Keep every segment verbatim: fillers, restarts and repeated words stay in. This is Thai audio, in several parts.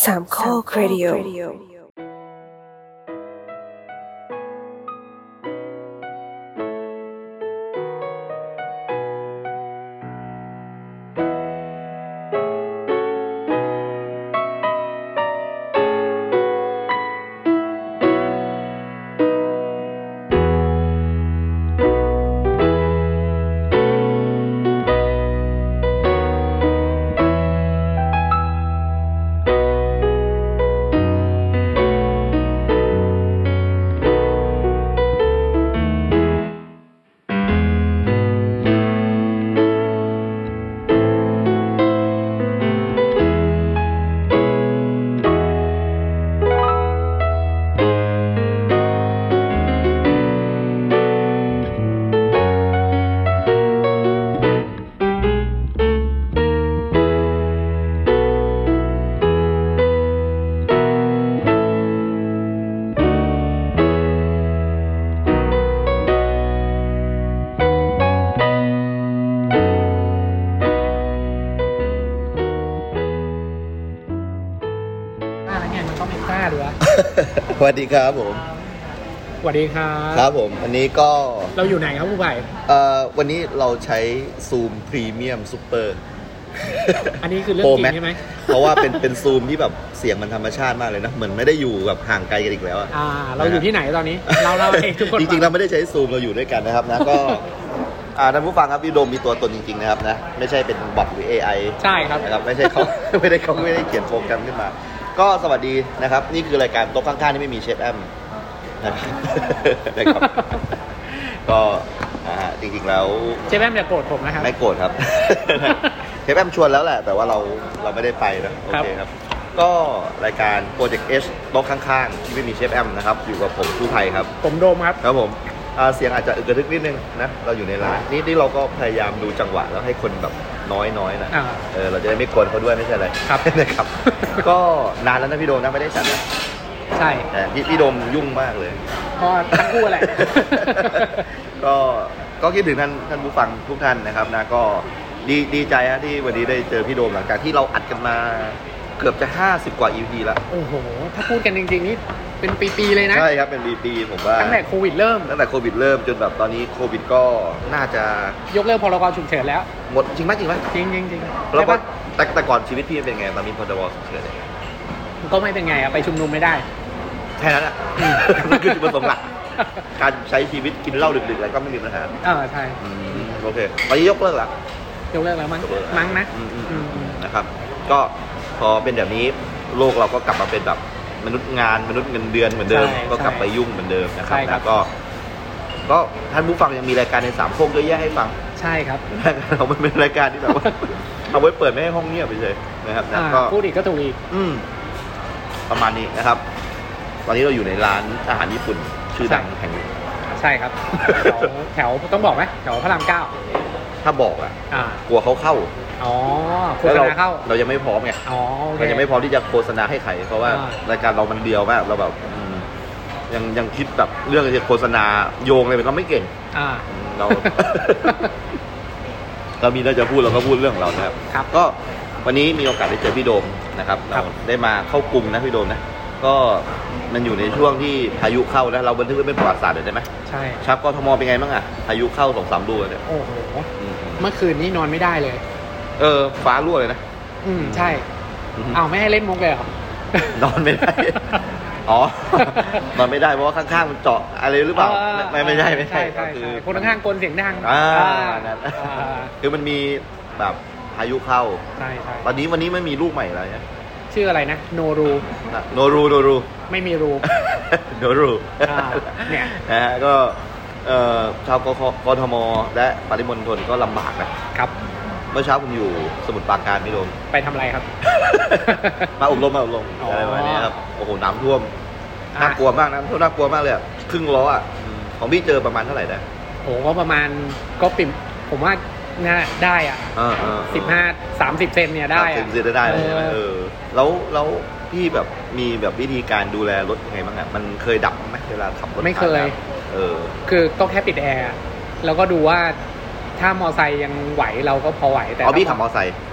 สามข้อครดิโอสวัสดีครับผมสวัสดีครับครับผมอันนี้ก็เราอยู่ไหนครับผู้ใหญ่เอ่อวันนี้เราใช้ Zoom Premium Super อันนี้คือเรื่องจริงใช่ไหมเพราะว่าเป็นเป็น Zoom ที่แบบเสียงมันธรรมชาติมากเลยนะเหมือนไม่ได้อยู่แบบห่างไกลกันอีกแล้วอ่าเราอยู่ที่ไหนตอนนี้เราเราเองทุกคนจริงๆเราไม่ได้ใช้ Zoom เราอยู่ด้วยกันนะครับนะก็อ่าท่านผู้ฟังครับพี่โดมมีตัวตนจริงๆนะครับนะไม่ใช่เป็นบอทหรือ เอ ไอใช่ครับนะครับไม่ใช่เขาไม่ได้เขาไม่ได้เขียนโปรแกรมขึ้นมาก็สวัสดีนะครับนี่คือรายการโต๊ะข้างๆที่ไม่มีเชฟแอมนะครับก็จริงๆแล้วเชฟแอมอย่าโกรธผมนะครับไม่โกรธครับเชฟแอมชวนแล้วแหละแต่ว่าเราเราไม่ได้ไปนะโอเคครับก็รายการโปรเจกต์ H โต๊ะข้างๆที่ไม่มีเชฟแอมนะครับอยู่กับผมผู้ไทยครับผมโดมครับครับผมเสียงอาจจะอึกระทึกนิดนึงนะเราอยู่ในร้านนี่นี่เราก็พยายามดูจังหวะแล้วให้คนแบบน้อยๆนะเออเราจะได้ไม่กวนเขาด้วยไม่ใช่อะไรครับนะครับก็นานแล้วนะพี่โดมนะไม่ได้จัดนะใช่แต่พี่พี่โดมยุ่งมากเลยพอทั้งคู่แหละก็ก็คิดถึงท่านท่านผู้ฟังทุกท่านนะครับนะก็ดีดีใจฮะที่วันนี้ได้เจอพี่โดมหลังจากที่เราอัดกันมาเกือบจะห้าสิบกว่า อี พี แล้วโอ้โหถ้าพูดกันจริงๆนี่เป็นปีๆเลยนะใช่ครับเป็นปีๆผมว่าตั้งแต่โควิดเริ่มตั้งแต่โควิดเริ่มจนแบบตอนนี้โควิดก็น่าจะยกเลิกพรกฉุกเฉินแล้วหมดจริงไหมจริงไหมจริงจริงจริงแล้วก็แต่แต่ก่อนชีวิตพี่เป็นไงตอนนี้พรกฉุกเฉินก็ไม่เป็นไงอะไปชุมนุมไม่ได้แค่นั้นอ่ะนั่นคือจุดประสงค์หลักการใช้ชีวิตกินเหล้าดึกๆอะไรก็ไม่มีปัญหาอ่าใช่โอเคตอนนี้ยกเลิกแล้วยกเลิกแล้วมั้งมั้งนะนะครับก็พอเป็นแบบนี้โลกเราก็กลับมาเป็นแบบมนุษย์งานมนุษย์เงินเดือนเหมือนเดิมก็กลับไปยุ่งเหมือนเดิมนะครับแล้วก็ก็ท่านผู้ฟังยังมีรายการในสามโคกเยอะแยะให้ฟังใช่ครับเราไม่เป็นรายการที่แบบว่าเอาไว้เปิดไม่ให้ห้องเงียบไปเลยนะครับก็พูดอีกก็ถูกอีกอืมประมาณนี้นะครับตอนนี้เราอยู่ในร้านอาหารญี่ปุ่นชื่อดังแห่งนึงใช่ครับแถวแถวต้องบอกไหมแถวพระรามเก้าถ้าบอกอ่ะกลัวเขาเข้าอ๋อโฆษณาเข้าเรายังไม่พร้อมไงเรายังไม่พร้อมที่จะโฆษณาให้ใครเพราะว่ารายการเรามันเดียวมากเราแบบยังยังคิดแบบเรื่องจะโฆษณาโยงอะไรเราไม่เก่งเราเรามีเราจะพูดเราก็พูดเรื่องของเรานะครับก็วันนี้มีโอกาสได้เจอพี่โดมนะครับเราได้มาเข้ากรุงนะพี่โดมนะก็มันอยู่ในช่วงที่พายุเข้านะเราบันทึกไว้เป็นประวัติศาสตร์เลยได้ไหมใช่ครับกทมเป็นไงบ้างอะพายุเข้าสองสามลูกเนี่ยโอ้โหเมื่อคืนนี้นอนไม่ได้เลยเออฟ้ารั่วเลยนะอืมใช่อ้าวไม่ให้เล่นมุกเลยเหรอนอนไม่ได้อ๋อนอนไม่ได้เพราะว่าข้างๆมันเจาะอะไรหรือเปล่าไม่ไม่ใช่ไม่ใช่ก็คือคนข้างๆกลเสียงดังอ่าคือมันมีแบบพายุเข้าใช่ใช่ตอนนี้วันนี้ไม่มีลูกใหม่อะไรเนี่ยชื่ออะไรนะโนรูโนรูโนรูไม่มีรูโนรูเนี่ยนะฮะก็ชาวกทมและปริมณฑลก็ลำบากนะครับเมื่อเช้าผมอยู่สมุทรปราการพี่โดมไปทำอะไรครับมาอบรมมาอบรมอะไรประมาณนี้ครับโอ้โหน้ำท่วมน่ากลัวมากนะท่วมน่ากลัวมากเลยครึ่งล้ออ่ะของพี่เจอประมาณเท่าไหร่นะโอ้ก็ประมาณก็ปิ่มผมว่าน่าได้อ่ะสิบห้าสามสิบเซนเนี่ยได้อ่ะสิบเซนได้เลยใช่ไหมเออแล้วแล้วพี่แบบมีแบบวิธีการดูแลรถยังไงบ้างอ่ะมันเคยดับไหมเวลาขับรถไม่เคยเออคือก็แค่ปิดแอร์แล้วก็ดูว่าถ้ามอไซค์ยังไหวเราก็พอไหวแต่อ๋อพี่ขับมอไซค์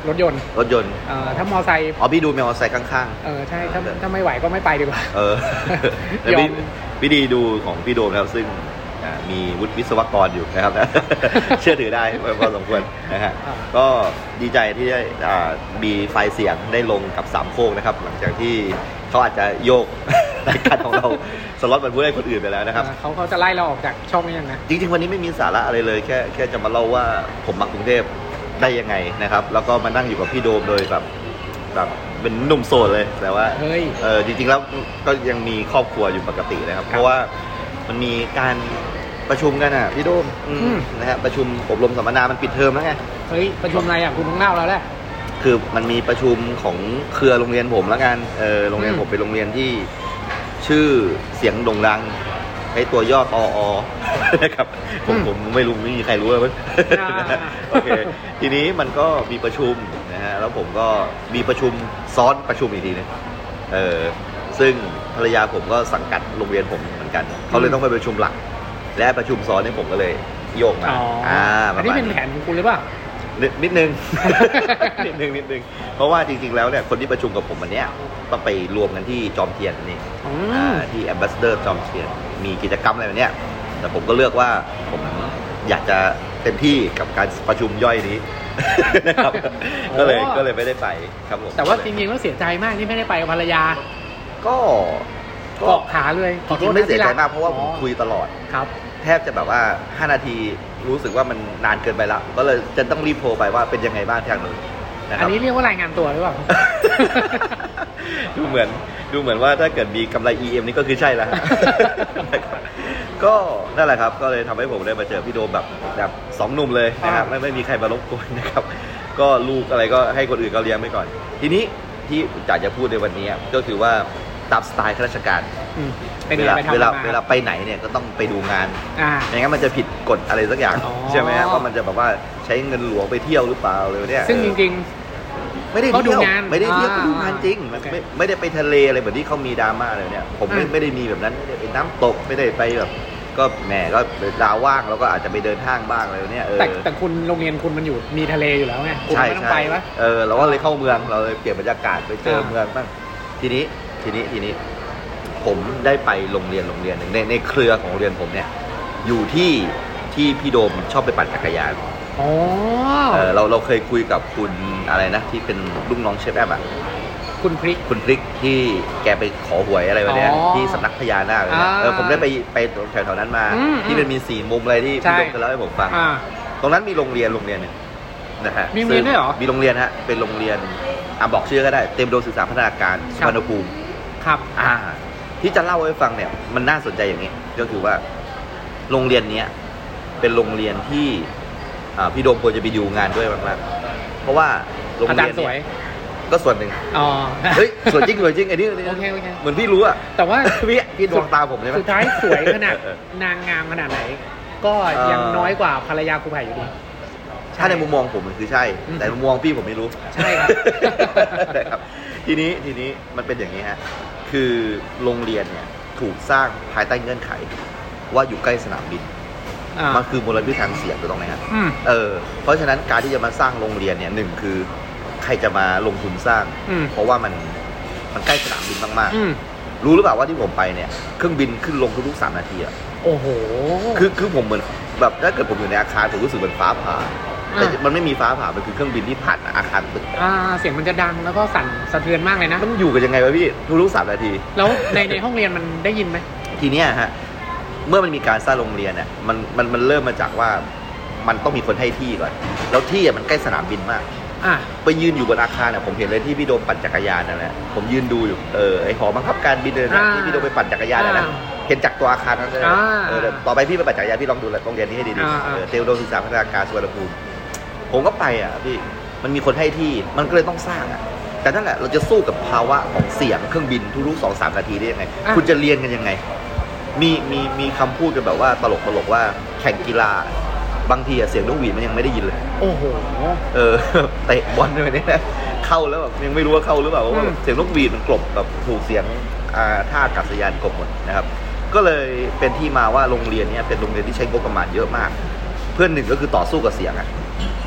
รถยนต์รถยนต์เอ่อถ้ามอไซค์อ๋อพี่ดูมอไซค์ข้างๆเออใช่ถ้าถ้าไม่ไหวก็ไม่ไปดีกว่าเออแล้วพี่พี่ดีดูของพี่โดมแล้วซึ่งมีวุฒิวิศวกรอยู่นะครับเชื่อถือได้พอสมควรนะฮะก็ดีใจที่ได้มีไฟเสียงได้ลงกับสามโคกนะครับหลังจากที่เขาอาจจะโยกรายการของเราสล็อตมันพูดให้คนอื่นไปแล้วนะครับเขาเขาจะไล่เราออกจากช่องนี้ยังนะจริงๆวันนี้ไม่มีสาระอะไรเลยแค่แค่จะมาเล่าว่าผมมากรุงเทพได้ยังไงนะครับแล้วก็มานั่งอยู่กับพี่โดมโดยแบบแบบเป็นหนุ่มโสดเลยแต่ว่าเออจริงๆแล้วก็ยังมีครอบครัวอยู่ปกตินะครับเพราะว่ามันมีการประชุมกันอ่ะพี่โดมนะฮะประชุมอบรมสัมมนามันปิดเทอมแล้วไงเฮ้ยประชุมอะไรอ่ะคุณต้องเล่าแล้วแหละคือมันมีประชุมของเครือโรงเรียนผมแล้วกันเออโรงเรียนผมเป็นโรงเรียนที่ชื่อเสียงโด่งดังให้ตัวย่อตออนะครับผมผมไม่รู้ไม่มีใครรู้เลยโอเคทีนี้มันก็มีประชุมนะฮะแล้วผมก็มีประชุมซ้อนประชุมอีกทีนึงเออซึ่งภรรยาผมก็สังกัดโรงเรียนผมเหมือนกันเขาเลยต้องไปประชุมหลักและประชุมซ้อนนี่ผมก็เลยโยกมาอ่าอันนี้เป็นแผนของคุณหรือเปล่านิดนึงนิดนึงนิดนึงเพราะว่าจริงๆแล้วเนี่ยคนที่ประชุมกับผมวันนี้ต้องไปรวมกันที่จอมเทียนนี่ที่ Ambassador จอมเทียนมีกิจกรรมอะไรแบบนี้แต่ผมก็เลือกว่าผมอยากจะเต็มที่กับการประชุมย่อยนี้นะครับก็เลยก็เลยไม่ได้ไปครับผมแต่ว่าจริงๆแล้วเสียใจมากที่ไม่ได้ไปกับภรรยาก็เกาะขาเลยจริงๆไม่เสียใจมากเพราะว่าผมคุยตลอดครับแทบจะแบบว่าห้านาทีรู้สึกว่ามันนานเกินไปแล้วก็เลยจะต้องรีบโทรไปว่าเป็นยังไงบ้างทางนู้นนะครับอันนี้เรียกว่ารายงานตัวหรือเปล่าดูเหมือนดูเหมือนว่าถ้าเกิดมีกำไร อี เอ็ม นี่ก็คือใช่แล้วก็นั่นแหละครับก็เลยทำให้ผมได้มาเจอพี่โดมแบบแบบสองหนุ่มเลยนะครับไม่ไม่มีใครมารบกวนนะครับก็ลูกอะไรก็ให้คนอื่นเขาเลี้ยงไปก่อนทีนี้ที่อยากจะพูดในวันนี้ก็คือว่าตามสไตล์ข้าราชการเวลาเวลาเวลาไปไหนเนี่ยก็ต้องไปดูงานไม่งั้นมันจะผิดกฎอะไรสักอย่างใช่ไหมว่ามันจะแบบว่าใช้เงินหลวงไปเที่ยวหรือเปล่าเลยเนี่ยซึ่งจริงๆไม่ได้เที่ยวไม่ได้เที่ยวดูงานจริงไม่ไม่ได้ไปทะเลอะไรแบบที่เขามีดราม่าเลยเนี่ยผมไม่ไม่ได้มีแบบนั้นไม่ได้ไปน้ำตกไม่ได้ไปแบบก็แหมก็ดาวว่างแล้วก็อาจจะไปเดินห้างบ้างอะไรเนี่ยเออแต่แต่คุณโรงเรียนคุณมันอยู่มีทะเลอยู่แล้วไงคุณไม่ต้องไปวะเออเราก็เลยเข้าเมืองเราเลยเปลี่ยนบรรยากาศไปเจอเมืองบ้างทีนี้ทีนี้ทีนี้ผมได้ไปโรงเรียนโรงเรียนหนึ่งในในเครือของโรงเรียนผมเนี่ยอยู่ที่ที่พี่โดมชอบไปปั่นจักรยานอ๋อเออเราเราเคยคุยกับคุณอะไรนะที่เป็นลูกน้องเชฟแอปอ่ะคุณพริกคุณพริกที่แกไปขอหวยอะไรแบบนี้ที่สำนักพญานาคเลยเออผมได้ไปไปแถวๆนั้นมาที่มันมีสี่มุมอะไรที่พี่โดมเคยเล่าให้ผมฟังตรงนั้นมีโรงเรียนโรงเรียนนึงนะฮะมีโรงเรียนด้วยเหรอมีโรงเรียนฮะเป็นโรงเรียนอ่ะบอกชื่อก็ได้เต็มโดมศึกษาพัฒนาการสุวรรณภูมิครับอ่าที่จะเล่าให้ฟังเนี่ยมันน่าสนใจอย่างนี้ก็คือว่าโรงเรียนนี้เป็นโรงเรียนที่พี่โดมควรจะไปดูงานด้วยมากๆเพราะว่าโรงเรียนเนี่ยก็ส่วนหนึ่งอ๋อเฮ้ยส่วนจริงส่วนจริงไอ้นี่โอเคโอเคเหมือนพี่รู้อะแต่ว่าพี่พี่ดวงตาผมใช่ไหมสุดท้ายสวยขนาดนางงามขนาดไหนก็ยังน้อยกว่าภรรยาครูไผ่อยู่ดีถ้าในมุมมองผมมันคือใช่แต่มุมมองพี่ผมไม่รู้ใช่ครับครับทีนี้ทีนี้มันเป็นอย่างนี้ฮะคือโรงเรียนเนี่ยถูกสร้างภายใต้เงื่อนไขว่าอยู่ใกล้สนามบินมันคือมลพิษทางเสียงถูกต้องไหมครับเออเพราะฉะนั้นการที่จะมาสร้างโรงเรียนเนี่ยหนึ่งคือใครจะมาลงทุนสร้างเพราะว่ามันมันใกล้สนามบินมากๆรู้หรือเปล่าว่าที่ผมไปเนี่ยเครื่องบินขึ้นลงทุกๆสามนาทีอ่ะโอ้โหคือคือผมเหมือนแบบถ้าเกิดผมอยู่ในอาคารผมรู้สึกเหมือนฟ้าผ่าแต่มันไม่มีฟ้าผ่ามันคือเครื่องบินที่ผ่านอาคารตึกอ่าเสียงมันจะดังแล้วก็สั่นสะเทือนมากเลยนะมันอยู่กันยังไงวะพี่ทุกๆสามนาทีแล้วในในห้องเรียนมันได้ยินไหมทีเนี้ยฮะเมื่อมันมีการสร้างโรงเรียนเนี่ยมันมันมันเริ่มมาจากว่ามันต้องมีคนให้ที่ก่อนแล้วที่มันใกล้สนามบินมากอ่ะไปยืนอยู่บนอาคารเนี่ยผมเห็นเลยที่พี่โดมปั่นจักรยานนั่นแหละผมยืนดูอยู่เออไอหอบังคับการบินเลยนะที่พี่โดมไปปั่นจักรยานนั่นแหละเห็นจากตัวอาคารนั่นเลยเออต่อไปพี่ไปปั่นจักรยานพี่ลองดูโรงเรียนนี้ให้ดีๆเตลโดมศึกษาพัฒนาการสุวรรณภูมิผมก็ไปอ่ะพี่มันมีคนให้ที่มันก็เลยต้องสร้างอ่ะแต่นั่นแหละเราจะสู้กับภาวะของเสียงเครื่องบินทุกๆสองสามนาทีได้ยังไงคุณจะเรียนกันยังไงมีมีมีคำพูดกันแบบว่าตลกตลกว่าแข่งกีฬาบางทีเสียงนกหวีดมันยังไม่ได้ยินเลยโอ้โหเออเตะบอลด้วยนี่นะเข้าแล้วแบบยังไม่รู้ว่าเข้าหรือเปล่าเพราะว่าเสียงนกหวีดมันกลบแบบถูกเสียงท่าอากาศยานกลบหมดนะครับก็เลยเป็นที่มาว่าโรงเรียนนี้เป็นโรงเรียนที่ใช้งบประมาณเยอะมากเพื่อนหนึ่งก็คือต่อสู้กับเสียงอ่ะ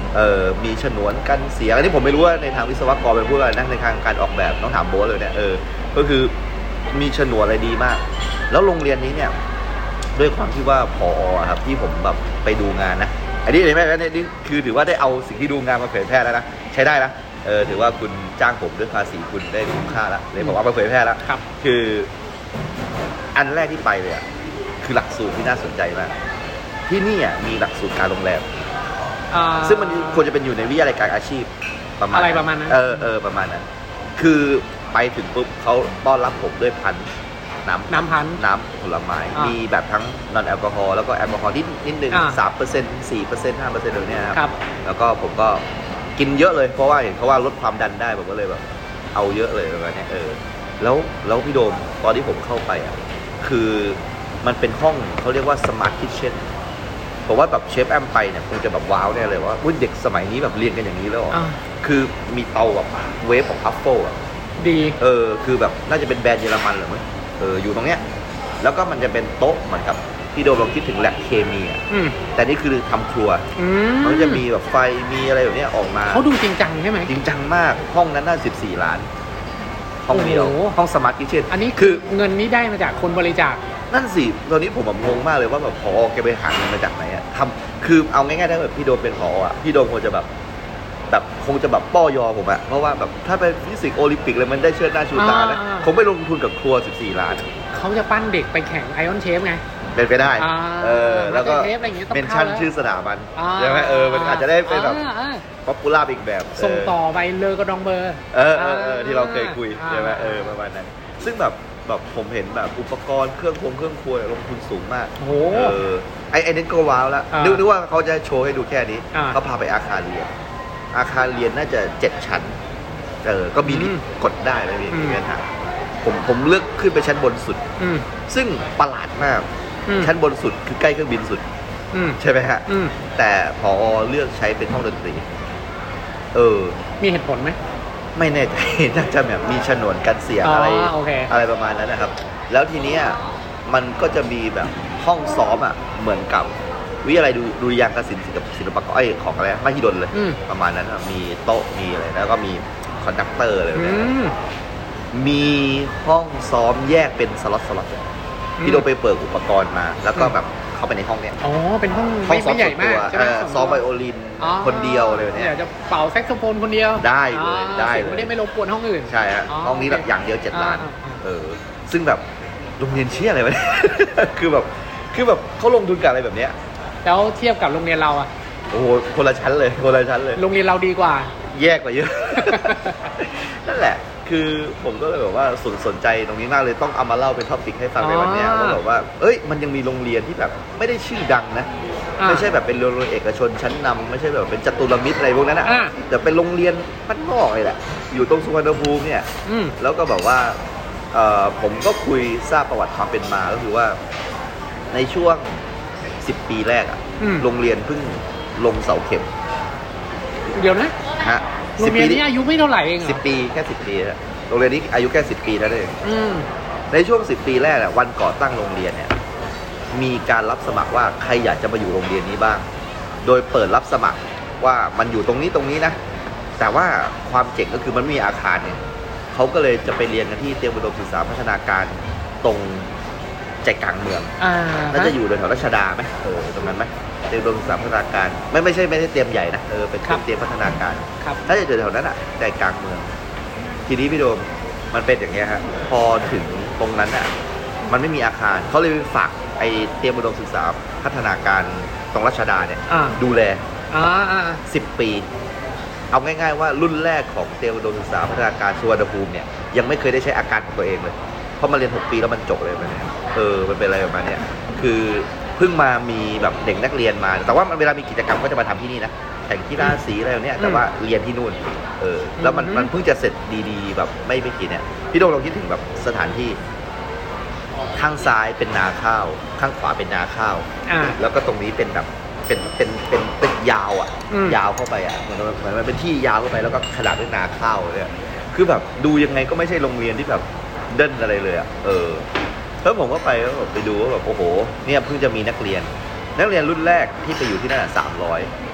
เออมีฉนวนกันเสียงอันนี้ผมไม่รู้ว่าในทางวิศวกรเป็นพูดอะไรนะในทางการออกแบบต้องถามโบ๊ทเลยเนี่ยเออก็คือมีฉนวนอะไรดีมากแล้วโรงเรียนนี้เนี่ยด้วยความที่ว่าผอครับที่ผมแบบไปดูงานนะอันนี้เห็นไหมนี่คือถือว่าได้เอาสิ่งที่ดูงานมาเผยแพร่แล้วนะใช้ได้นะเออถือว่าคุณจ้างผมด้วยภาษีคุณได้คุ้มค่าแล้วเลยบอกว่ามาเผยแพร่แล้วคืออันแรกที่ไปเลยอ่ะคือหลักสูตรที่น่าสนใจมากที่นี่อ่ะมีหลักสูตรการโรงแรมซึ่งมันควรจะเป็นอยู่ในวิทยาลัยการอาชีพประมาณอะไรประมาณนั้นเออเออประมาณนั้นคือไปถึงปุ๊บเขาต้อนรับผมด้วยพันน้ำน้ำพันน้ำผลไม้มีแบบทั้งนอนแอลกอฮอล์แล้วก็แอลกอฮอล์นิดนิดนึงสามเปอร์เซ็นต์สี่เปอร์เซ็นต์ห้าเปอร์เซ็นต์ตรงนี้ครับแล้วก็ผมก็กินเยอะเลยเพราะว่าเห็นเขาว่าลดความดันได้ผมก็เลยแบบเอาเยอะเลยประมาณนี้เออแล้วแล้วพี่โดมตอนที่ผมเข้าไปอ่ะคือมันเป็นห้องเขาเรียกว่าสมาร์ทคิทเช่นผมว่าแบบเชฟแอมไปเนี่ยคงจะแบบว้าวแน่เลยว่าเด็กสมัยนี้แบบเรียนกันอย่างนี้แล้วคือมีเตาแบบเวฟของทัฟเฟิลอ่ะดีเออคือแบบน่าจะเป็นแบรนด์เยอรมันหรือมั้งเอออยู่ตรงเนี้ยแล้วก็มันจะเป็นโต๊ะเหมือนกับพี่โดมลองคิดถึงแลบเคมีอ่ะแต่นี่คือทำครัวเขาจะมีแบบไฟมีอะไรแบบนี้ออกมาเขาดูจริงจังใช่ไหมจริงจังมากห้องนั้นน่าสิบสี่ล้านห้องเดียวห้องสมาร์ทคิทเช่นอันนี้คือเงินนี้ได้มาจากคนบริจาคนั่นสิตอนนี้ผมแบบงงมากเลยว่าแบบผอแกไปหาเงินมาจากไหนอ่ะทำคือเอาง่ายๆถ้าแบบพี่โดมเป็นผออ่ะพี่โดมคงจะแบบแบบคงจะแบบป้อยอผมอะเพราะว่าแบบถ้าเป็นฟิสิกส์โอลิมปิกเลยมันได้เชิดหน้าชูตานะคงไม่ลงทุนกับครัวสิบสี่ล้านเขาจะปั้นเด็กไปแข่งไอออนเชฟไงเป็นไปได้เออแล้วก็เป็นชั้นชื่อสถาบันใช่ไหมเออมันอาจจะได้เป็นแบบป๊อปปูล่าอีกแบบส่งต่อไปเลอกระดองเบอร์เออเออที่เราเคยคุยใช่ไหมเออประมาณนั้นซึ่งแบบแบบผมเห็นแบบอุปกรณ์เครื่องคงเครื่องครัวลงทุนสูงมากโอ้เออไอไอเน้นก็ว้าวแล้วนึกนึกว่าเขาจะโชว์ให้ดูแค่นี้เขาพาไปอาคารเรียนอาคารเรียนน่าจะเจ็ดชั้นเออก็มีลิฟต์กดได้เลยพี่มีปัญหาผมผมเลือกขึ้นไปชั้นบนสุดซึ่งประหลาดมากชั้นบนสุดคือใกล้เครื่องบินสุดใช่ไหมฮะแต่พอเลือกใช้เป็นห้องดนตรีเออมีเหตุผลไหมไม่แน่ใจน่าจะแบบมีฉนวนกันเสียงอะไรอะไรประมาณนั้นนะครับแล้วทีนี้มันก็จะมีแบบห้องซ้อมอ่ะเหมือนกับวิทยาลัยดูดุริยางคศิลป์ศิลปะไอของอะไรมหิดลเลยประมาณนั้นมีโต๊ะมีอะไรแล้วก็มีคอนดักเตอร์อะไรแบบนี้มีห้องซ้อมแยกเป็นสล็อตสล็อตที่เราไปเปิดอุปกรณ์มาแล้วก็แบบเข้าไปในห้องเนี้ยอ๋อเป็นห้องไม่ใหญ่มากใช่ไหมซ้อมไวโอลินคนเดียวเลยเนี่ยจะเป่าแซกโซโฟนคนเดียวได้เลยได้เลยไม่ได้ไม่รบกวนห้องอื่นใช่ฮะห้องนี้แบบอย่างเดียวเจ็ดล้านเออซึ่งแบบโรงเรียนเชี่ยอะไรวะคือแบบคือแบบเขาลงทุนกับอะไรแบบเนี้ยแล้วเทียบกับโรงเรียนเราอะโอ้โหคนละชั้นเลยคนละชั้นเลยโรงเรียนเราดีกว่าแยกกว่าเยอะนั่นแหละคือผมก็เลยแบบว่าสนสนใจตรงนี้มากเลยต้องเอามาเล่าเป็นท็อปิกให้ฟังในวันนี้ว่าแบบว่าเอ้ยมันยังมีโรงเรียนที่แบบไม่ได้ชื่อดังนะไม่ใช่แบบเป็นโรงเรียนเอกชนชั้นนำไม่ใช่แบบเป็นจตุรมิตรอะไรพวกนั้นอ่ะแต่เป็นโรงเรียนบ้านนอกเลยแหละอยู่ตรงสุวรรณภูมิเนี่ยแล้วก็แบบว่าผมก็คุยทราบประวัติความเป็นมาก็คือว่าในช่วงสิบปีแรกอ่ะโรงเรียนเพิ่งลงเสาเข็มเดี๋ยวนะฮะโรงเรียนนี้อายุไม่เท่าไหร่เองเหรอสิบปีแค่สิบปีนะโรงเรียนนี้อายุแค่สิบปีเท่านั้นเองในช่วงสิบปีแรกอ่ะวันก่อตั้งโรงเรียนเนี่ยมีการรับสมัครว่าใครอยากจะมาอยู่โรงเรียนนี้บ้างโดยเปิดรับสมัครว่ามันอยู่ตรงนี้ตรงนี้นะแต่ว่าความเจ๋งก็คือมันมีอาคารเนี่ยเขาก็เลยจะไปเรียนกันที่เตรียมอุดมศึกษาพัฒนาการตรงใจกลางเมืองน่าจะอยู่แถวรัชดาไหมเออตรงนั้นไหมเตรียมอุดมศึกษาพัฒนาการไม่ไม่ใช่ไม่ใช่เตรียมใหญ่นะเออเป็นเตรียมพัฒนาการถ้าจะอยู่แถวนั้นอ่ะใจกลางเมืองทีนี้พี่โดมมันเป็นอย่างเงี้ยฮะพอถึงตรงนั้นอ่ะมันไม่มีอาคารเขาเลยฝากไอเตรียมอุดมศึกษาพัฒนาการตรงรัชดาเนี่ยดูแลสิบปีเอาง่ายๆว่ารุ่นแรกของเตรียมอุดมศึกษาพัฒนาการสุวรรณภูมิเนี่ยยังไม่เคยได้ใช้อาคารของตัวเองเลยเพราะมาเรียนหกปีแล้วมันจบเลยมันเนี่ยเออมันเป็นอะไรประมาณนี้คือเพิ่งมามีแบบเด็กนักเรียนมาแต่ว่ามันเวลามีกิจกรรมก็จะมาทำที่นี่นะแข่งกีฬาสีอะไรแบบนี้แต่ว่าเรียนที่นู่นเออแล้วมันมันเพิ่งจะเสร็จดีๆแบบไม่ไม่กี่เนี่ยพี่โดมลองคิดถึงแบบสถานที่ข้างซ้ายเป็นนาข้าวข้างขวาเป็นนาข้าวแล้วก็ตรงนี้เป็นแบบเป็นเป็นเป็นตึกยาวอ่ะยาวเข้าไปอ่ะเหมือนเหมือนมันเป็นที่ยาวเข้าไปแล้วก็ขนาดด้วยนาข้าวเนี่ยคือแบบดูยังไงก็ไม่ใช่โรงเรียนที่แบบเดินอะไรเลยอ่ะเออแล้วผมก็ไปแล้วแบบไปดูว่าแบบโอ้โหเนี่ยเพิ่งจะมีนักเรียนนักเรียนรุ่นแรกที่ไปอยู่ที่นั่นสามร้อย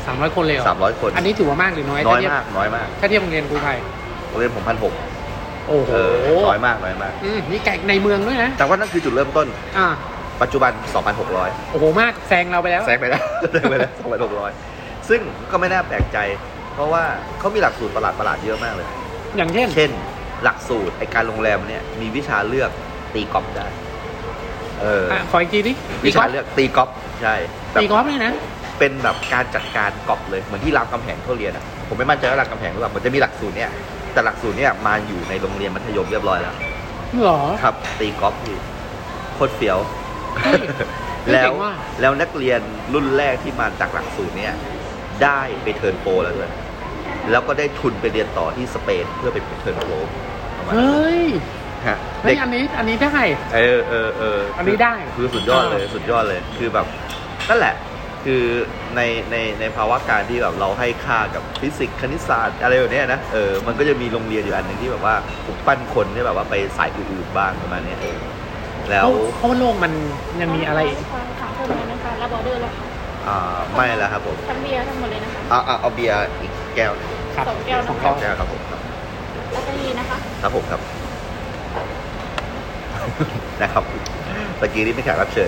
สามร้อยคนเลยเหรอสามร้อยคนอันนี้ถือว่ามากหรือน้อยน้อยมากน้อยมากถ้าเทียบโรงเรียนครูไทยโรงเรียนผมพันหกโอ้โหน้อยมากน้อยมากอืมนี่ไกลในเมืองด้วยนะแต่ว่านั่นคือจุดเริ่มต้นอ่าปัจจุบัน สองพันหกร้อยโอ้โหมากแซงเราไปแล้วแซงไปแล้วแซงไปแล้ว สองพันหกร้อย ซึ่งก็ไม่น่าแปลกใจเพราะว่าเขามีหลักสูตรประหลาดประหลาดเยอะมากเลยอย่างเช่นเช่นหลักสูตรไอการโรงแรมเนี่ยมีวิชาเลือกตีกอล์ฟได้เออขออีกทีดิวิชาเลือกตีกอล์ฟใช่ตีกอล์ฟเลยนะเป็นแบบการจัดการกอล์ฟเลยเหมือนที่รามคำแหงเขาเรียนอ่ะผมไม่มั่นใจว่ารามคำแหงหรือเปล่ามันจะมีหลักสูตรเนี่ยแต่หลักสูตรเนี่ยมาอยู่ในโรงเรียนมัธยมเรียบร้อยแล้วหรอครับตีกอล์ฟที่โคตรเฟี้ยวแล้วแล้วนักเรียนรุ่นแรกที่มาจากหลักสูตรเนี่ยได้ไปเทิร์นโปรแล้วด้วยแล้วก็ได้ทุนไปเรียนต่อที่สเปนเพื่อไปเทิร์นโปรเฮ้ยฮะเด็กอันนี้อันนี้ได้เออเออเอออันนี้ได้คือสุดยอดเลยสุดยอดเลยคือแบบนั่นแหละคือในในในภาวะการที่แบบเราให้ค่ากับฟิสิกส์คณิตศาสตร์อะไรแบบนี้นะเออมันก็จะมีโรงเรียนอยู่อันหนึ่งที่แบบว่าปลุกปั้นคนที่แบบว่าไปสายอื่นๆบ้างประมาณนี้แล้วเพราะว่าโลกมันยังมีอะไรถามเพิ่มเลยนะคะรับออเดอร์แล้วอ่าไม่แล้วครับผมทั้งเบียร์ทั้งหมดเลยนะคะอ่าเอาเบียร์อีกแก้วสองแก้วสองแก้วครับผมครับแล้วก็ยีนะคะครับผมครับนะครับตะกี้นี้ไม่แขกรับเชิญ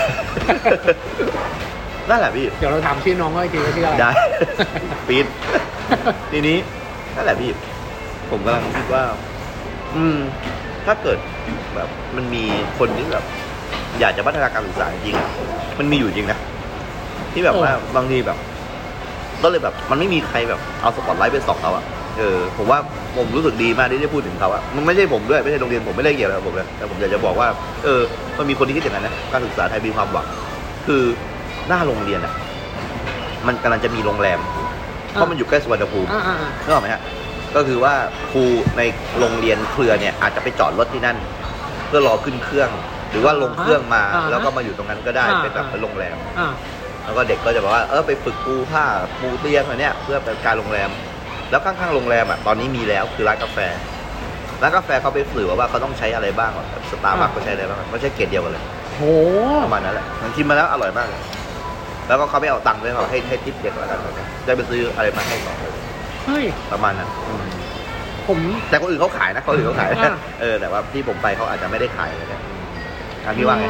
นั่นแหละพี่เดี๋ยวเราถามชื่อน้องก็อีกทีว่าชื่ออะไรได้ปี๊ดทีนี้นั่นแหละพี่ผมกำลังคิดว่าอืมถ้าเกิดแบบมันมีคนที่แบบอยากจะพัฒนาการศึกษาจริงๆมันมีอยู่จริงนะที่แบบว่าบางทีแบบก็เลยแบบมันไม่มีใครแบบเอาสปอตไลท์ไปส่องเขาอะเออผมว่าผมรู้สึกดีมากที่ได้พูดถึงเขาอะมันไม่ใช่ผมด้วยไม่ใช่โรงเรียนผมไม่ได้เกี่ยวกับผมเลยแต่ผมอยากจะบอกว่าเออมันมีคนที่คิดอย่างนั้นนะการศึกษาไทยมีความหวังคือหน้าโรงเรียนอะมันกำลังจะมีโรงแรมเพราะมันอยู่ใกล้สุวรรณภูมินึกออกไหมฮะก็คือว่าครูในโรงเรียนเครือเนี่ยอาจจะไปจอดรถที่นั่นเพื่อรอขึ้นเครื่องหรือว่าลงเครื่องมาแล้วก็มาอยู่ตรงนั้นก็ได้เป็นแบบเป็นโรงแรมแล้วก็เด็กก็จะบอกว่าเออไปฝึกปูผ้าปูเตียงอะไรเนี้ยเพื่อเป็นการโรงแรมแล้วข้างๆโรงแรมอ่ะตอนนี้มีแล้วคือร้านกาแฟร้านกาแฟเขาไปสืบว่าเขาต้องใช้อะไรบ้างสตาร์บัคเขาใช้อะไรบ้างไม่ใช่เกรดเดียวกันเลยโอ้ประมาณนั้นแหละมันชิมมาแล้วอร่อยมากแล้วก็เขาไม่เอาตังค์ด้วยเขาให้ให้ทิปเด็กแล้วกันได้ไปซื้ออะไรมาให้ก่อนเฮ้ยประมาณนั้นผมแต่คนอื่นเขาขายนะคนอื่นเขาขายเออแต่ว่าที่ผมไปเขาอาจจะไม่ได้ขายเลยนะทางที่ว่าไง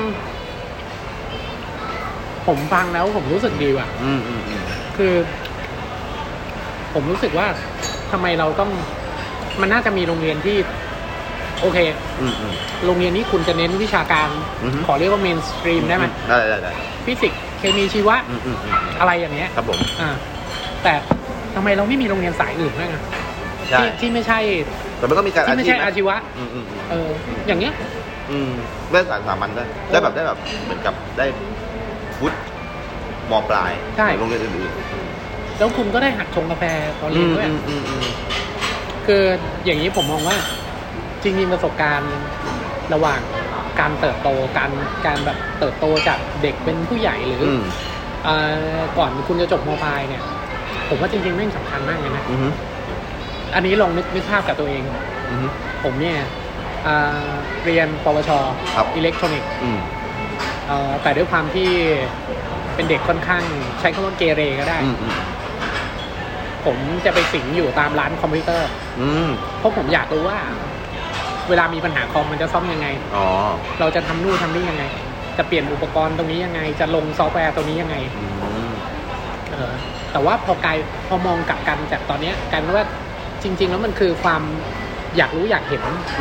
ผมฟังแล้วผมรู้สึกดีว่ะอืมอืมอืมคือผมรู้สึกว่าทำไมเราต้องมันน่าจะมีโรงเรียนที่โอเคอืมอืมโรงเรียนนี้คุณจะเน้นวิชาการขอเรียกว่าเมนสตรีมได้ไหมได้ได้ได้ฟิสิกส์เคมีชีวะอะไรอย่างเงี้ยครับผมอ่าแต่ทำไมเราไม่มีโรงเรียนสายอื่นบ้างอ่ะที่ที่ไม่ใช่แต่มันก็มีการที่ไม่ใช่อาชีวะอืมอืมเอออย่างเงี้ยอืมได้สายสามัญได้ได้แบบได้แบบเหมือนกับได้วุฒิม.ปลายโรงเรียนอื่นๆแล้วคุณก็ได้หัดชงกาแฟตอนเรียนด้วยคืออย่างนี้ผมมองว่าจริงๆประสบการณ์ระหว่างการเติบโตการการแบบเติบโตจากเด็กเป็นผู้ใหญ่หรืออ่าก่อนคุณจะจบม.ปลายเนี่ยผมว่าจริงๆแม่งสำคัญมากเลยนะอันนี้ลองนึกนึกภาพกับตัวเองผมเนี่ยเรียนปวชอิเล็กทรอนิกส์แต่ด้วยความที่เป็นเด็กค่อนข้างใช้คำว่าเกเรก็ได้ผมจะไปสิงอยู่ตามร้านคอมพิวเตอร์เพราะผมอยากรู้ว่าเวลามีปัญหาคอมมันจะซ่อมยังไงเราจะทำนู่นทำนี่ยังไงจะเปลี่ยนอุปกรณ์ตรงนี้ยังไงจะลงซอฟต์แวร์ตรงนี้ยังไงแต่ว่าพอกายพอมองกลับกันจากตอนนี้กลายเป็นว่าจริงๆแล้วมันคือความอยากรู้อยากเห็น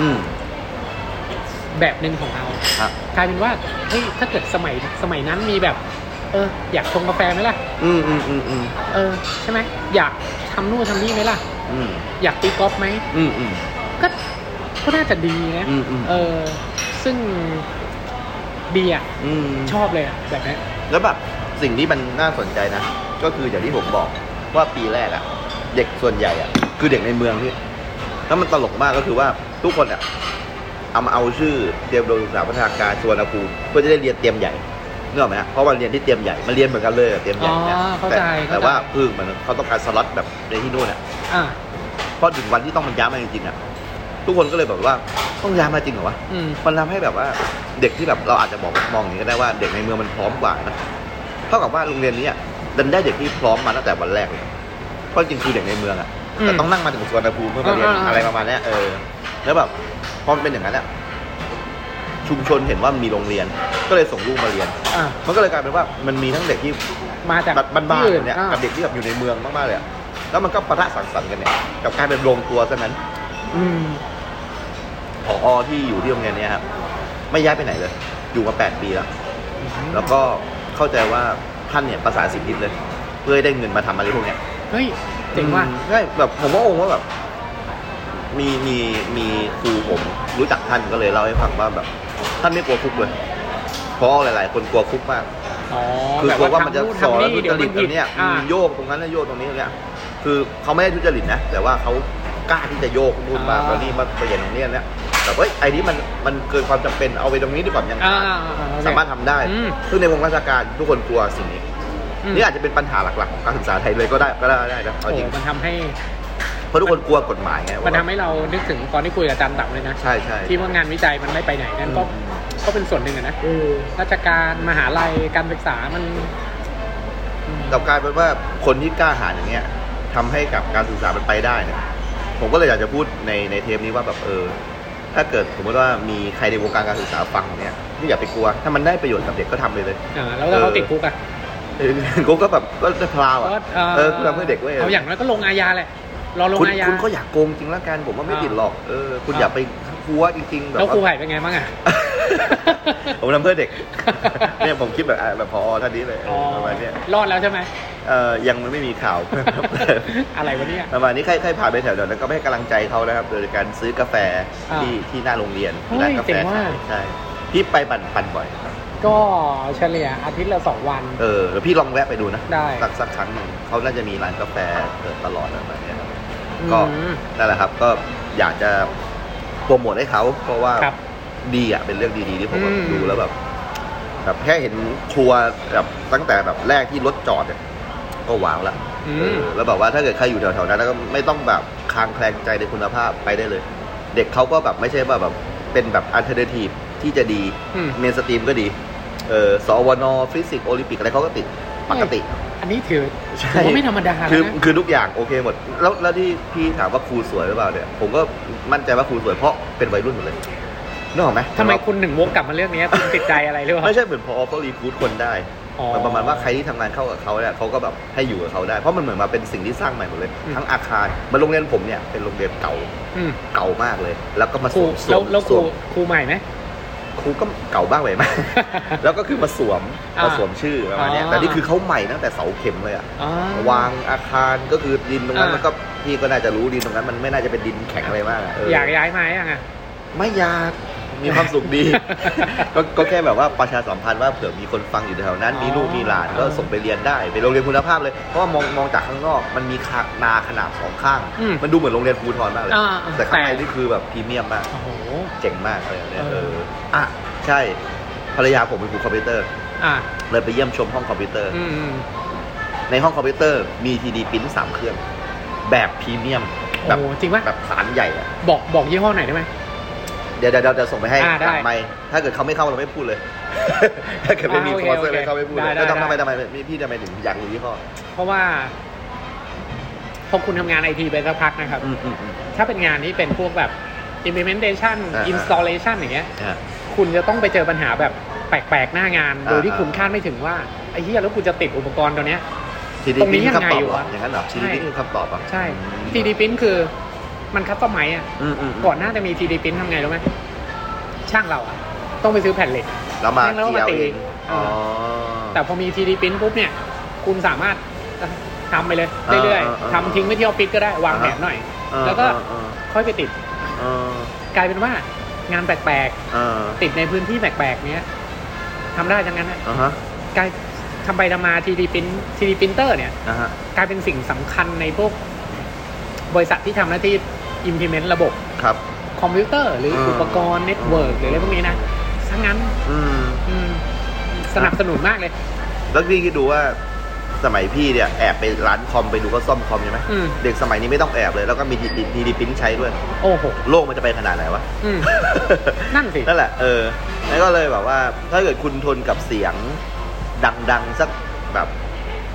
แบบนึงของเรากลายเป็นว่าเฮ้ยถ้าเกิดสมัยสมัยนั้นมีแบบเอออยากชงกาแฟไหมล่ะอืมอืมอืมอืมเออใช่ไหมอยากทำนู่นทำนี่ไหมล่ะอืมอยากตีกอล์ฟไหมอืมอืมก็ก็น่าจะดีนะอืมอืมเออซึ่งดีอ่ะชอบเลยอ่ะแบบนี้แล้วแบบสิ่งที่มันน่าสนใจนะก็คืออย่างที่ผมบอกว่าปีแรกอ่ะเด็กส่วนใหญ่อ่ะคือเด็กในเมืองที่แล้วมันตลกมากก็คือว่าทุกคนอ่ะเอามาเอาชื่อเตรียมโดยศึกษาพัฒนาการสุวรรณภูมิเพื่อจะได้เรียนเตรียมใหญ่นึกออกไหมฮะเพราะวันเรียนที่เตรียมใหญ่มันเรียนเหมือนกันเลยเตรียมใหญ่เนี่ยแต่แต่ว่าพึ่งมันเขาต้องการสล็อตแบบในที่นู่นอ่ะเพราะถึงวันที่ต้องมันย้ายมาจริงๆอ่ะทุกคนก็เลยแบบว่าต้องย้ายมาจริงเหรอวะมันทำให้แบบว่าเด็กที่แบบเราอาจจะบอกมองอย่างนี้ก็ได้ว่าเด็กในเมืองมันพร้อมกว่านะเท่ากับว่าโรงเรียนนี้ดันได้เด็กที่พร้อมมาตั้งแต่วันแรกเลยเพราะจริงคือเด็กในเมืองอ่ะแต่ต้องนั่งมาถึงสุวรรณภูมิเพื่อมาเรียนอะไรประมาณนี้เออแล้วแบบพอมันเป็นอย่างนั้นอ่ะชุมชนเห็นว่ามีโรงเรียนก็เลยส่งลูกมาเรียนมันก็เลยกลายเป็นว่ามันมีทั้งเด็กที่มาจากบ้านๆเนี่ยกับเด็กที่แบบอยู่ในเมืองมากๆเลยแล้วมันก็ปะทะสังสรรค์กันเนี่ยกับการเป็นโรงตัวซะนั้นผอ.ที่อยู่ที่โรงเรียนเนี่ยครับไม่ย้ายไปไหนเลยอยู่มาแปดปีแล้วแล้วก็เข้าใจว่าท่านเนี่ยประสานสิทธิเลยเพื่อให้ได้เงินมาทำอะไรพวกเนี้ยเฮ้ยเจ๋งว่ะใช่แบบผมว่าองค์ว่าแบบมีมีมีครูผมรู้จักท่านก็เลยเล่าให้ฟังว่าแบบท่านไม่กลัวคุกเลยเพราะหลายๆคนกลัวคุกมากคือกลัวว่ามันจะสอนทุจริตตรงนี้โยกตรงนั้นแล้วโยกตรงนี้เนี่ยคือเขาไม่ได้ทุจริตนะแต่ว่าเขากล้าที่จะโยกนู่นมาแล้วนี่มาเปลี่ยนตรงนี้เนี่ยแต่ว่าไอ้นี้มันมันเกินความจำเป็นเอาไปตรงนี้ดีกว่ายังสามารถทำได้ซึ่งในวงราชการทุกคนกลัวสิ่งนี้นี่อาจจะเป็นปัญหาหลักๆของการศึกษาไทยเลยก็ได้ก็ได้ได้นะจริงมันทำให้เพราะทุกคนกลัวกฎหมายไงมันทำให้เรานึกถึงตอนที่คุยกับอาจารย์ตับเลยนะใช่ใช่ที่ว่างานวิจัยมันไม่ไปไหนนั่นก็ก็เป็นส่วนหนึ่งนะราชการมหาลัยการศึกษามันกับการเป็นว่าคนที่กล้าหาญอย่างเงี้ยทำให้กับการศึกษามันไปได้เนี่ยผมก็เลยอยากจะพูดในในเทปนี้ว่าแบบเออถ้าเกิดสมมติว่ามีใครในวงการการศึกษาฟังเนี่ยที่อย่าไปกลัวถ้ามันได้ประโยชน์กับเด็กก็ทำเลยเลยอ่าแล้วถ้าเขาติดคุกอ่ะคุกก็แบบก็จะพลาวอ่ะเออทำให้เด็กเว้ยเอาอย่างนั้นก็ลงอาญาแหละรอลงอาญาคุณก็อยากโกงจริงแล้วกันผมว่าไม่ติดหรอกเออคุณอย่าไปกลัวจริงๆแบบแล้วครูไผ่เป็นไงบ้างอ่ะผมทำเพื่อเด็กเนี่ยผมคิดแบบแบบพอท่านนี้เลยประมาณนี้รอดแล้วใช่ไหมเออยังไม่มีข่าวอะไรวะเนี่ยประมาณนี้ใครใครผ่านไปแถวนั้นก็ให้กำลังใจเขานะครับโดยการซื้อกาแฟที่ที่หน้าโรงเรียนร้านกาแฟใช่พี่ไปปั่นปั่นบ่อยก็เฉลี่ยอาทิตย์ละสองวันเออแล้วพี่ลองแวะไปดูนะได้สักสักครั้งหนึ่งเขาน่าจะมีร้านกาแฟเปิดตลอดอะไรแบบนี้ก็นั่นแหละครับก็อยากจะโปรโมทให้เขาเพราะว่าดีอ่ะเป็นเรื่องดีๆที่ผมดูแล้วแบบแบบแค่เห็นครัวแบบตั้งแต่แบบแรกที่รถจอดเนี่ยก็ว้าวแล้วแล้วแบบว่าถ้าเกิดใครอยู่แถวๆนั้นแล้วก็ไม่ต้องแบบคลางแคลงใจในคุณภาพไปได้เลยเด็กเขาก็แบบไม่ใช่ว่าแบบเป็นแบบอัลเทอร์เนทีฟที่จะดีเมนสตรีมก็ดีเออสวนฟิสิกส์โอลิมปิกอะไรเขาก็ติดปกติอันนี้ถือว่าไม่ธรรมดาคือคือทุกอย่างโอเคหมดแล้วแล้วที่พี่ถามว่าครูสวยหรือเปล่าเนี่ยผมก็มั่นใจว่าครูสวยเพราะเป็นวัยรุ่นหมดเลยนึกออกไหมทำไมคุณถึงวกกลับมาเรื่องนี้คุณติดใจอะไรหรือเปล่าไม่ใช่เหมือนพอเขารีคูดคนได้มันประมาณว่าใครที่ทำงานเข้ากับเขาเนี่ยเขาก็แบบให้อยู่กับเขาได้เพราะมันเหมือนมาเป็นสิ่งที่สร้างใหม่หมดเลยทั้งอาคารมาโรงเรียนผมเนี่ยเป็นโรงเรียนเก่าเก่ามากเลยแล้วก็มาสวมแล้วครูครูใหม่ไหมครูก็เก่าบ้างไปไหมแล้วก็คือมาสวมมาสวมชื่อประมาณนี้แต่นี่คือเขาใหม่ตั้งแต่เสาเข็มเลยอะวางอาคารก็คือดินตรงนั้นแล้วก็พี่ก็น่าจะรู้ดินตรงนั้นมันไม่น่าจะเป็นดินแข็งอะไรมากอยากย้ายมายังไงไม่อยากมีความสุขดีก็แค่แบบว่าประชาสัมพันธ์ว่าเผื่อมีคนฟังอยู่แถวนั้นมีลูกมีหลานก็ส่งไปเรียนได้เป็นโรงเรียนคุณภาพเลยเพราะว่ามองมองจากข้างนอกมันมีนาขนาดสองข้างมันดูเหมือนโรงเรียนภูธรมากเลยแต่ข้างในนี่คือแบบพรีเมียมมากเจ๋งมากเลยเนี่ยเอออ่ะใช่ภรรยาผมเป็นครูคอมพิวเตอร์เลยไปเยี่ยมชมห้องคอมพิวเตอร์ในห้องคอมพิวเตอร์มีทีดีพิมพ์สามเครื่องแบบพรีเมียมแบบจริงป่ะแบบฐานใหญ่อะบอกบอกยี่ห้อไหนได้ไหมเดี๋ยวเดี๋ยวจะส่งไปให้หลังไมค์ถ้าเกิดเขาไม่เข้าเราไม่พูดเลยถ้าเกิดไม่มีสปอนเซอร์ไม่เข้าไม่พูดเลยแล้วทำไมทำไมพี่ทำไมถึงอยากรู้ยี่ห้อเพราะว่าพอคุณทำงานไอทีไปสักพักนะครับถ้าเป็นงานที่เป็นพวกแบบ implementation installation อย่างเงี้ยคุณจะต้องไปเจอปัญหาแบบแปลกๆหน้างานโดยที่คุณคาดไม่ถึงว่าไอ้เหี้ยแล้วคุณจะติดอุปกรณ์ตัวเนี้ยตรงนี้ยังไงอยู่วะอย่างนั้นเหรอ ที ดี Print คือคำตอบอ่ะใช่ ที ดี Print คือมันคัสตอมไมซ์อ่ะก่อนหน้าจะมี ที ดี Print ทำไงรู้ไหมช่างเราอ่ะต้องไปซื้อแผ่นเหล็กแล้วมาเทียบเองแต่พอมี ที ดี Print ปุ๊บเนี่ยคุณสามารถทำไปเลยเรื่อยๆทำทิ้งไว้ที่ออฟฟิศก็ได้วางแผนหน่อยแล้วก็ค่อยไปติดกลายเป็นว่างานแปลกๆติดในพื้นที่แปลกๆเนี้ยทำได้ทั้งนั้นอ่ะกลายทำไปทำมา ที ดี Print ที ดี Printer เนี่ยกลายเป็นสิ่งสำคัญในพวกบริษัทที่ทำหน้าที่ implement ระบบคอมพิวเตอร์หรืออุปกรณ์เน็ตเวิร์กหรืออะไรพวกนี้นะทั้งนั้นสนับสนุนมากเลยแล้วพี่คิดดูว่าสมัยพี่เนี่ยแอบไปร้านคอมไปดูเขาซ่อมคอมใช่ไหมเด็กสมัยนี้ไม่ต้องแอบเลยแล้วก็มีทีดีพิมพ์ใช้ด้วยโอ้โหโลกมันจะไปขนาดไหนวะนั่นสินั่นแหละเออแล้วก็เลยแบบว่าถ้าเกิดคุณทนกับเสียงดังๆสักแบบ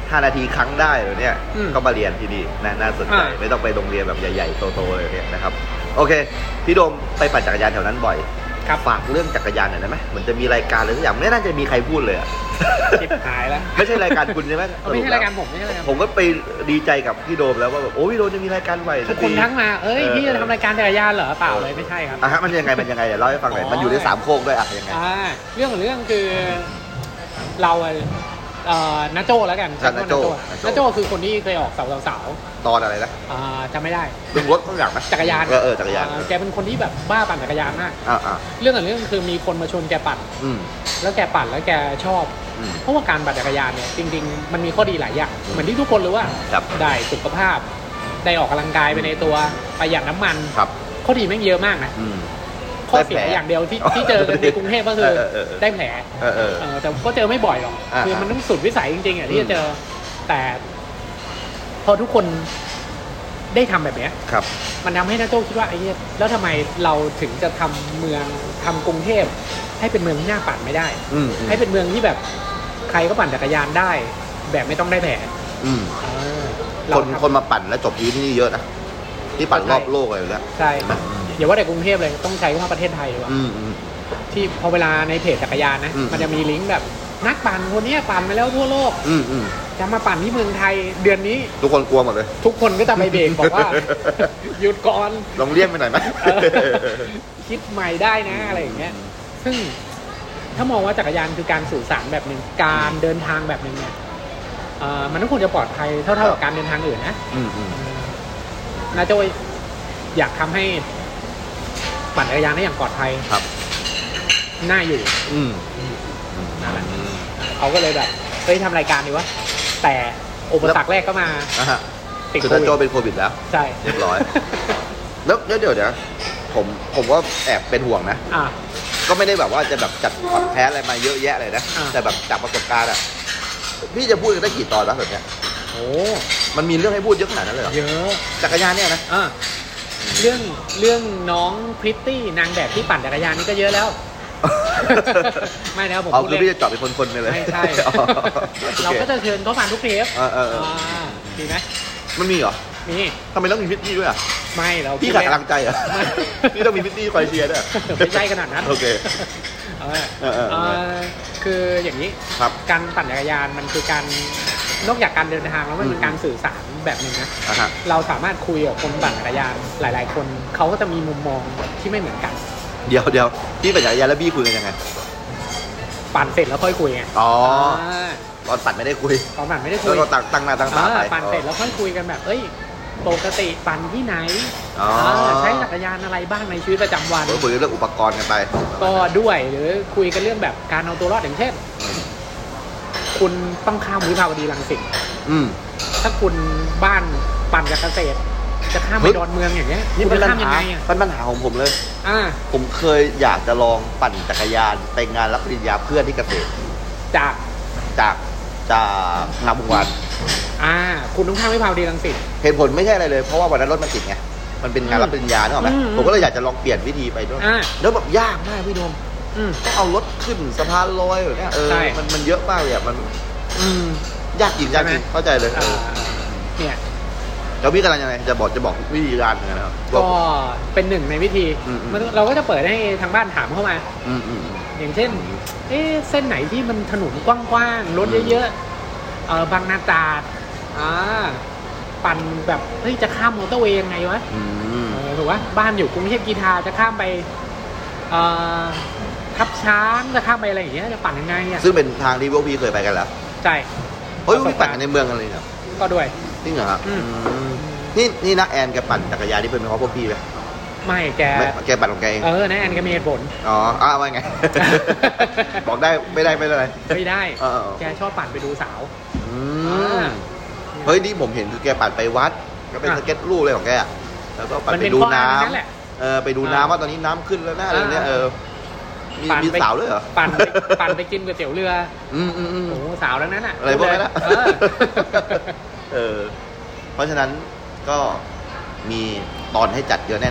ห้านาทีครั้งได้เลยเนี่ยอืมก็มาเรียนที่นี่นะน่าสนใจอ่าไม่ต้องไปโรงเรียนแบบใหญ่ๆโตๆเลยเนี่ยนะครับโอเคพี่โดมไปปั่นจักรยานแถวนั้นบ่อยครับฝากเรื่องจักรยานหน่อยได้ไหมเหมือนจะมีรายการอะไรสักอย่างไม่น่าจะมีใครพูดเลยอะชิบหายแล้วไม่ใช่รายการคุณใช่ไหมไม่ใช่รายการผมไม่ใช่รายการผมก็ไปดีใจกับพี่โดมแล้วว่าแบบโอ้พี่โดมจะมีรายการใหม่ทุกคนทักมาเอ้ยเออพี่จะทำรายการจักรยานเหรอเปล่าเลยไม่ใช่ครับอ่ะฮะมันยังไงมันยังไงเดี๋ยวเล่าให้ฟังหน่อยอ๋อมันอยู่ในสามโคกด้วยอ่ะยังไงอ่าเรื่องของเรื่องคือเราอะเอ่อนาโจ้แล้วกันครับนาโจ้นาโจ้คือคนที่เคยออกสาวสาวตอนอะไรนะๆอ่าจำไม่ได้เรื่องรถต้องอย่างนะจักรยานเออเออจักรยานอ่แกเป็นคนที่แบบบ้าปั่นจักรยานมากอ่าอ่าเรื่องของเรื่องคือมีคนมาชวนแกปั่นอืมแล้วแกปั่นแล้วแกชอบอืมเพราะว่าการปั่นจักรยานเนี่ยจริงๆมันมีข้อดีหลายอย่างเหมือนที่ทุกคนรู้ว่าครับได้สุขภาพ ได้ออกกำลังกายไปในตัวประหยัดน้ำมันครับข้อดีแม่งเยอะมากนะอืมข้อเสียอย่างเดียวที่ที่เจอกันในกรุงเทพก็คือเออเออเออได้แผลเออเออเออแต่ก็เจอไม่บ่อยหรอกอ่าคือมันต้องสุดวิสัยจริงๆอ่ะที่จะเจอ แต่ พอทุกคนได้ทำแบบเนี้ยครับมันทำให้นาโจ้คิดว่าไอ้เนี้ยแล้วทำไมเราถึงจะทำเมืองทำกรุงเทพให้เป็นเมืองที่น่าปั่นไม่ได้อืมอืมให้เป็นเมืองที่แบบใครก็ปั่นจักรยานได้ แบบไม่ต้องได้แผลอืมเออคเรานทำคนมาปั่นแล้วจบชีวิตที่นี่เยอะนะที่ปั่นรอบโลกอะไรอยู่แล้วใช่อย่าว่าแต่กรุงเทพเลยต้องใช้คำว่าประเทศไทยดีกว่าอืมอืมที่พอเวลาในเพจจักรยานนะอืมมันจะมีลิงก์แบบนักปั่นคนเนี้ยปั่นมาแล้วทั่วโลกอืมอืมจะมาปั่นที่เมืองไทยเดือนนี้ทุกคนกลัวหมดเลยทุกคนก็จะไปเบรกบอกว่า หยุดก่อนลองเลี่ยงไปหน่อยไหมเออ คิดใหม่ได้นะอะไรอย่างเงี้ย ซึ่งถ้ามองว่าจักรยานคือการสื่อสารแบบหนึ่งการเดินทางแบบหนึ่งเนี่ยเอ่อมันก็ควรจะปลอดภัยเท่าๆกับการเดินทางอื่นนะอืมอืมนาโจอยากทำให้ปั่นจักรยานได้อย่างปลอดภัยครับน่าอยู่อืมนั่นแหละเขาก็เลยแบบเฮ้ยทำรายการดีวะแต่อุปสรรคแรกก็มานะฮะติดคือโคถ้าวิโจดเป็นโควิดแล้วใช่เรียบร้อย แล้วแล้วเดี๋ยวเดี๋ยวผมผมก็แอบเป็นห่วงนะอ่าก็ไม่ได้แบบว่าจะแบบจัดพอดแคสต์อะไรมาเยอะแยะเลยนะอ่าแต่แบบจากประสบการณ์อ่ะ พี่จะพูดกันได้กี่ตอนแล้วแบบเนี้ยโอ้มันมีเรื่องให้พูดเยอะขนาดนั้นเลยเหรอเยอะจักรยานเนี่ยนะอ่าเรื่องเรื่องน้องพริตตี้นางแบบที่ปั่นจักรยานนี่ก็เยอะแล้ว ไม่นะผมเอาพูดคือเล่นพี่จะเจาะเป็นคนๆไปเลยไม่ใช่อ๋อโอคเราก็จะเชิญเขาปั่นทุกเทปเออเออเอออ่าดีไหมมันมีเหรอนี่ทำไมต้องมีพิตตี้ด้วยอ่ะไม่เราพี่ขาดกำลังใจเหรอ พี่ต้องมีพิตตี้คอยเชียร์ด้วยไม่ใช่ขนาดนั้นโอเคเออเออเออเออเอ่อคืออย่างนี้ครับการปั่นจักรยานมันคือการนอกจากการเดินทางแล้วมันเป็นการสื่อสารแบบหนึ่งนะอ่ะฮะเราสามารถคุยกับคนปั่นจักรยานหลาย ๆ คนเขาก็จะมีมุมมองที่ไม่เหมือนกันเดี๋ยวเดี๋ยวพี่ปั่นจักรยานแล้วพี่คุยกันยังไงปั่นเสร็จแล้วค่อยคุยไงอ๋อาตอนปั่นไม่ได้คุยตอนปั่นไม่ได้คุแล้วยก็ตั้งตั้งหน้าตั้งตาไปเออปั่นเสร็จแล้วค่อยคุยกันแบบ เอ้ยปกติปั่นที่ไหนอ๋อเออใช้จักรยานอะไรบ้างในชีวิตประจำวันเดี๋ยวคุยเรื่องอุปกรณ์กันไปก็ด้วยหรือคุยกันเรื่องแบบการเอาตัวรอดอย่างเช่น คุณต้องข้ามวิภาวดีรังสิตอืมถ้าคุณบ้านปั่นจากเกษตร จะข้ามเฮ้ไปยดอนเมืองอย่างเงี้ยนี่คุณเป็นจะปัญข้ามยังหาไงอ่ะเป็นปัญหาของผมเลยอ่าผมเคยอยากจะลองปั่นจักรยานไปงานรับปริญญาเพื่อนที่เกษตรจากจากจากงามวงวานอ่า คุณต้องข้ามวิภาวดีรังสิตเหตุผลไม่ใช่อะไรเลย เพราะว่าวันนั้นรถมันติดไง มันเป็นงานรับปริญญาเนกอะไหมอืมผมก็เลยอยากจะลองเปลี่ยนวิธีไปด้วยอ่าแล้วแบบยากมากพี่โดมอืมต้องเอารถขึ้นสะพานลอยแบบเนี้ยเออใช่มันมันเยอะมากเลยอ่ะ มันอืมยากจริงยากจริงใช่ไหมเข้าใจเลยอ่าเนี่ยแล้วพี่กำลังยังไงจะบอกจะบอกวิธีการยังไงนะครับบก็อกเป็นหนึ่งในวิธีอืมอืมมันเราก็จะเปิดให้ทางบ้านถามเข้ามาอืมอืมอืมอย่างเช่น เอ๊ะเส้นไหนที่มันถนนกว้างๆรถเยอะๆเออบางนาตราดอ่าปั่นแบบเฮ้ยจะข้ามมอเตอร์เวย์ยังไงวะอืมเออถูกปะบ้านอยู่กรุงเทพกีทาจะข้ามไปเอ่อทับช้างจะข้ามไปอะไรอย่างเงี้ยจะปั่นยังไงอ่ะซึ่งเป็นทางที่พวกพี่เคยไปกันแล้วใช่เฮ้ยพวกพี่ปั่นกันในเมืองกันเลยเนี่ยก็ด้วยจริงเหรอครับอืมอืมนี่นี่นักแอนแกปั่นจักรยานที่เป็นเพราะพวกพี่ไหมไม่แกไม่แกปั่นของแกเองเออนะแอนก็มีเหตุผลอ๋ออ้าวว่าไง บอกได้ไม่ได้ไม่ได้ไม่ได้เออเออแกชอบปั่นไปดูสาวอือ่ามเฮ้ยนี่ผมเห็นคือแกปั่นไปวัดก็เป็นอ่ะสเก็ตรูปเลยของแกอะแล้วก็ปั่นมันไปเป็นดูข้ออ้างน้นั่นแหละำเออไปดูน้ำว่าตอนนี้น้ำขึ้นแล้วนะอะไรเนี้ยอ่าเออมีปั่นมีไปสาวด้วยเหรอปั่นไปปั่นไปกินก๋วยเตี๋ยวเรืออืมอืมอืมโอ้โหสาวแล้วนั้นอ่ะอะไรพวกนั้นนะเออเออ เพราะฉะนั้นก็มีตอนให้จัดเยอะแน่นอน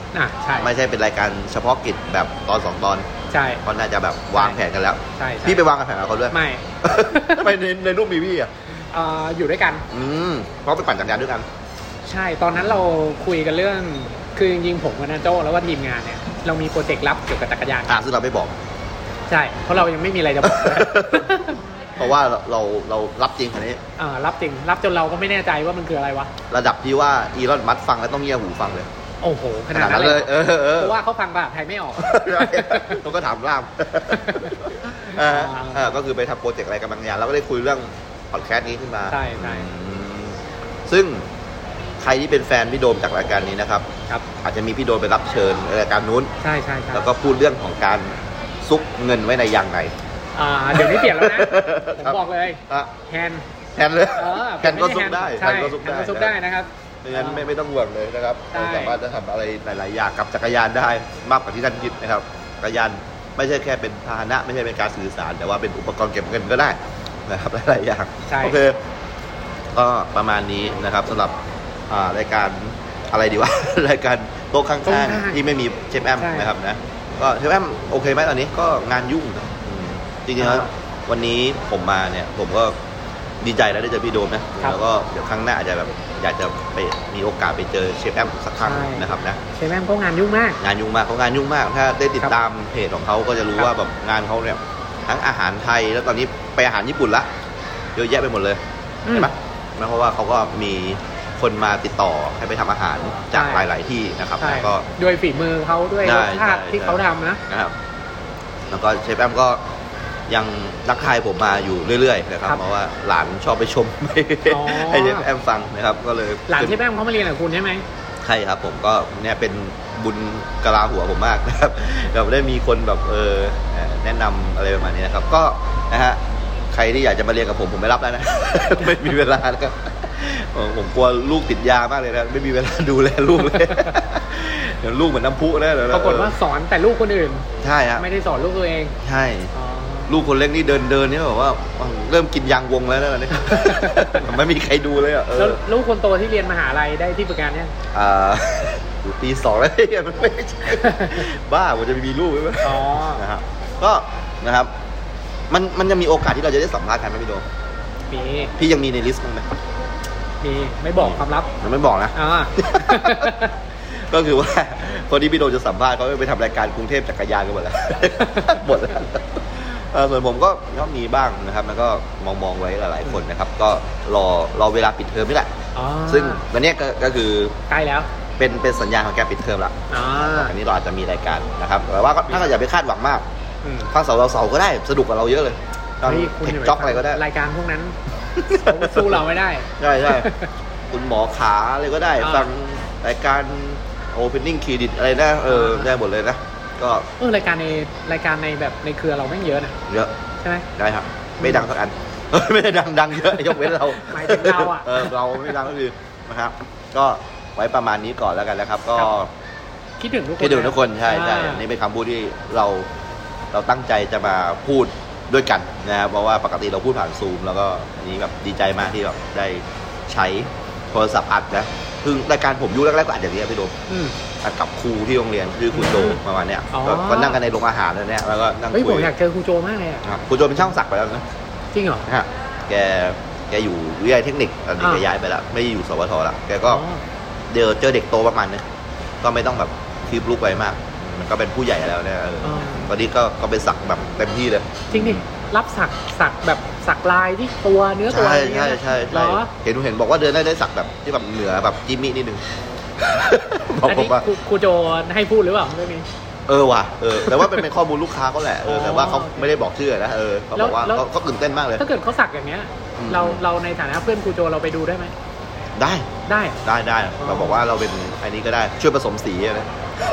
อ่ะใช่ไม่ใช่เป็นรายการเฉพาะกิจแบบตอนสองตอนใช่เขาน่าจะแบบวางแผนกันแล้วใช่ใช่พี่ไปวางกันแผนกับเขาด้วยไม่ทำไมในในรูปมีพี่อ่ะเอ่ออยู่ด้วยกันอืมเพราะไปปั่นจักรยานด้วยกันใช่ตอนนั้นเราคุยกันเรื่องคือจริงๆผมกับนาโจ้แล้วก็ทีมงานเนี่ยเรามีโปรเจกต์ลับเกี่ยวกับจักรยานอ่าซึ่งเราไม่บอกใช่เพราะเรายังไม่มีอะไรจะบอกเพราะว่าเราเราเรารับจริงคันนี้อ่ารับจริงรับจนเราก็ไม่แน่ใจว่ามันคืออะไรวะระดับที่ว่าอีลอนมัสก์ฟังแล้วต้องเงี่ยหูฟังเลยโอ้โหขนาดนั้นเลยเออเออเพราะว่าเขาฟังภาษาไทยไม่ออกเราก็ถามล่ามเออเออก็คือไปทำโปรเจกต์อะไรกันบางอย่างแล้วก็ได้คุยเรื่องพอดแคสต์นี้ขึ้นมาใช่ใช่อืมซึ่งใครที่เป็นแฟนพี่โดมจากรายการนี้นะครับครับอาจจะมีพี่โดมไปรับเชิญรายการนู้นใช่ใช่ใช่แล้วก็พูดเรื่องของการซุกเงินไว้ในยางในอ่าเดี๋ยวนี้เปลี่ยนแล้วนะ ผมครับบอกเลยอ่ะแฮนด์แทนเลยเออแทนก็ซุกได้ใช่แทนก็ซุกแฮนได้ด์ก็ซุกได้นะครับไม่งั้นไม่ไม่ต้องห่วงเลยนะครับใช่เราสามารถจะทำอะไรหลายๆอย่างกับจักรยานได้มากกว่าที่ท่านคิดนะครับจักรยานไม่ใช่แค่เป็นพาหนะไม่ใช่เป็นการสื่อสาร แต่ว่าเป็นอุปกรณ์เก็บเงินก็ได้นะครับหลายๆอย่างใช่โอเคก็ประมาณนี้นะครับสำหรับอ่ารายการอะไรดีวะ รายการโต๊ะข้างๆที่ไม่มีเชฟแอมนะครับนะก็เชฟแอมโอเคไหมตอนนี้ก็งานยุ่งนะอืมจริงๆแล้ววันนี้ผมมาเนี่ยผมก็ดีใจแล้วได้เจอพี่โดมนะแล้วก็เดี๋ยวครั้งหน้าอาจจะแบบอยากจะไปมีโอกาสไปเจอเชฟแอมสักครั้งนะครับนะเชฟแอมก็งานยุ่งมากงานยุ่งมากเขางานยุ่งมากถ้าได้ติดตามเพจของเขาก็จะรู้ว่าแบบงานเขาเนี่ยทั้งอาหารไทยแล้วตอนนี้ไปอาหารญี่ปุ่นละเยอะแยะไปหมดเลยอืมใช่ไหมนะเพราะว่าเขาก็มีคนมาติดต่อให้ไปทำอาหารจากใช่หลาย ๆ ที่นะครับใช่แล้วก็ด้วยฝีมือเขาด้วยใช่รสชาติใช่ที่เขาทำนะนะครับแล้วก็เชฟแอมก็ยังรักทายผมมาอยู่เรื่อยๆนะครับครับเพราะว่าหลานชอบไปชมอ๋อให้เชฟแอมฟังนะครับก็เลยหลานเชฟแอมเขามาเรียนกับคุณใช่ไหมใช่ครับผมก็เนี่ยเป็นบุญกะลาหัวผมมากนะครับเราได้มีคนแบบเออแนะนำอะไรประมาณนี้นะครับก็นะฮะใครที่อยากจะมาเรียนกับผมผมไม่รับแล้วนะ ไม่มีเวลานะครับผมกลัวลูกติดยามากเลยนะไม่มีเวลาดูแลลูกเลย เดี๋ยวลูกเหมือนน้ำพุนะเดี๋ยวนะปรากฏว่าสอนแต่ลูกคนอื่นใช่ฮะไม่ได้สอนลูกตัวเองใช่อ๋อลูกคนเล็กนี่เดินเดินนี่แบบว่าเริ่มกินยางวงแล้วนะ เนี่ย ไม่มีใครดูเลยอ่ะเอแล้วอลูกคนโตที่เรียนมหาลัยได้ที่ฝึกงานเนี่ยอ่าอยู่ปีสองแล้ว เนี่ยมันไม่ใช่ บ้าผมจะมีลูกไหมอ๋อนะครับก็นะครับ มันมันจะมีโอกาสที่เราจะได้สัมภาษณ์กันไหมพี่โดมมีพี่ยังมีในลิสต์มั้งไหมมีไม่บอกความลับยังไม่บอกนะอ่าก็คือว่าคนที่พี่โดมจะสัมภาษณ์เขาไปทำรายการกรุงเทพจักรยานกันหมดแล้ว หมดแล้วเออส่วนผมก็ก็มีบ้างนะครับ แล้วก็มองมองไว้หลายๆคนนะครับ ก็รอรอเวลาปิดเทอมนี่แหละอ๋อซึ่งวันเนี้ยก็ก็คือใกล้แล้วเป็นเป็นสัญญาณของการปิดเทอมละอ่าอันนี้เราอาจจะมีรายการนะครับแต่ว่าก็ถ้าเราอย่าไปคาดหวังมากอืมข้างเสาเราเสาก็ได้สนุกกว่าเราเยอะเลยเฮ้ยคุณเทคย่าปจ็อกอะไรก็ได้รายการพวกนั้น เขาสู้เราไม่ได้ใช่ใช่คุณหมอขาอะไรก็ได้อ่าฟังรายการโอเพนนิ่งเครดิตอะไรนะเออได้หมดเลยนะก็เออรายการในรายการในแบบในเครือเราแม่งเยอะนะเยอะใช่ไหมได้ครับ ไม่ดังสักอัน ไม่ได้ดังดังเยอะยกเว้นเราหมายถึงเราอะเออเราไม่ดังก็คือนะครับ ก็ไว้ประมาณนี้ก่อนแล้วกันนะครับ ก็คิดถึงทุกคนคิดถึงทุกคนใช่ใช่อ่านี่เป็นคำพูดที่เราเราตั้งใจจะมาพูดด้วยกันนะครับเพราะว่าปกติเราพูดผ่านซูม แล้วก็อันนี้แบบดีใจมากที่แบบได้ใช้โทรศัพท์อัดนะคือรายการผมยุคแรกๆก็อัดอย่างนี้พี่โดมอืมอัดกับครูที่โรงเรียนคือคุณโจประมาณเนี้ยอ๋อก็ก็นั่งกันในโรงอาหารเลยเนี่ยแล้วก็นั่งเฮ้ยผคุมยอยากเจอครูโจมากเลยอะครับครูโจเป็นช่างศักดิ์ไปแล้วนะจริงเหรอนะฮะแกแกอยู่วิทยาลัยเทคนิคตอนนี้อ่าแกย้ายไปแล้วไม่ได้อยู่สวทละแกก็อ๋อเดี๋ยวเจอเด็กโตประมาณนึงก็ไม่ต้องแบบคีบลูกไว้มาก มันก็เป็นผู้ใหญ่แล้วเนี่ยเอออ๋อตอนนี้ก็ก็ไปสักแบบเต็มที่เลยจริงดิรับสักสักแบบสักลายที่ตัวเนื้อตัวใช่อะไรเงี้ใช่ยใช่เหรใช่อเห็นเห็นบอกว่าเดินได้ได้สักแบบที่แบบเหนือแบบจิมมี่นิดนึง บอกอันผนี้มว่าครูครูโจให้พูดหรือเปล่าเรื่องนี้เออว่ะเออแต่ว่าเป็นเป็นข้อมูลลูกค้าเขาแหละเออแต่ว่าเขาอ๋อไม่ได้บอกชื่อนะเออเขาบอกว่าแล้วเขาเขาตื่นเต้นมากเลยถ้าเกิดเขาสักอย่างเงี้ยอืมเราเราในฐานะเพื่อนครูโจเราไปดูได้ไหมได้ได้ได้ได้อ๋อเราบอกว่าเราเป็นอันนี้ก็ได้ช่วยผสมสีนะ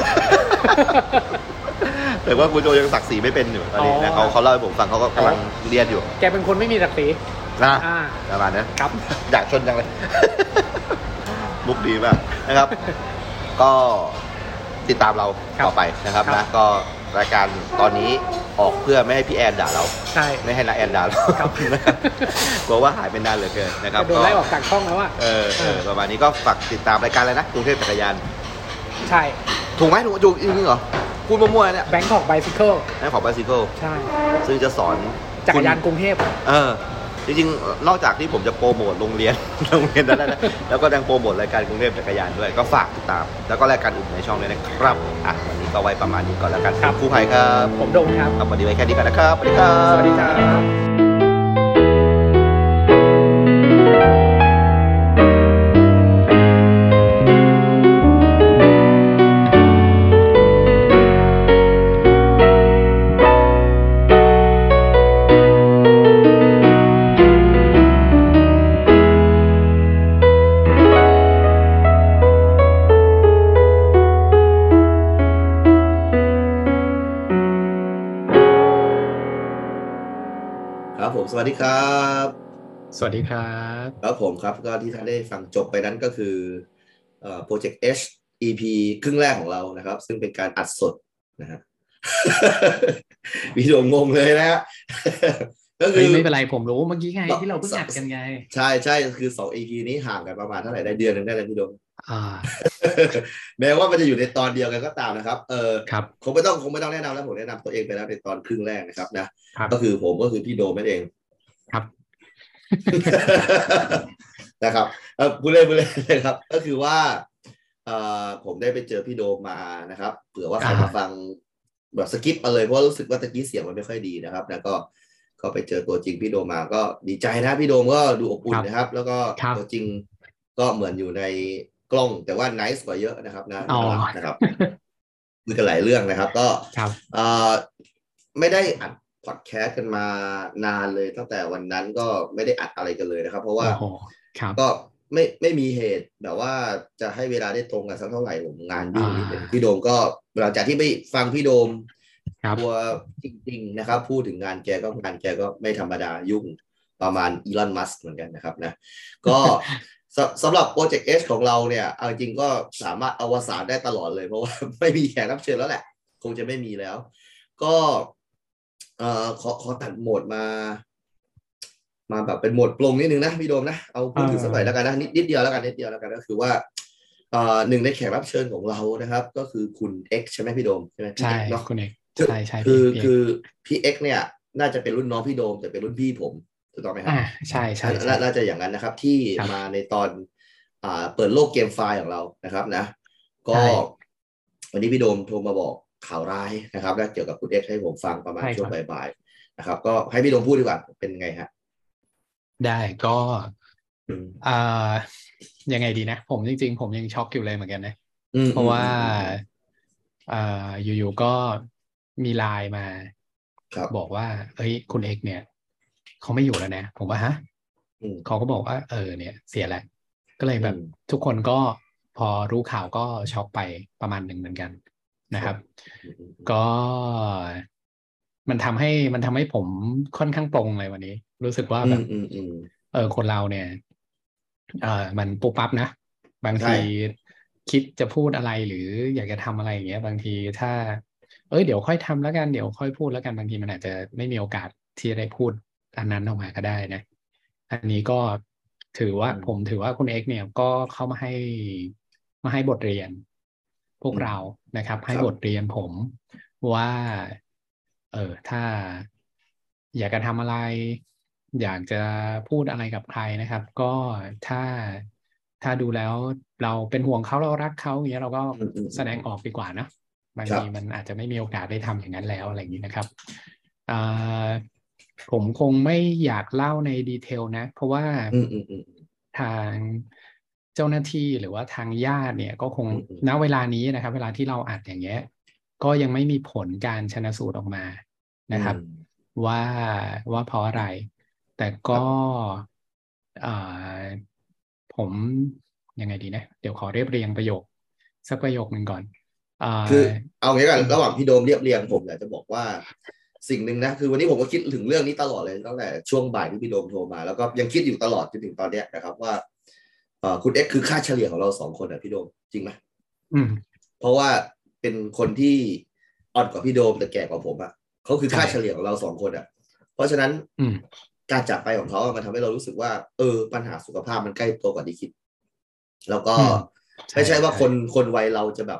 แต่ว่าคุณโจยังสักสีไม่เป็นอยู่ตอนนี้นะเขาเขาเล่าให้ผมฟังเขาก็กำลังเรียนอยู่แกเป็นคนไม่มีศักดิ์ศรีนะอ่าประมาณนั้นครับอยากชนจังเลย มุกดีมากนะครับ ก็ติดตามเราครับต่อไปนะครับครับนะก็รายการตอนนี้ออกเพื่อไม่ให้พี่แอนด่าเราใช่ไม่ให้นาแอนด่าเราครับนะครับกลัวว่าหายไปนานเหลือเกินนะครับจะโดนไล่ออกจากช่องแล้วอะเออเออประมาณนี้ก็ฝากติดตามรายการเลยนะกรุงเทพจักรยานใช่ถูกไหมถูกถูกจริงเหรอพูดมั่วๆเนี่ยแบงค์ของไบซิเคิลแบงค์ของไบซิเคิลใช่ซึ่งจะสอนจักรยานกรุงเทพเออจริงๆนอกจากที่ผมจะโปรโมทโรงเรียนโรงเรียนนั้นนะแล้วก็ยังโปรโมทรายการกรุงเทพจักรยานด้วยก็ฝากติดตามแล้วก็รายการอื่นในช่องด้วยนะครับอ่ะวันนี้ก็ไว้ประมาณนี้ก่อนแล้วกันครับครูไผ่ครับผมโดมครับเอาวันนี้ไว้แค่นี้ก่อนนะครับสวัสดีครับสวัสดีครับสวัสดีครับสวัสดีครับครับผมครับก็ที่ท่านได้ฟังจบไปนั้นก็คือเอ่อ Project H อี พี ครึ่งแรกของเรานะครับซึ่งเป็นการอัดสดนะฮะ วิดีโองงเลยนะฮะก็คือไม่เป็นไรผมรู้เมื่อกี้ไงที่เราเพิ่งอัดกันไงใช่ใช่คือสอง อี พี นี้ห่างกันประมาณเท่าไหร่ได้เดือนนึงได้เลยพี่โดมอ่าแม้ว่ามันจะอยู่ในตอนเดียวกันก็ตามนะครับเออครับคงไม่ต้องคงไม่ต้องแนะนำแล้วผมแนะนำตัวเองไปแล้วในตอนครึ่งแรกนะครับนะก็คือผมก็คือพี่โดมนั่นเองครับนะครับเออพูดเล่นพูดเล่นนะครับก็คือว่าเอ่อผมได้ไปเจอพี่โดมมานะครับเผื่อว่าใครมาฟังแบบสกิปเอาเลยเพราะรู้สึกว่าตะกี้เสียงมันไม่ค่อยดีนะครับแล้วก็ก็ไปเจอตัวจริงพี่โดมมาก็ดีใจนะพี่โดมก็ดูอบอุ่นนะครับแล้วก็ตัวจริงก็เหมือนอยู่ในกล้องแต่ว่าไนซ์กว่าเยอะนะครับนะนะครับคุยกันหลายเรื่องนะครับก็เอ่อไม่ได้อัดพอดแคสต์กันมานานเลยตั้งแต่วันนั้นก็ไม่ได้อัดอะไรกันเลยนะครับเพราะว่าก็ไม่ไม่มีเหตุแบบว่าจะให้เวลาได้ตรงกันสักเท่าไหร่ผมงานยุ่งนิดนึงพี่โดมก็หลังจากที่ไปฟังพี่โดมตัวจริงๆนะครับพูดถึงงานแกก็งานแกก็ไม่ธรรมดายุ่งประมาณอีลอนมัสก์เหมือนกันนะครับนะก็สำหรับโปรเจกต์ H ของเราเนี่ยเอาจริงก็สามารถอวสานได้ตลอดเลยเพราะว่าไม่มีแขกรับเชิญแล้วแหละคงจะไม่มีแล้วก็เอ่อขอขอตัดโหมดมามาแบบเป็นโหมดปลงนิดนึงนะพี่โดมนะเอาพูดถึงสักหน่อยแล้วกันนะนิดนิดเดียวแล้วกันนิดเดียวแล้วกันก็คือว่าเอ่อหนึ่งในแขกรับเชิญของเรานะครับก็คือคุณ X ใช่ไหมพี่โดมใช่ไหมใช่เนาะคุณ X ใช่ใช่คือคือพี่ X เนี่ยน่าจะเป็นรุ่นน้องพี่โดมแต่เป็นรุ่นพี่ผมถูกต้องไหมครับใช่ใช่น่าจะอย่างนั้นนะครับที่มาในตอนอ่าเปิดโลกเกมไฟล์ของเรานะครับนะก็วันนี้พี่โดมโทรมาบอกข่าวร้ายนะครับและเกี่ยวกับคุณ X ให้ผมฟังประมาณช่วงบ่ายๆนะครับก็ให้พี่โดมพูดดีกว่าเป็นไงฮะได้ก็อ่ายังไงดีนะผมจริงๆผมยังช็อกอยู่เลยเหมือนกันนะเพราะว่าอ่าอยู่ๆก็มีไลน์มาบอกว่าเฮ้ยคุณ X เนี่ยเขาไม่อยู่แล้วนะผมว่าฮะเขาก็บอกว่าเออเนี่ยเสียแล้วก็เลยแบบทุกคนก็พอรู้ข่าวก็ช็อกไปประมาณหนึ่งเหมือนกันนะครับก็มันทำให้มันทำให้ผมค่อนข้างปรงเลยวันนี้รู้สึกว่าแบบเออคนเราเนี่ยเออมันปุ๊บปั๊บนะบางทีคิดจะพูดอะไรหรืออยากจะทำอะไรอย่างเงี้ยบางทีถ้าเอ้ยเดี๋ยวค่อยทำแล้วกันเดี๋ยวค่อยพูดแล้วกันบางทีมันอาจจะไม่มีโอกาสที่จะได้พูดอันนั้นออกมาก็ได้นะอันนี้ก็ถือว่าผมถือว่าคุณ X เนี่ยก็เข้ามาให้มาให้บทเรียนพวกเรานะครับให้บทเรียนผมว่าเออถ้าอยากจะทำอะไรอยากจะพูดอะไรกับใครนะครับก็ถ้าถ้าดูแล้วเราเป็นห่วงเขาเรารักเขาอย่างเงี้ยเราก็แสดงออกดีกว่านะบางทีมันอาจจะไม่มีโอกาสได้ทำอย่างนั้นแล้วอะไรอย่างนี้นะครับอ่าผมคงไม่อยากเล่าในดีเทลนะเพราะว่าทางเจ้าหน้าที่หรือว่าทางญาติเนี่ยก็คงณเวลานี้นะครับเวลาที่เราอัดอย่างเงี้ยก็ยังไม่มีผลการชันสูตรออกมานะครับว่าว่าเพราะอะไรแต่ก็ผมยังไงดีนะเดี๋ยวขอเรียบเรียงประโยคสักประโยคหนึ่งก่อนคือเอางี้ก่อนระหว่างพี่โดมเรียบเรียงผมอยากจะบอกว่าสิ่งหนึ่งนะคือวันนี้ผมก็คิดถึงเรื่องนี้ตลอดเลยตั้งแต่ช่วงบ่ายที่พี่โดมโทรมาแล้วก็ยังคิดอยู่ตลอดจนถึงตอนนี้นะครับว่าคุณ X คือค่าเฉลี่ยของเราสองคนอ่ะพี่โดมจริงไหมอืมเพราะว่าเป็นคนที่อ่อนกว่าพี่โดมแต่แก่กว่าผมอ่ะเขาคือค่าเฉลี่ยของเราสองคนอ่ะเพราะฉะนั้นการจากไปของเขามันทำให้เรารู้สึกว่าเออปัญหาสุขภาพมันใกล้ตัวกว่าที่คิดแล้วก็ไม่ใช่ว่าคนคนวัยเราจะแบบ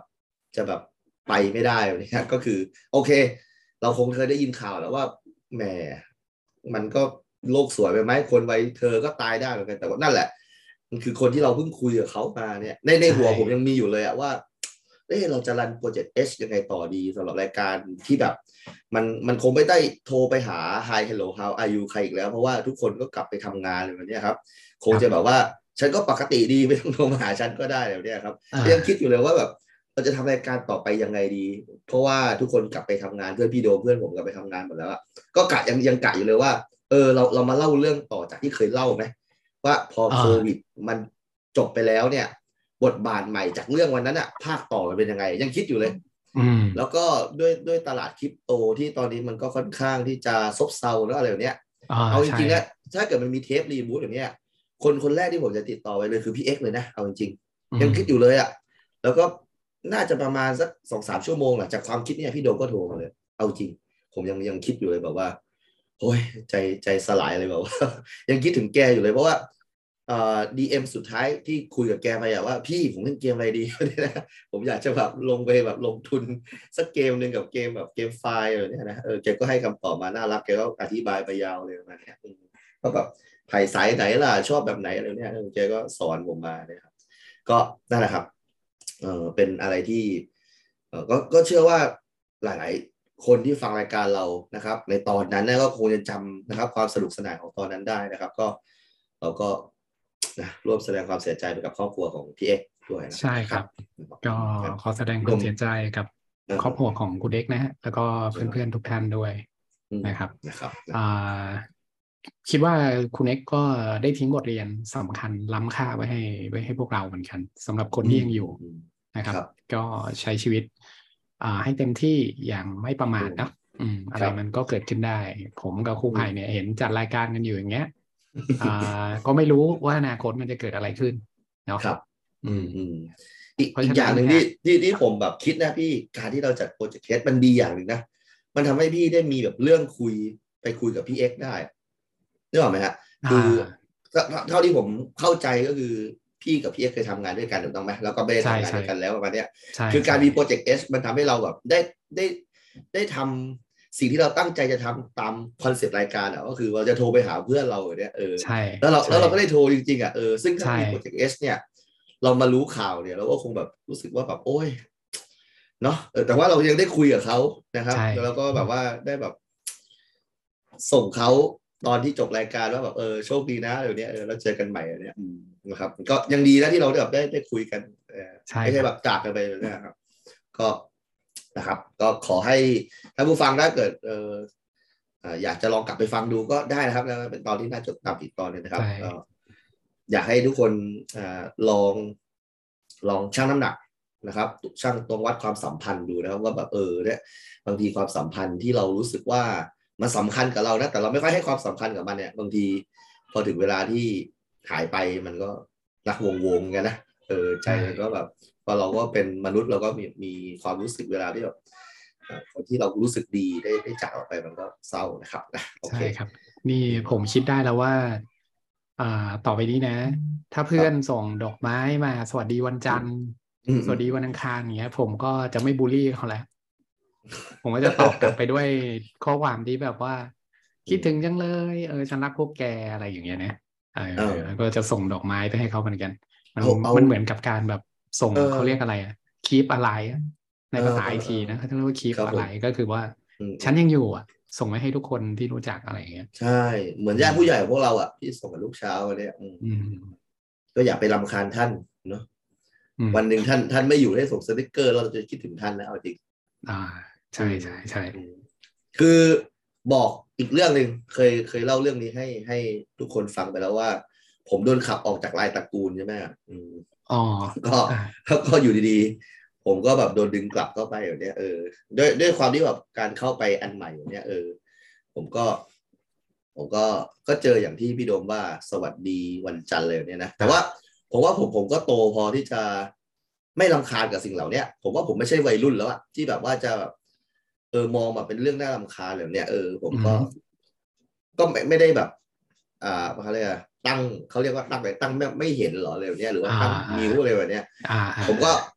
จะแบบไปไม่ได้เนี่ยก็คือโอเคเราคงเคยได้ยินข่าวแล้วว่าแหมมันก็โลกสวยไปไหมคนวัยเธอก็ตายได้เหมือนกันแต่ว่านั่นแหละมันคือคนที่เราเพิ่งคุยกับเขามาเนี่ยในในหัวผมยังมีอยู่เลยอะว่าเอ๊ะเราจะรันโปรเจกต์ H ยังไงต่อดีสำหรับรายการที่แบบมันมันคงไม่ได้โทรไปหา Hi Hello How are you ใครอีกแล้วเพราะว่าทุกคนก็กลับไปทำงานเลยแบบนี้ครับคงจะแบบว่าฉันก็ปกติดีไม่ต้องโทรมาหาฉันก็ได้แบบนี้ครับยังคิดอยู่เลยว่าแบบเราจะทำรายการต่อไปยังไงดีเพราะว่าทุกคนกลับไปทำงานเพื่อนพี่โดมเพื่อนผมกลับไปทำงานหมดแล้วก็กะยังยังกะอยู่เลยว่าเออเราเรามาเล่าเรื่องต่อจากที่เคยเล่าไหมว่าพอโควิดมันจบไปแล้วเนี่ยบทบาทใหม่จากเรื่องวันนั้นอะภาคต่อมันเป็นยังไงยังคิดอยู่เลยแล้วก็ด้วยด้วยตลาดคริปโตที่ตอนนี้มันก็ค่อนข้างที่จะซบเซาแล้วอะไรแบบเนี้ยเอาจริงๆนะถ้าเกิดมันมีเทปรีบูทอย่างเนี้ยคนคนแรกที่ผมจะติดต่อไปเลยคือพี่เอ็กซ์เลยนะเอาจริงๆยังคิดอยู่เลยอะแล้วก็น่าจะประมาณสักสองสามชั่วโมงหลังจากความคิดเนี่ยพี่โดมก็โทรมาเลยเอาจริงผมยังยังคิดอยู่เลยแบบว่าโอ้ยใจใจสลายเลยแบบว่ายังคิดถึงแกอยู่เลยเพราะว่าเอ่อ ดี เอ็ม สุดท้ายที่คุยกับแกไปอะว่าพี่ผมเล่นเกมอะไรดีนะผมอยากจะแบบลงไปแบบลงทุนสักเกมหนึ่งกับเกมแบบเกมไฟล์อะไรเนี่ยนะเออแกก็ให้คำตอบมาน่ารักแกก็อธิบายไปยาวเลยนะเนี่ยก็แบบไผ่สายไหนล่ะชอบแบบไหนอะไรเนี่ยแกก็สอนผมมาเนี่ยครับก็นั่นแหละครับเออเป็นอะไรที่เออก็ก็เชื่อว่าหลายๆคนที่ฟังรายการเรานะครับในตอนนั้นเนี่ยก็คงจะจำนะครับความสนุกสนานของตอนนั้นได้นะครับก็เราก็นะร่วมแสดงความเสียใจไปกับครอบครัวของพี่เอ็กด้วยนะใช่ครับก็ขอแสดงความเสียใจกับครอบครัวของคุณเอ็กนะฮะแล้วก็เพื่อนๆทุกท่านด้วยนะครับนะครับคิดว่าคุณเอ็กก็ได้ทิ้งบทเรียนสำคัญล้ำค่าไว้ให้ไว้ให้พวกเราเหมือนกันสำหรับคนที่ยังอยู่นะครับก็ใช้ชีวิตให้เต็มที่อย่างไม่ประมาทนะอืมอะไรมันก็เกิดขึ้นได้ผมกับครูไผ่เนี่ยเห็นจัดรายการกันอยู่อย่างเงี้ยอ่าก็ไม่รู้ว่าอนาคตมันจะเกิดอะไรขึ้นเนาะครับอืมอืมอีกอีกอย่างหนึ่งที่ที่ที่ผมแบบคิดนะพี่การที่เราจัดโปรเจกต์เคสมันดีอย่างหนึ่งนะมันทำให้พี่ได้มีแบบเรื่องคุยไปคุยกับพี่เอ็กได้นึกออกไหมฮะคือเท่าที่ผมเข้าใจก็คือพี่กับพี่เอ็กเคยทำงานด้วยกันถูกต้องไหมแล้วก็ไม่ได้ทำงานด้วยกันแล้วประมาณนี้คือการมีโปรเจกต์เอสมันทำให้เราแบบได้ได้ได้ทำสิ่งที่เราตั้งใจจะทำตามคอนเซ็ปต์รายการอ่ะก็คือเราจะโทรไปหาเพื่อนเราเนี่ยเออแล้วเราแล้วเราก็ได้โทรจริงๆอ่ะเออซึ่งถ้ามีโปรเจกต์เอสเนี่ยเรามารู้ข่าวเนี่ยเราก็คงแบบรู้สึกว่าแบบโอ้ยเนาะแต่ว่าเรายังได้คุยกับเขานะครับแล้วก็แบบว่าได้แบบส่งเขาตอนที่จบรายการว่าแบบเออโชคดีนะเดี๋ยวนี้เออเราเจอกันใหม่เนี่ยนะครับก็ยังดีนะที่เราแบบได้ได้คุยกันไม่ใช่แบบจากกันไปนะครับก็นะครับก็ขอให้ท่านผู้ฟังถ้าเกิดเอออยากจะลองกลับไปฟังดูก็ได้นะครับแล้วเป็นตอนที่น่าจดจำอีกตอนนึงนะครับก็อยากให้ทุกคนลองลองชั่งน้ำหนักนะครับชั่งตรงวัดความสัมพันธ์ดูนะครับว่าแบบเออเนี่ยบางทีความสัมพันธ์ที่เรารู้สึกว่ามันสำคัญกับเรานะแต่เราไม่ค่อยให้ความสำคัญกับมันเนี่ยบางทีพอถึงเวลาที่หายไปมันก็รักวงวงกันนะเออใจมันก็แบบพอเราก็เป็นมนุษย์เราก็มีมีความรู้สึกเวลาที่แบบคนที่เรารู้สึกดีได้ได้จากออกไปมันก็เศร้านะครับนะโอเคใช่ครับนี่ผมคิดได้แล้วว่าอ่าต่อไปนี้นะถ้าเพื่อนส่งดอกไม้มาสวัสดีวันจันทร์สวัสดีวันอังคารอย่างเงี้ยผมก็จะไม่บูลลี่เขาแล้วผมก็จะตอบกลับไปด้วยข้อความที่แบบว่าคิดถึงจังเลยเออฉันรักพวกแกอะไรอย่างเงี้ยนะเออก็จะส่งดอกไม้ไปให้เขาเหมือนกันมันมันเหมือนกับการแบบส่งเขาเรียกอะไรอะคีปอะไรในภาษาไอทีนะเขาเรียกว่าคีปอะไรก็คือว่าฉันยังอยู่อ่ะส่งไปให้ทุกคนที่รู้จักอะไรอย่างเงี้ยใช่เหมือนญาติผู้ใหญ่พวกเราอ่ะที่ส่งกับลูกเช้าเนี่ยก็อย่าไปรำคาญท่านเนาะวันหนึ่งท่านท่านไม่อยู่ให้ส่งสติกเกอร์เราจะคิดถึงท่านนะเอาจริงอ่าใช่ใช่ใช่คือบอกอีกเรื่องหนึ่งเคยเคยเล่าเรื่องนี้ให้ให้ทุกคนฟังไปแล้วว่าผมโดนขับออกจากไลน์ตระกูลใช่ไหมอ๋อก็ก็อยู่ดีๆผมก็แบบโดนดึงกลับเข้าไปอย่างเนี้ยเออด้วยด้วยความที่แบบการเข้าไปอันใหม่อย่างเนี้ยเออผมก็ผมก็ก็เจออย่างที่พี่โดมว่าสวัสดีวันจันทร์เลยเนี่ยนะแต่ว่าผมว่าผมผมก็โตพอที่จะไม่รำคาญกับสิ่งเหล่านี้ผมว่าผมไม่ใช่วัยรุ่นแล้วอะที่แบบว่าจะแบบเออมองแบบเป็นเรื่องน่ารำคาญแบบเนี้ยเออผมก็ก็ไม่ไม่ได้แบบอ่าเขาเรียกตั้งเขาเรียกว่าตั้งไปตั้งไม่ไม่เห็นหรออะไรแบบเนี้ยหรือว่าตั้งมิวอะไรแบบเนี้ยผมก็ผ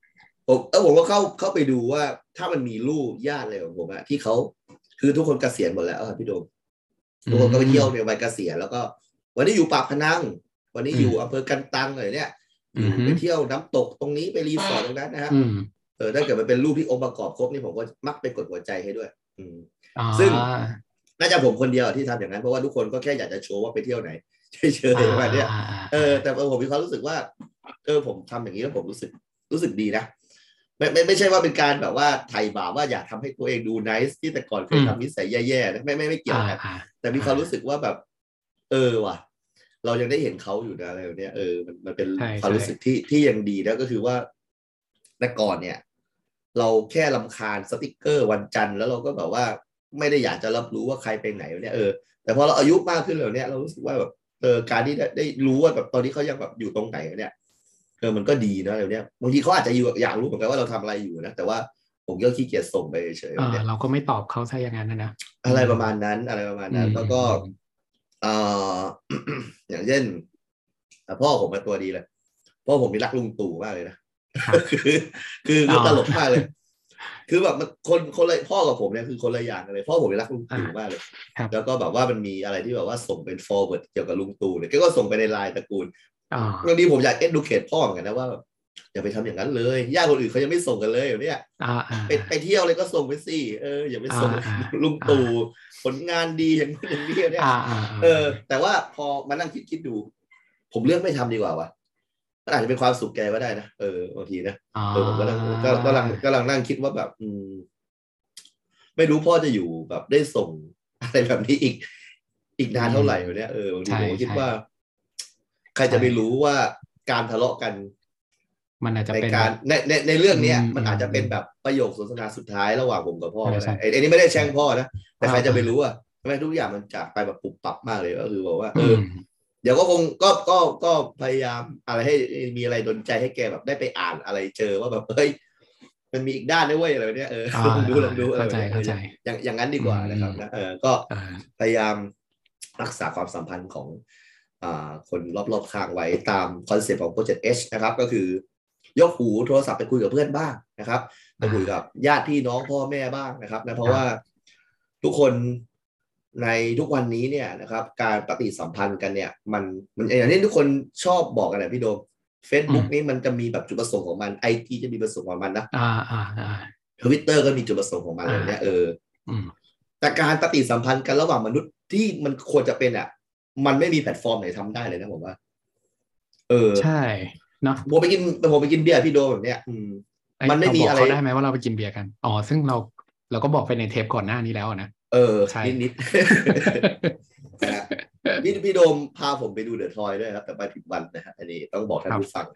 ผมเออผมก็เข้าเข้าไปดูว่าถ้ามันมีลูกญาติอะไรของผมอะที่เขาคือทุกคนเกษียณหมดแล้วเออพี่โดมทุกคนก็ไปเที่ยวในวัยเกษียณแล้วก็วันนี้อยู่ปากพนังวันนี้อยู่อำเภอกันตังเลยเนี่ยอยู่ไปเที่ยวน้ำตกตรงนี้ไปรีสอร์ทตรงนั้นนะฮะเออถ้าเกิดมันเป็นรูปที่องค์ประกอบครบนี่ผมก็มักไปกดหัวใจให้ด้วยอืมซึ่งน่าจะผมคนเดียวที่ทำอย่างนั้นเพราะว่าทุกคนก็แค่อยากจะโชว์ว่าไปเที่ยวไหนเฉยๆแบบเนี้ยเออแต่ผมมีความรู้สึกว่าเออผมทำอย่างนี้แล้วผมรู้สึกรู้สึกดีนะไม่ไม่ไม่ใช่ว่าเป็นการแบบว่าไถ่บาปว่าอยากทำให้ตัวเองดูไนซ์ที่แต่ก่อนเคยทำนิสัยแย่ๆนะไม่ไม่ไม่เกี่ยวกันแต่มีความรู้สึกว่าแบบเออว่ะเรายังได้เห็นเขาอยู่นะอะไรแบบเนี้ยเออมันมันเป็นความรู้สึกที่ที่ยังดีแล้วก็คือว่าแต่ก่อนเนี่ยเราแค่รำคาญสติกเกอร์วันจันทร์แล้วเราก็แบบว่าไม่ได้อยากจะรับรู้ว่าใครไปไหนเนี่ยเออแต่พอเราอายุมากขึ้นแล้วเนี่ยเรารู้สึกว่าแบบเออการที่ได้ได้รู้ว่าแบบตอนนี้เขายังแบบอยู่ตรงไหนเนี่ยเออมันก็ดีนะเดี๋ยวนี้บางทีเขาอาจจะอยู่อยากรู้เหมือนกันว่าเราทำอะไรอยู่นะแต่ว่าผมก็ขี้เกียจส่งไปเฉยๆเราก็ไม่ตอบเขาซะอย่างนั้นนะนะอะไรประมาณนั้นอะไรประมาณนั้นแล้วก็เอ่อ อย่างเช่นพ่อผมเป็นตัวดีเลยพ่อผมมีรักลุงตู่มากเลยนะคือคือตลกมากเลยคือแบบมันคนคนละพ่อกับผมเนี่ยคือคนละอย่างกันเลยพ่อผมมีรักลุงตู่มากเลยแล้วก็แบบว่ามันมีอะไรที่แบบว่าส่งเป็น forward เกี่ยวกับลุงตู่เนี่ยก็ส่งไปในไลน์ตระกูลบางทีผมอยาก educate พ่อเหมือนกันนะว่าอย่าไปทำอย่างนั้นเลยญาติคนอื่นเขายังไม่ส่งกันเลยเนี่ยไปไปเที่ยวเลยก็ส่งไปสิเอออย่าไปส่งลุงตู่ผลงานดีอย่างนู้นอย่างนี้เนี่ยเออแต่ว่าพอมานั่งคิดคิดดูผมเลือกไม่ทำดีกว่าวะมันอาจจะเป็นความสุขแกก็ได้นะเออบางทีนะเออผมก็กำลังกำลังกำลังนั่งคิดว่าแบบอืมไม่รู้พ่อจะอยู่แบบได้ส่งอะไรแบบนี้อีกอีกนานเท่าไหร่วะเนี่ยเออบางทีผมคิดว่าใครจะไปรู้ว่าการทะเลาะกันมันอาจจะเป็นการในในในเรื่องนี้มันอาจจะเป็นแบบประโยคสนทนาสุดท้ายระหว่างผมกับพ่อก็ได้ไอ้นี่ไม่ได้แช่งพ่อนะแต่ใครจะไปรู้อ่ะทำไมทุกอย่างมันจากไปแบบปุบปับมากเลยก็คือบอกว่าเออเดี๋ยวก็คงก็ก็ก็พยายามอะไรให้มีอะไรดลใจให้แกแบบได้ไปอ่านอะไรเจอว่าแบบเฮ้ยมันมีอีกด้านด้วยเว้ยอะไรเนี้ยเออลองดูลองดูอะไรอย่างอย่างนั้นดีกว่านะครับนะเออก็พยายามรักษาความสัมพันธ์ของคนรอบๆข้างไว้ตามคอนเซ็ปต์ของ Project H นะครับก็คือยกหูโทรศัพท์ไปคุยกับเพื่อนบ้างนะครับไปคุยกับญาติพี่น้องพ่อแม่บ้างนะครับนะเพราะว่าทุกคนในทุกวันนี้เนี่ยนะครับการปฏิสัมพันธ์กันเนี่ยมันมันอย่างที่ทุกคนชอบบอกกันนะพี่โดม Facebook นี้มันจะมีแบบจุดประสงค์ของมัน ไอ ที จะมีจุดประสงค์ของมันนะอ่าอ่าอ่า Twitter ก็มีจุดประสงค์ของมันเลยเนี่ยเออแต่การปฏิสัมพันธ์กันระหว่างมนุษย์ที่มันควรจะเป็นอ่ะมันไม่มีแพลตฟอร์มไหนทำได้เลยนะผมว่าเออใช่เนาะผมไปกินผมไปกินเบียร์พี่โดแบบเนี้ยมันไม่มีอะไรเขาได้ไหมว่าเราไปกินเบียร์กันอ๋อซึ่งเราเราก็บอกไปในเทปก่อนหน้านี้แล้วนะเออนิดนิดพี่พี่โดมพาผมไปดูเดอะทอยด้วยครับแต่ไปผิดวันนะฮะอันนี้ต้องบอกท่านผู้ฟัง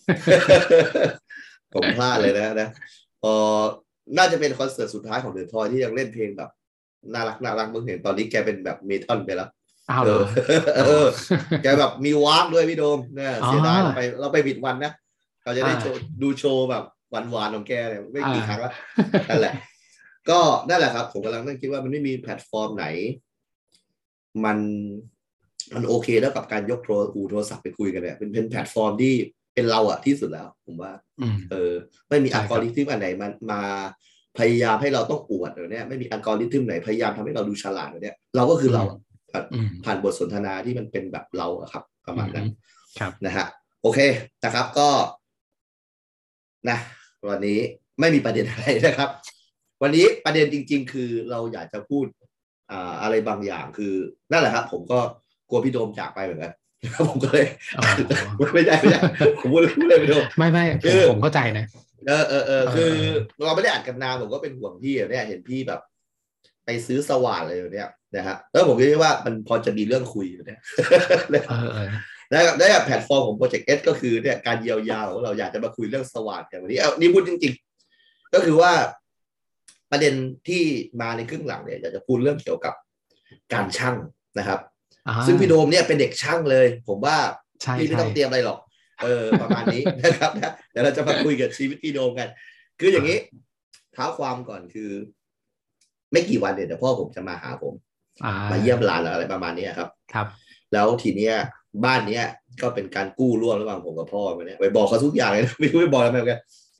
ผมพลาดเลยนะนะพอน่าจะเป็นคอนเสิร์ตสุดท้ายของเดอะทอยที่ยังเล่นเพลงแบบน่ารักน่ารักมึงเห็นตอนนี้แกเป็นแบบเมทัลไปแล้วเออเออแกแบบมีวาร์ปด้วยพี่โดมเนี่ยเสียดายเราไปเราไปผิดวันนะเราจะได้ดูโชว์แบบหวานๆของแกเลยไม่กี่ครั้งแล้วนั่นแหละก็นั่นแหละครับผมกำลังนั่งคิดว่ามันไม่มีแพลตฟอร์มไหนมันมันโอเคแล้วกับการยกโทรอูโทรศัพท์ไปคุยกันเนี่ยเป็นเป็นแพลตฟอร์มที่เป็นเราอะที่สุดแล้วผมว่าเออไม่มีอัลกอริทึมอันไหนมันมาพยายามให้เราต้องอวดเนี่ยไม่มีอัลกอริทึมไหนพยายามทำให้เราดูฉลาดเนี่ยเราก็คือเราผ่านบทสนทนาที่มันเป็นแบบเราอะครับประมาณนั้นนะฮะโอเคนะครับก็นะวันนี้ไม่มีประเด็นอะไรนะครับวันนี้ประเด็นจริงๆคือเราอยากจะพูดอ่าอะไรบางอย่างคือนั่นแหละครับผมก็กลัวพี่โดมจากไปเหมือนกันผมก็เลยไม่ได้ไม่ได้ผมพูดพูดเลยพี่โดมไม่ไม่ผมเข้าใจนะเออเออเออคือเราไม่ได้อ่านกันนานผมก็เป็นห่วงพี่เนี่ยเห็นพี่แบบไปซื้อสว่านอะไรอย่างเนี้ยนะฮะแล้วผมคิดว่ามันพอจะมีเรื่องคุยอยู่เนี่ยได้ได้แพลตฟอร์มของ Project H ก็คือเนี่ยการเยียวยาของเราอยากจะมาคุยเรื่องสว่านกันวันนี้เอานี่พูดจริงๆก็คือว่าประเด็นที่มาในครึ่งหลังเนี่ยอยากจะพูดเรื่องเกี่ยวกับการชั่งนะครับซึ่งพี่โดมเนี่ยเป็นเด็กช่างเลยผมว่าพี่ไม่ต้องเตรียมอะไรหรอกเออประมาณนี้นะครับนะเดี๋ยวเราจะมาคุยกับชีวิตพี่โดมกันคืออย่างนี้เท้าความก่อนคือไม่กี่วันเดี๋ยวพ่อผมจะมาหาผมมาเยี่ยมหลานอะไรประมาณนี้ครับครับแล้วทีเนี้ยบ้านเนี้ยก็เป็นการกู้ร่วมระหว่างผมกับพ่อมาเนี่ยไปบอกเขาทุกอย่างเลยไม่รู้ไปบอกอะไรเหมือนกัน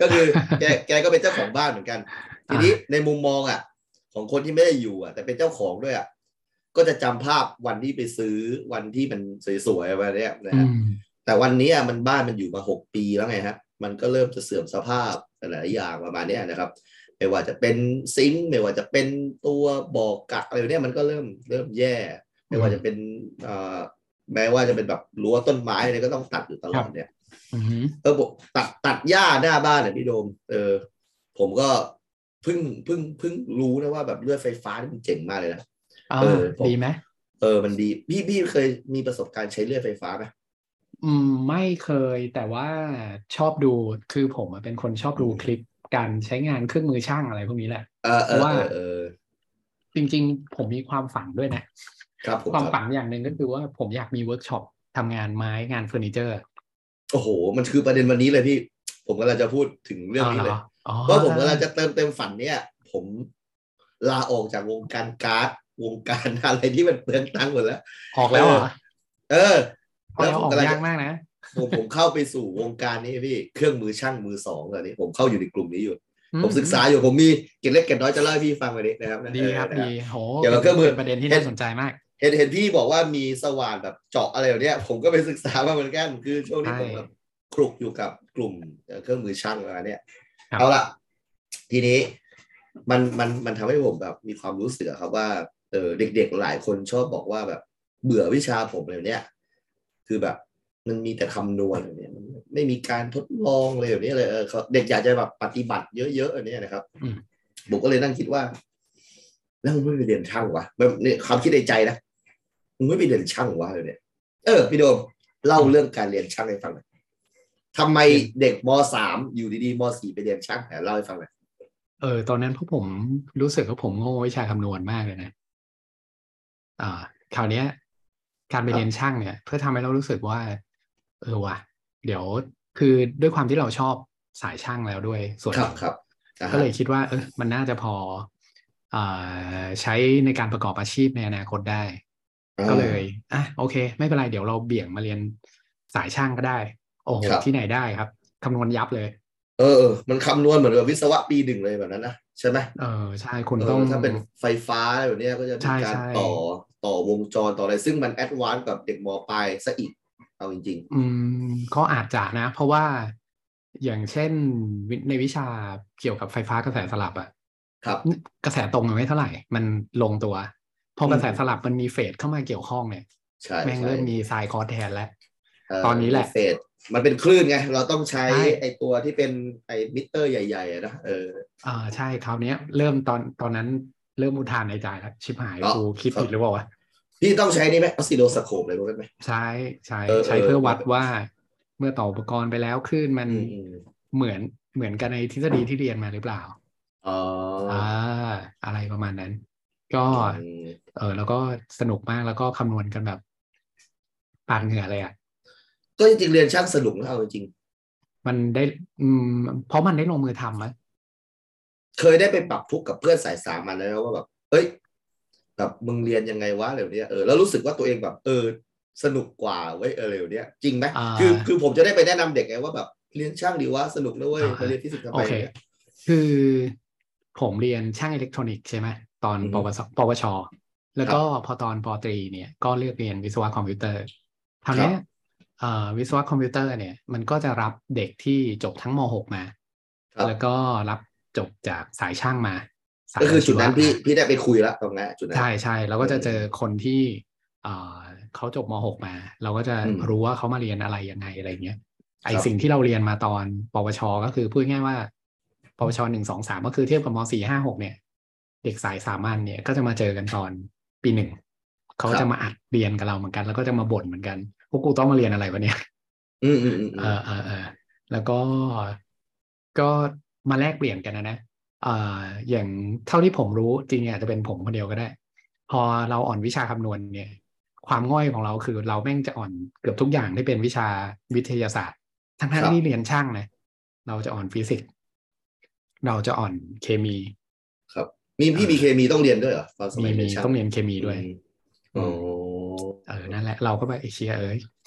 ก็คือแกแกก็เป็นเจ้าของบ้านเหมือนกันทีนี้ในมุมมองอ่ะของคนที่ไม่ได้อยู่อ่ะแต่เป็นเจ้าของด้วยอ่ะก็จะจำภาพวันที่ไปซื้อวันที่มันสวยๆวันนี้นะฮะแต่วันนี้มันบ้านมันอยู่มาหกปีแล้วไงฮะมันก็เริ่มจะเสื่อมสภาพหลายอย่างประมาณนี้นะครับไม่ว่าจะเป็นซิงค์ไม่ว่าจะเป็นตัวบ่อกักอะไรเนี้ยมันก็เริ่มเริ่มแย่ไม่ว่าจะเป็นอ่าแม้ว่าจะเป็นแบบรั้วต้นไม้อะไรก็ต้องตัดอยู่ตลอดเนี่ยเออตัดตัดหญ้าหน้าบ้านเนี่ยพี่โดมเออผมก็เพิ่งเพิ่งเพิ่งรู้นะว่าแบบเลื่อยไฟฟ้านี่มันเจ๋งมากเลยนะเออดีไหมเออมันดีพี่พี่เคยมีประสบการณ์ใช้เลื่อยไฟฟ้าไหมอืมไม่เคยแต่ว่าชอบดูคือผมเป็นคนชอบดูคลิปการใช้งานเครื่องมือช่างอะไรพวกนี้แหละเพราะว่าจริงๆผมมีความฝันด้วยนะครับความฝันอย่างหนึ่งก็คือว่าผมอยากมีเวิร์กช็อปทำงานไม้งานเฟอร์นิเจอร์โอ้โหมันคือประเด็นวันนี้เลยพี่ผมกำลังจะพูดถึงเรื่องนี้เลยเพราะผมกำลังจะเติมเต็มฝันเนี่ยผมลาออกจากวงการการ์ดวงการอะไรที่มันเปลืองตังค์หมดแล้วออกแล้วเหรอเออแล้วผมกำลังยากมากนะผมผมเข้าไปสู่วงการนี้พี่เครื่องมือช่างมือสองเลยนี่ผมเข้าอยู่ในกลุ่มนี้อยู่ผมศึกษาอยู่ผมมีเก็บเล็กเก็บน้อยจะเล่าให้พี่ฟังไปดินะครับดีครับดีโหเกี่ยวกับเครื่องมือประเด็นที่น่าสนใจมากเห็นเห็นพี่บอกว่ามีสว่านแบบเจาะอะไรแบบนี้ผมก็ไปศึกษามาเหมือนกันคือช่วงนี้ผมแบบคลุกอยู่กับกลุ่มเครื่องมือช่างอะไรเนี่ยเอาล่ะทีนี้มันมันมันทำให้ผมแบบมีความรู้สึกครับว่าเออเด็กๆหลายคนชอบบอกว่าแบบเบื่อวิชาผมเลยเนี่ยคือแบบมันมีแต่คำนวณอะไรเนี่ยมันไม่มีการทดลองเลยแบบนี้เลยเออเด็กอยากจะแบบปฏิบัติเยอะๆอันนี้นะครับผมก็เลยนั่งคิดว่าแล้วมึงไม่ไปเรียนช่างวะแบบนี่ความคิดในใจนะมึงไม่ไปเรียนช่างวะเลยเนี่ยเออพี่โดมเล่าเรื่องการเรียนช่างให้ฟังหน่อยทำไมเด็กม.สามอยู่ดีๆม.สี่ไปเรียนช่างแต่เล่าให้ฟังหน่อยเออตอนนั้นพวกผมรู้สึกว่าผมโง่วิชาคำนวณมากเลยนะอ่าคราวนี้การไปเรียนช่างเนี่ยเพื่อทำให้เรารู้สึกว่าเออว่ะเดี๋ยวคือด้วยความที่เราชอบสายช่างแล้วด้วยส่วนครับก็เลยคิดว่าเออมันน่าจะพออ่าใช้ในการประกอบอาชีพในอนาคตได้ก็เลยอ่ะโอเคไม่เป็นไรเดี๋ยวเราเบี่ยงมาเรียนสายช่างก็ได้โอ้โหที่ไหนได้ครับคำนวณยับเลยเออมันคำนวณเหมือนกับวิศวะปีหนึ่งเลยแบบนั้นนะใช่ไหมเออใช่คุณต้องถ้าเป็นไฟฟ้าแบบนี้ก็จะมีการต่อต่อวงจรต่ออะไรซึ่งมันแอดวานซ์กับเด็กม.ปลายซะอีกเอาจริงๆอืมก็อาจจะนะเพราะว่าอย่างเช่นในวิชาเกี่ยวกับไฟฟ้ากระแสสลับอะครับกระแสตรงมันไม่เท่าไหร่มันลงตัวพอกระแสสลับมันมีเฟสเข้ามาเกี่ยวข้องเนี่ยแม่งเริ่มมีไซน์คอสแทนแล้วตอนนี้แหละเฟสมันเป็นคลื่นไงเราต้องใช้ไอตัวที่เป็นไอมิเตอร์ใหญ่ๆนะเอออ่าใช่คราวนี้เริ่มตอนตอนนั้นเริ่มอุทานในใจแล้วชิบหายกูคิดผิดหรือเปล่าวะพี่ต้องใช้นี่ไหมออสซิโลสโคปอะไรพวกนั้นไหมใช้ใช้ใช้เพื่อวัดว่าเมื่อต่ออุปกรณ์ไปแล้วคลื่นมันเหมือนเหมือนกันในทฤษฎีที่เรียนมาหรือเปล่าอ๋ออ่าอะไรประมาณนั้นก็เออแล้วก็สนุกมากแล้วก็คำนวณกันแบบปาดเหงื่อเลยอ่ะก็จริงๆเรียนช่างสนุกนะเอาจริงมันได้อืมเพราะมันได้ลงมือทำไหมเคยได้ไปปรับทุกข์กับเพื่อนสายสามัญแล้วว่าแบบเอ้ยแบบมึงเรียนยังไงวะอะไรแบบนี้เออแล้วรู้สึกว่าตัวเองแบบเออสนุกกว่าเว้ยเอออะไรแบบนี้จริงไหมคือคือผมจะได้ไปแนะนำเด็กไงว่าแบบเรียนช่างดีวะสนุกนะเว้ยมาเรียนฟิสิกส์ทำไมคือผมเรียนช่างอิเล็กทรอนิกส์ใช่ไหมตอนปวชปวชแล้วก็พอตอนปตรีเนี่ยก็เลือกเรียนวิศวะคอมพิวเตอร์คราวนี้วิศวะคอมพิวเตอร์เนี่ยมันก็จะรับเด็กที่จบทั้งม หก มาแล้วก็รับจบจากสายช่างมาก็คือจุดนั้นพี่พี่ได้ไปคุยแล้วตรงนั้นจุดนั้นใช่ใช่เราก็จะเจอคนที่เขาจบม หก มาเราก็จะรู้ว่าเขามาเรียนอะไรยังไงอะไรเงี้ยไอสิ่งที่เราเรียนมาตอนปวชก็คือพูดง่ายว่าปวชหนึ่งสองสามก็คือเทียบกับมสี่ห้าหกเนี่ยเด็กสายสามัญเนี่ยก็จะมาเจอกันตอนปีหนึ่งเขาจะมาอัดเรียนกับเราเหมือนกันแล้วก็จะมาบ่นเหมือนกันพวกกูต้องมาเรียนอะไรวะเนี่ยอืมอืมอืมเออเออเออแล้วก็ก็มาแลกเปลี่ยนกันนะนะอ่าอย่างเท่าที่ผมรู้จริงๆอาจจะเป็นผมคนเดียวก็ได้พอเราอ่อนวิชาคำนวณเนี่ยความง่อยของเราคือเราแม่งจะอ่อนเกือบทุกอย่างที่เป็นวิชาวิทยาศาสตร์ทั้งทั้งที่เรียนช่างนะเราจะอ่อนฟิสิกส์เราจะอ่อนเคมีครับมีพี่มีเคมีต้องเรียนด้วยเหรอมีมีต้องเรียนเคมีด้วยโอ้เออนั่นแหละเราก็ไปเอเชียเอ้ย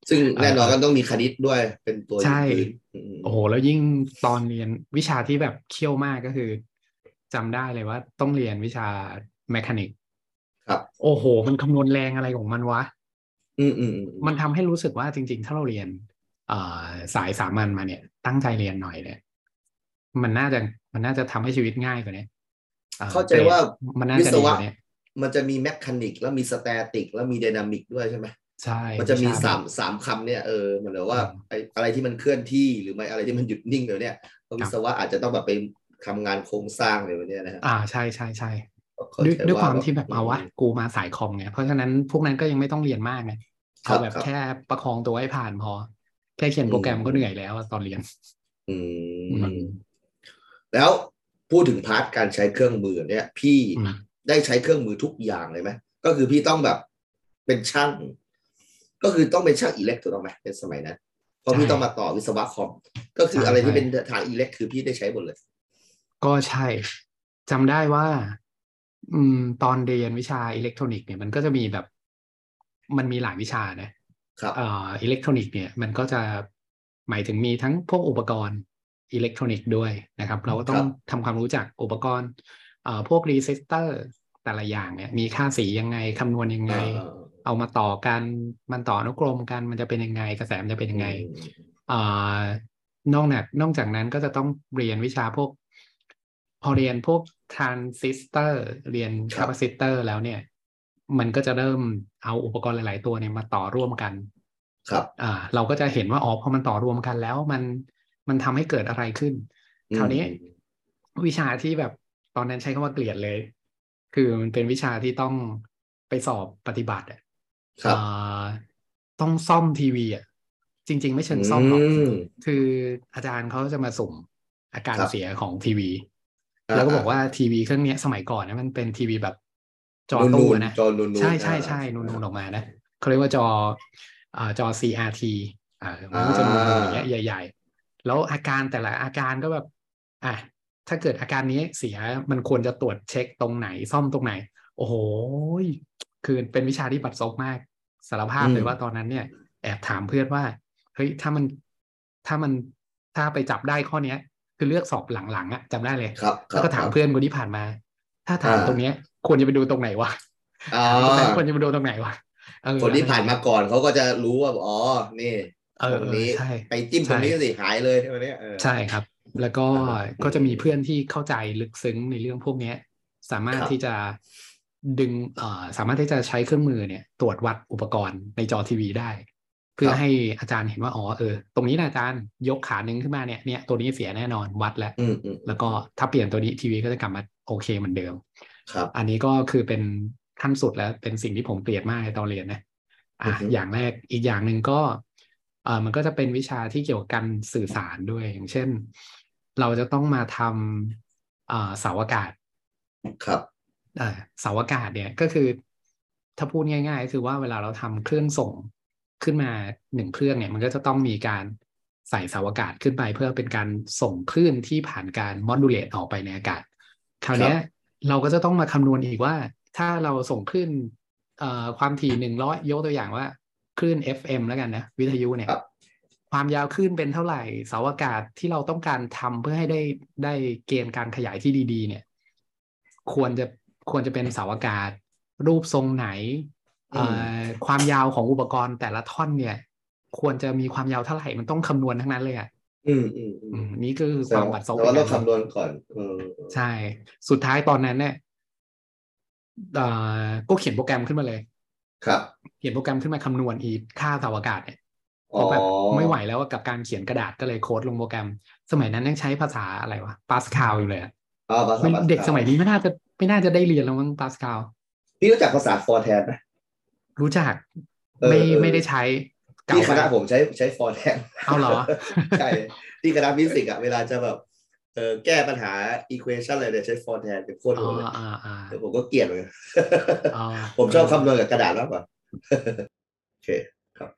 ซึ่งแน่นอนเออเออก็ต้องมีคณิตด้วยเป็นตัวยืใช่นพื้นอืมโอ้โหแล้วยิ่งตอนเรียนวิชาที่แบบเคี่ยวมากก็คือจำได้เลยว่าต้องเรียนวิชาแมคานิกครับโอ้โหมันคำนวณแรงอะไรของมันวะอืมอืมอืมอืมมันทำให้รู้สึกว่าจริงๆถ้าเราเรียนเอ่อสายสามัญมาเนี่ยตั้งใจเรียนหน่อยเนี่ยมันน่าจะมันน่าจะทำให้ชีวิตง่ายกว่านี้เอ่อเกรดเข้าใจว่ามันน่าวิศวะจะดีกว่านี้มันจะมีแมคานิกแล้วมีสแตติกแล้วมีไดนามิกด้วยใช่ไหมใช่มันจะวิชาแบบมีสามสามคำเนี่ยเออเหมือนแบบว่าอืมไออะไรที่มันเคลื่อนที่หรือไม่อะไรที่มันหยุดนิ่งเดี๋ยวเนี้ยวิศวะครับอาจจะต้องแบบไปทำงานโครงสร้างอะไรแบบเนี้ยนะฮะอ่าใช่ใช่ใช่เข้าด้วยใจว่าแบบด้วยความที่แบบอืมเอาวะกูมาสายคอมไงเพราะฉะนั้นพวกนั้นก็ยังไม่ต้องเรียนมากไงคเอารับครับแบบแค่ประคองตัวให้ผ่านพอแค่เขียนอืโปรแกรมก็เหนื่อยมแล้วอะตอนเรียนอือืมมแล้วพูดถึงพาร์ทการใช้เครื่องมือเนี่ยพี่อืมได้ใช้เครื่องมือทุกอย่างเลยไหมก็คือพี่ต้องแบบเป็นช่างก็คือต้องเป็นช่างอิเล็กถูกต้องไหมเป็นสมัยนั้นเพราะใช่พี่ต้องมาต่อวิศวะคอมก็คือใช่ใช่อะไรที่เป็นทางอิเล็กคือพี่ได้ใช้หมดเลยก็ใช่จำได้ว่าอืมตอนเรียนวิชาอิเล็กทรอนิกส์เนี่ยมันก็จะมีแบบมันมีหลายวิชานะครับเอ่ออิเล็กทรอนิกส์เนี่ยมันก็จะหมายถึงมีทั้งพวกอุปกรณ์อิเล็กทรอนิกส์ด้วยนะครับเราก็ต้องครับทำความรู้จักอุปกรณ์ เอ่อพวกรีซิสเตอร์แต่ละอย่างเนี่ยมีค่าสียังไงคำนวณยังไงอ่าอ่าเอามาต่อกันมันต่ออนุกรมกันมันจะเป็นยังไงกระแสมันจะเป็นยัอืงไงมเอ่อนอกจากนอกจากนั้นก็จะต้องเรียนวิชาพวกพอเรียนพวกทรานซิสเตอร์เรียนครับคาปาซิเตอร์แล้วเนี่ยมันก็จะเริ่มเอาอุปกรณ์หลายๆตัวเนี่ยมาต่อร่วมกันครับอ่าเราก็จะเห็นว่าอ๋อพอมันต่อรวมกันแล้วมันมันทำให้เกิดอะไรขึ้นอืมคราวนี้วิชาที่แบบตอนนั้นใช้คำว่าเกลียดเลยคือมันเป็นวิชาที่ต้องไปสอบปฏิบัติอ่ะเอ่ครับอต้องซ่อมทีวีอ่ะจริงๆไม่เชิอืงซ่อมหรอกมคืออาจารย์เขาจะมาสุ่มอาการครับเสียของทีวีอ่าแล้วก็อ่าบอกว่าทีวีเครื่องเนี้ยสมัยก่อนเนี่ยมันเป็นทีวีแบบจอนูนนูนตู้อะนะจอนูนนูใช่นอ่าใช่ใช่นูอ่านๆออกมานะเขาเรียกว่าจออ่าจอ ซี อาร์ ที อ่าอ่มันก็จะนูนๆอย่างาเงี้ยใหญ่ๆแล้วอาการแต่ละอาการก็แบบอ่ะ ถ้าเกิดอาการนี้เสียมันควรจะตรวจเช็คตรงไหนซ่อมตรงไหนโอ้โหคือเป็นวิชาที่บัดซบมากสารภาอืมพเลยว่าตอนนั้นเนี่ยแอบถามเพื่อนว่าเฮ้ยถ้ามันถ้ามันถ้าไปจับได้ข้อเนี้ยคือเลือกสอบหลังๆอ่ะจำได้เลยครับคแล้วก็ถามรับครับเพื่อนคนที่ผ่านมาถ้าอ่ถามตรงเนี้ยาควรจะไปดูตรงไหนวะอ่ถามตรงนั้นควารจะไปดูตรงไหนวะเออคนที่ผ่านอะไรอย่างเงี้ยมาก่อนเขาก็จะรู้ว่าอ๋อนี่เออเออตรงนี้ใช่ไปจิ้มตรใช่งนี้สิหายเลยใช่ไหมเนี่ยเออใช่ครับ แล้วก็อ่าอืก็จะมีมเพื่อนที่เข้าใจลึกซึ้งในเรื่องพวกเนี้ยสามารครับถที่จะดึงเอ่อสามารถที่จะใช้เครื่องมือเนี่ยตรวจวัดอุปกรณ์ในจอทีวีได้ เพื่ครับอให้อาจารย์เห็นว่าอ๋อเออตรงนี้นะอาจารย์ยกขาหนึ่งขึ้นมาเนี่ยเนี่ยตัวนี้เสียแน่นอนวัดแล้วอืมอืมอืแล้วก็มอืมถ้าเปลี่ยนตัวนี้ทีวีก็จะกลับมาโอเคเหมือนเดิมครับอันนี้ก็คือเป็นขั้นสุดแล้วเป็นสิ่งที่ผมเกลียดมากในตอนเรียนนะอ่ะอือฮึอย่างแรกอีกอย่างหนึ่งก็ เอ่อมันก็จะเป็นวิชาที่เกี่ยวกับการสื่อสารด้วยอย่างเช่นเราจะต้องมาทำเอ่อเสาอากาศครับเอ่อเสาอากาศเนี่ยก็คือถ้าพูดง่ายๆก็คือว่าเวลาเราทำเครื่องส่งขึ้นมาหนึ่งเครื่องเนี่ยมันก็จะต้องมีการใส่เสาอากาศขึ้นไปเพื่อเป็นการส่งคลื่นที่ผ่านการมอดูเลตออกไปในอากาศคราวเนี้ยครับเราก็จะต้องมาคำนวณอีกว่าถ้าเราส่งคลื่นเอ่อความถี่หนึ่งร้อยยกตัวอย่างว่า คลื่น เอฟ เอ็ม แล้วกันนะวิทยุเนี่ยครับความยาวคลื่นเป็นเท่าไหร่เสาอากาศที่เราต้องการทำเพื่อให้ได้ได้เกณฑ์การขยายที่ดีๆเนี่ยควรจะควรจะเป็นเสาอากาศรูปทรงไหนอืเอ่มอความยาวของอุปกรณ์แต่ละท่อนเนี่ยควรจะมีความยาวเท่าไหร่มันต้องคำนวณทั้งนั้นเลยอ่ะอืมอืมอืมอืมนี่ก็คือแสความบัดซบดงว่าแต่อีกอันหนึ่งว่าต้องคำนวณก่อนเออใช่สุดท้ายตอนนั้นเนี่ยเอ่อก็เขียนโปรแกรมขึ้นมาเลยครับเขียนโปรแกรมขึ้นมาคำนวณอีค่าเสาอากาศเนี่ยเพอ๋อราะแบบไม่ไหวแล้วกับการเขียนกระดาษก็เลยโค้ดลงโปรแกรมสมัยนั้นยังใช้ภาษาอะไรวะปาสคาลอยู่เลยอะอ๋อภาษาไม่ปาสเด็กคาลสมัยนี้ไม่น่าจะไม่น่าจะได้เรียนแล้วมั้งปาสคาลพี่รู้จักภาษาฟอร์แทนไหมรู้จักเอไม่อเออไม่ได้ใช้เก่าไปที่คณะผมใช้ใช้ฟอร์แทนเอาเหรอใช่ที่คณะฟิสิกส์อะเวลาจะแบบเออแก้ปัญหาอีควอชันอะไรเนี่ยใช้ฟอร์แทนเป็นโคตรอ๋อโหดเลยอ่าอ่าแต่ผมก็เกลียดเลยอ๋อผมเออชอบคำนวณกับกระดาษมากกว่าโอเคครับ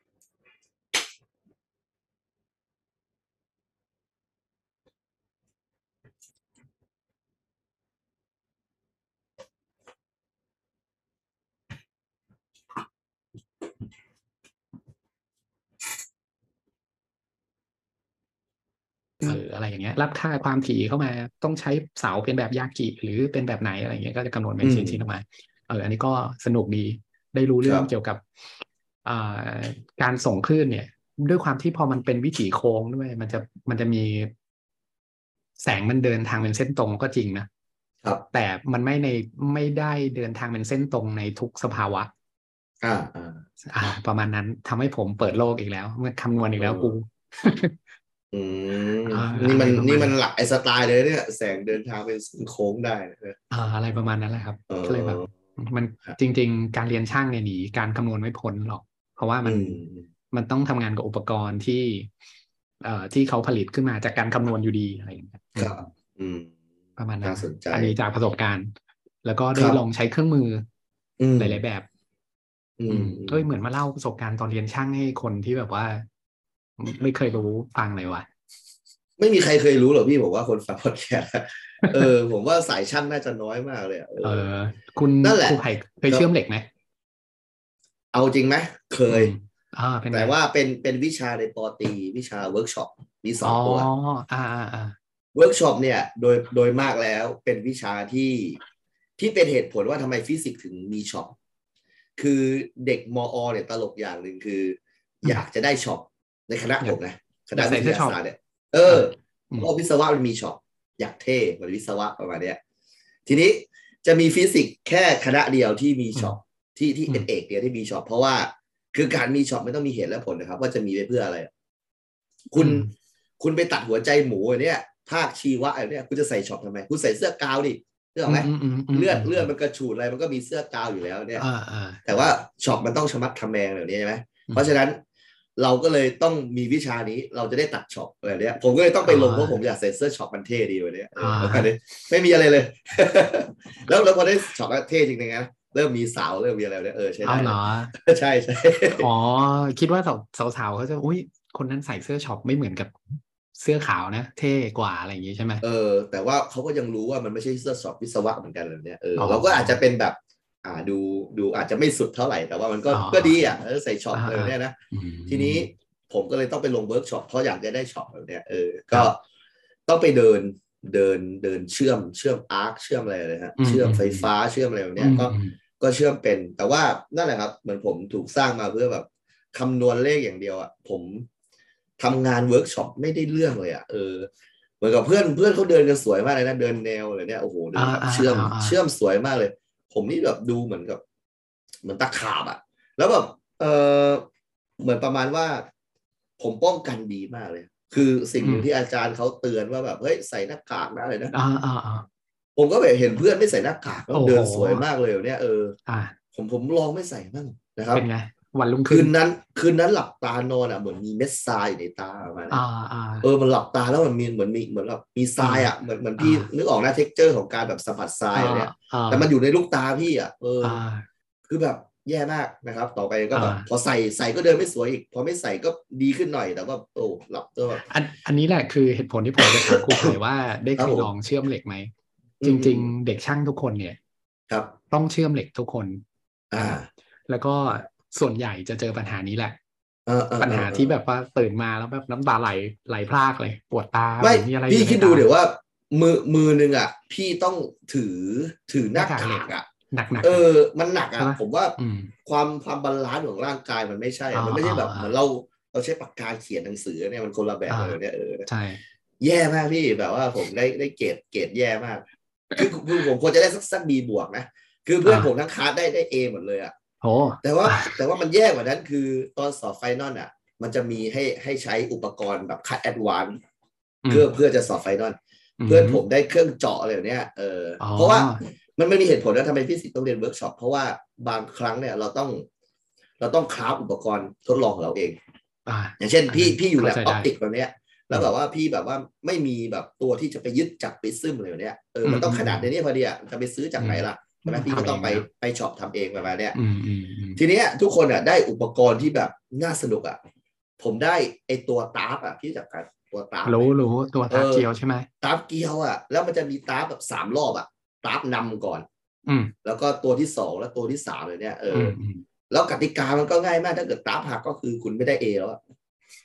เอออะไรอย่างเงี้ยรับค่าความถี่เข้ามาต้องใช้เสาเป็นแบบยากิหรือเป็นแบบไหนอะไรอย่างเงี้ยก็จะกำหนดเป็นชิ้นๆออกมาเอออันนี้ก็สนุกดีได้รู้เรื่องเกี่ยวกับอ่าการส่งคลื่นเนี่ยด้วยความที่พอมันเป็นวิถีโค้งด้วยมันจะมันจะมีแสงมันเดินทางเป็นเส้นตรงก็จริงนะครับแต่มันไม่ในไม่ได้เดินทางเป็นเส้นตรงในทุกสภาวะอ่าอ่าอ่าประมาณนั้นทำให้ผมเปิดโลกอีกแล้วเมื่อคำนวณอีกแล้วกูอืมอ่านี่มันอะไรประมาณนี่มันหลักไอ้สไตล์เลยเนี่ยแสงเดินทางเป็นโค้งได้นะอ่าอะไรประมาณนั้นแหละครับเออก็เลยแบบมันครับจริง ๆ การเรียนช่างเนี่ยหนีการคำนวณไม่พ้นหรอก เพราะว่ามันอืมมันต้องทำงานกับอุปกรณ์ที่เอ่อที่เขาผลิตขึ้นมาจากการคำนวณอยู่ดีอะไรอย่างเงี้ยครับอืมประมาณนั้นน่าสนใจอันนี้จากประสบการณ์ แล้วก็ได้ครับลองใช้เครื่องมืออืมหลาย ๆ แบบอือืมมเอ้ยเหมือนมาเล่าประสบการณ์ตอนเรียนช่างให้คนที่แบบว่า ไม่เคยรู้ฟังเลยว่ะไม่มีใครเคยรู้หรอกพี่ผมว่าคนฟังพอดแคสต์เออ ผมว่าสายช่างน่าจะน้อยมากเลยอะเอเอออ คุณนั่นแหละครูไผ่เคยครับเชื่อมเหล็กไหมเอาจริงไหมเคยอืมอ่าเป็นไงแต่ว่าเป็นเป็นวิชาในปอตรีวิชาเวิร์กช็อปมีสองตัวอ๋ออ่าอ่าอ่าเวิร์กช็อปเนี่ยโดยโดยมากแล้วเป็นวิชาที่ที่เป็นเหตุผลว่าทำไมฟิสิกส์ถึงมีช็อปคือเด็กมอเนี่ยตลกอย่างหนึ่งคืออืมอยากจะได้ช็อปในคณะผมนะคณะอยากใส่วิทเสื้อยาช็อปศาสตร์เนี่ยเอออืมเพราะวิศวะมันมีช็อปอยากเท่เหมือนวิศวะประมาณเนี้ยทีนี้จะมีฟิสิกส์แค่คณะเดียวที่มีช็อปที่ที่เป็นเอกเดียวที่มีช็อปเพราะว่าคือการมีช็อปไม่ต้องมีเหตุและผลนะครับว่าจะมีไปเพื่ออะไร คุณอืมคุณไปตัดหัวใจหมูอันเนี้ยภาคชีวะอันเนี้ยคุณจะใส่ช็อปทำไมคุณใส่เสื้อกาวดิเรื่องไหมอืมอืมอืมเลือดเลือดมันกระฉูดอะไรมันก็มีเสื้อกาวอยู่แล้วเนี่ยอ่าอ่าแต่ว่าช็อปมันต้องชะมัดทำแมงแบบนี้ใช่ไหมอืมเพราะฉะนั้นเราก็เลยต้องมีวิชานี้เราจะได้ตัดช็อปแบบเนี้ยผมก็เลยต้องไปลงอ่าเพราะผมอยากใส่เสื้อช็อปมันเท่ดีวันนี้เอออ่าประมาณนี้ไม่มีอะไรเลย แล้วแล้วพอได้ช็อปแล้วเท่จริงๆนะเริ่มมีสาวเริ่มมีอะไรแบบเนี้ยเออใช่เอาได้เหรอใช่ใช่อ๋อ คิดว่าสาวสาวๆเขาจะอุ้ยคนนั้นใส่เสื้อช็อปไม่เหมือนกับเสื้อขาวนะ เท่กว่าอะไรอย่างงี้ใช่ไหมเออแต่ว่าเขาก็ยังรู้ว่ามันไม่ใช่เสื้อช็อปวิศวะเหมือนกันเลยเนี่ยเอออ๋อเราก็อาจจะเป็นแบบ อ่าดูดูอาจจะไม่สุดเท่าไหร่แต่ว่ามันก็อ๋อก็ดีอ่ะเออใส่ช็อปอ่าอะไรแบบเนี้ยนะอืมทีนี้ผมก็เลยต้องไปลงเวิร์กช็อปเพราะอยากจะได้ช็อปแบบเนี้ยเออครัก็บต้องไปเดินเดินเดินเชื่อมเชื่อมอาร์คเชื่อมอะไรเลยฮะอืมเชื่อมอืมไฟฟ้าเชื่อมอะไรแบบเนี้ยก็อืมก็เชื่อมเป็น แต่ว่านั่นแหละครับเหมือนผมถูกสร้างมาเพื่อแบบคำนวณเลขอย่างเดียวอ่ะผมทำงานเวิร์กช็อปไม่ได้เรื่องเลยอ่ะเออเหมือนกับเพื่อนเพื่อนเขาเดินกันสวยมากเลยนะเดินแนวเลยเนี่ยโอ้โหเดินแบบอ่าเชื่อมอ่าอ่าเชื่อมสวยมากเลย ผมนี่แบบดูเหมือนกับ เหมือนตะขาบอ่ะ แล้วแบบเออเหมือนประมาณว่า ผมป้องกันดีมากเลย คือสิ่งหนึ่งที่อาจารย์เขาเตือนว่าแบบเฮ้ยใส่หน้ากากนะอะไรนะอ่าอ่าอ่าผมก็แบบเห็นเพื่อนไม่ใส่หน้ากากแล้วโอ้โหเดินสวยมากเลยเนี่ยเอออ่าผมผมลองไม่ใส่บ้างนะครับเป็นไง วันรุ่งคืขึ้นนนั้น คืนนั้นหลับตานอนอ่ะเหมือนมีเม็ดทรายอยู่ในตาประมาณนั้นอ่าอ่าเออมันหลับตาแล้วมันมีเหมือนมีเหมือนแบบมีทรายอ่ะเหมือนเหมือนพี่อ่านึนึกออกนะเท็กเจอร์ของการแบบสัมผัสทรายอะไรเนี่ยอ่าแต่มันอยู่ในลูกตาพี่อ่ะเอออ่าคือแบบแย่มากนะครับ ต่อไปก็แบบอ่าพอใส่ใส่ก็เดินไม่สวยอีก พอไม่ใส่ก็ดีขึ้นหน่อยแต่ว่าโอ้หลับก็แบบอันอันนี้แหละคือเหตุผลที่ผมจะถามครูไผ่ว่าได้ครัเคบยผมลองเชื่อมเหล็กไหมอืจมริง ๆ เด็กช่างทุกคนเนี่ยครับต้องเชื่อมเหล็กทุกคนอ่าแล้วก็ส่วนใหญ่จะเจอปัญหานี้แหละเออเออปัญหาเออที่แบบว่าตื่นมาแล้วแบบน้ำตาไหลไหลพรากเลย ปวดตาไม่เหอนมีอะไรอพี่ยู่ในคิดดูตาเดี๋ยวว่ามือมือหนึ่งอ่ะ พี่ต้องถือถือหน้าหน้ากากเหล็กาก กอ่ะหนักหนักเออ มันหนักใช่อ่ะปะผมว่าอืมความความบาลานซ์ของร่างกายมันไม่ใช่อะอ่ามันไม่ใช่แบบอ่าเหมือนเราเราใช้ปากกาเขียนหนังสือเนี่ยมันคนละแบบอ่าเลยเนี่ยเออใช่แย่มากพี่แบบว่าผมได้ได้เกรดเกรดแย่มาก คือคือผมควรจะได้สักสักบีบวกนะ คือเพื่อนอ่าผมทั้งคลาสได้ได้เอหมดเลยอ่ะโหแต่ว่าแต่ว่ามันแย่กว่านั้นคือตอนสอบไฟนอลอ่ะ มันจะมีให้ให้ใช้อุปกรณ์แบบคัดแอดวานซ์อืมเพื่อเพื่อจะสอบไฟนอลอืมเพื่อนผมได้เครื่องเจาะอะไรแบบเนี้ยเออออ๋อเพราะว่ามันไม่มีเหตุผลว่าทำไมฟิสิกส์ต้องเรียนเวิร์กช็อปเพราะว่าบางครั้งเนี่ยเราต้อง เราต้องคราฟอุปกรณ์ทดลองของเราเองอ่าอย่างเช่นพี่อันนั้นพี่อยู่แลบเข้าใจอได้อปติกแบบเนี้ยแล้วแบบว่าพี่แบบว่าไม่มีแบบตัวที่จะไปยึดจับปริซึมอะไรแบบเนี้ยเออมันต้องอืมขนาดในนี้พอดีอ่ะจะไปซื้อจากไหนล่ะใช่ไหมอืมพี่ก็ต้องไปทำเองนะไปช็อปทำเองประมาณเนี้ยอืมอืมอืมทีเนี้ยทุกคนอ่ะได้อุปกรณ์ที่แบบน่าสนุกอ่ะผมได้ไอตัวตาร์ฟอ่ะพี่จับกันตัวตาร์ฟรู้รู้ตัวตาเกียวใช่ไหมตาร์ฟเกียวอ่ะแล้วมันจะมีตาร์ฟแบบสามรอบอ่ะตาร์ฟนำก่อนอืมแล้วก็ตัวที่สองแล้วตัวที่สามเลยเนี่ยเออือมอืมแล้วกติกามันก็ง่ายมากถ้าเกิดตาร์ฟหักก็คือคุณไม่ได้เอแล้วอะ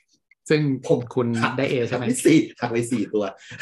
ซึ่งผมคุณได้ A ใช่ไหมหักไปสี่หักไปสี่ตัว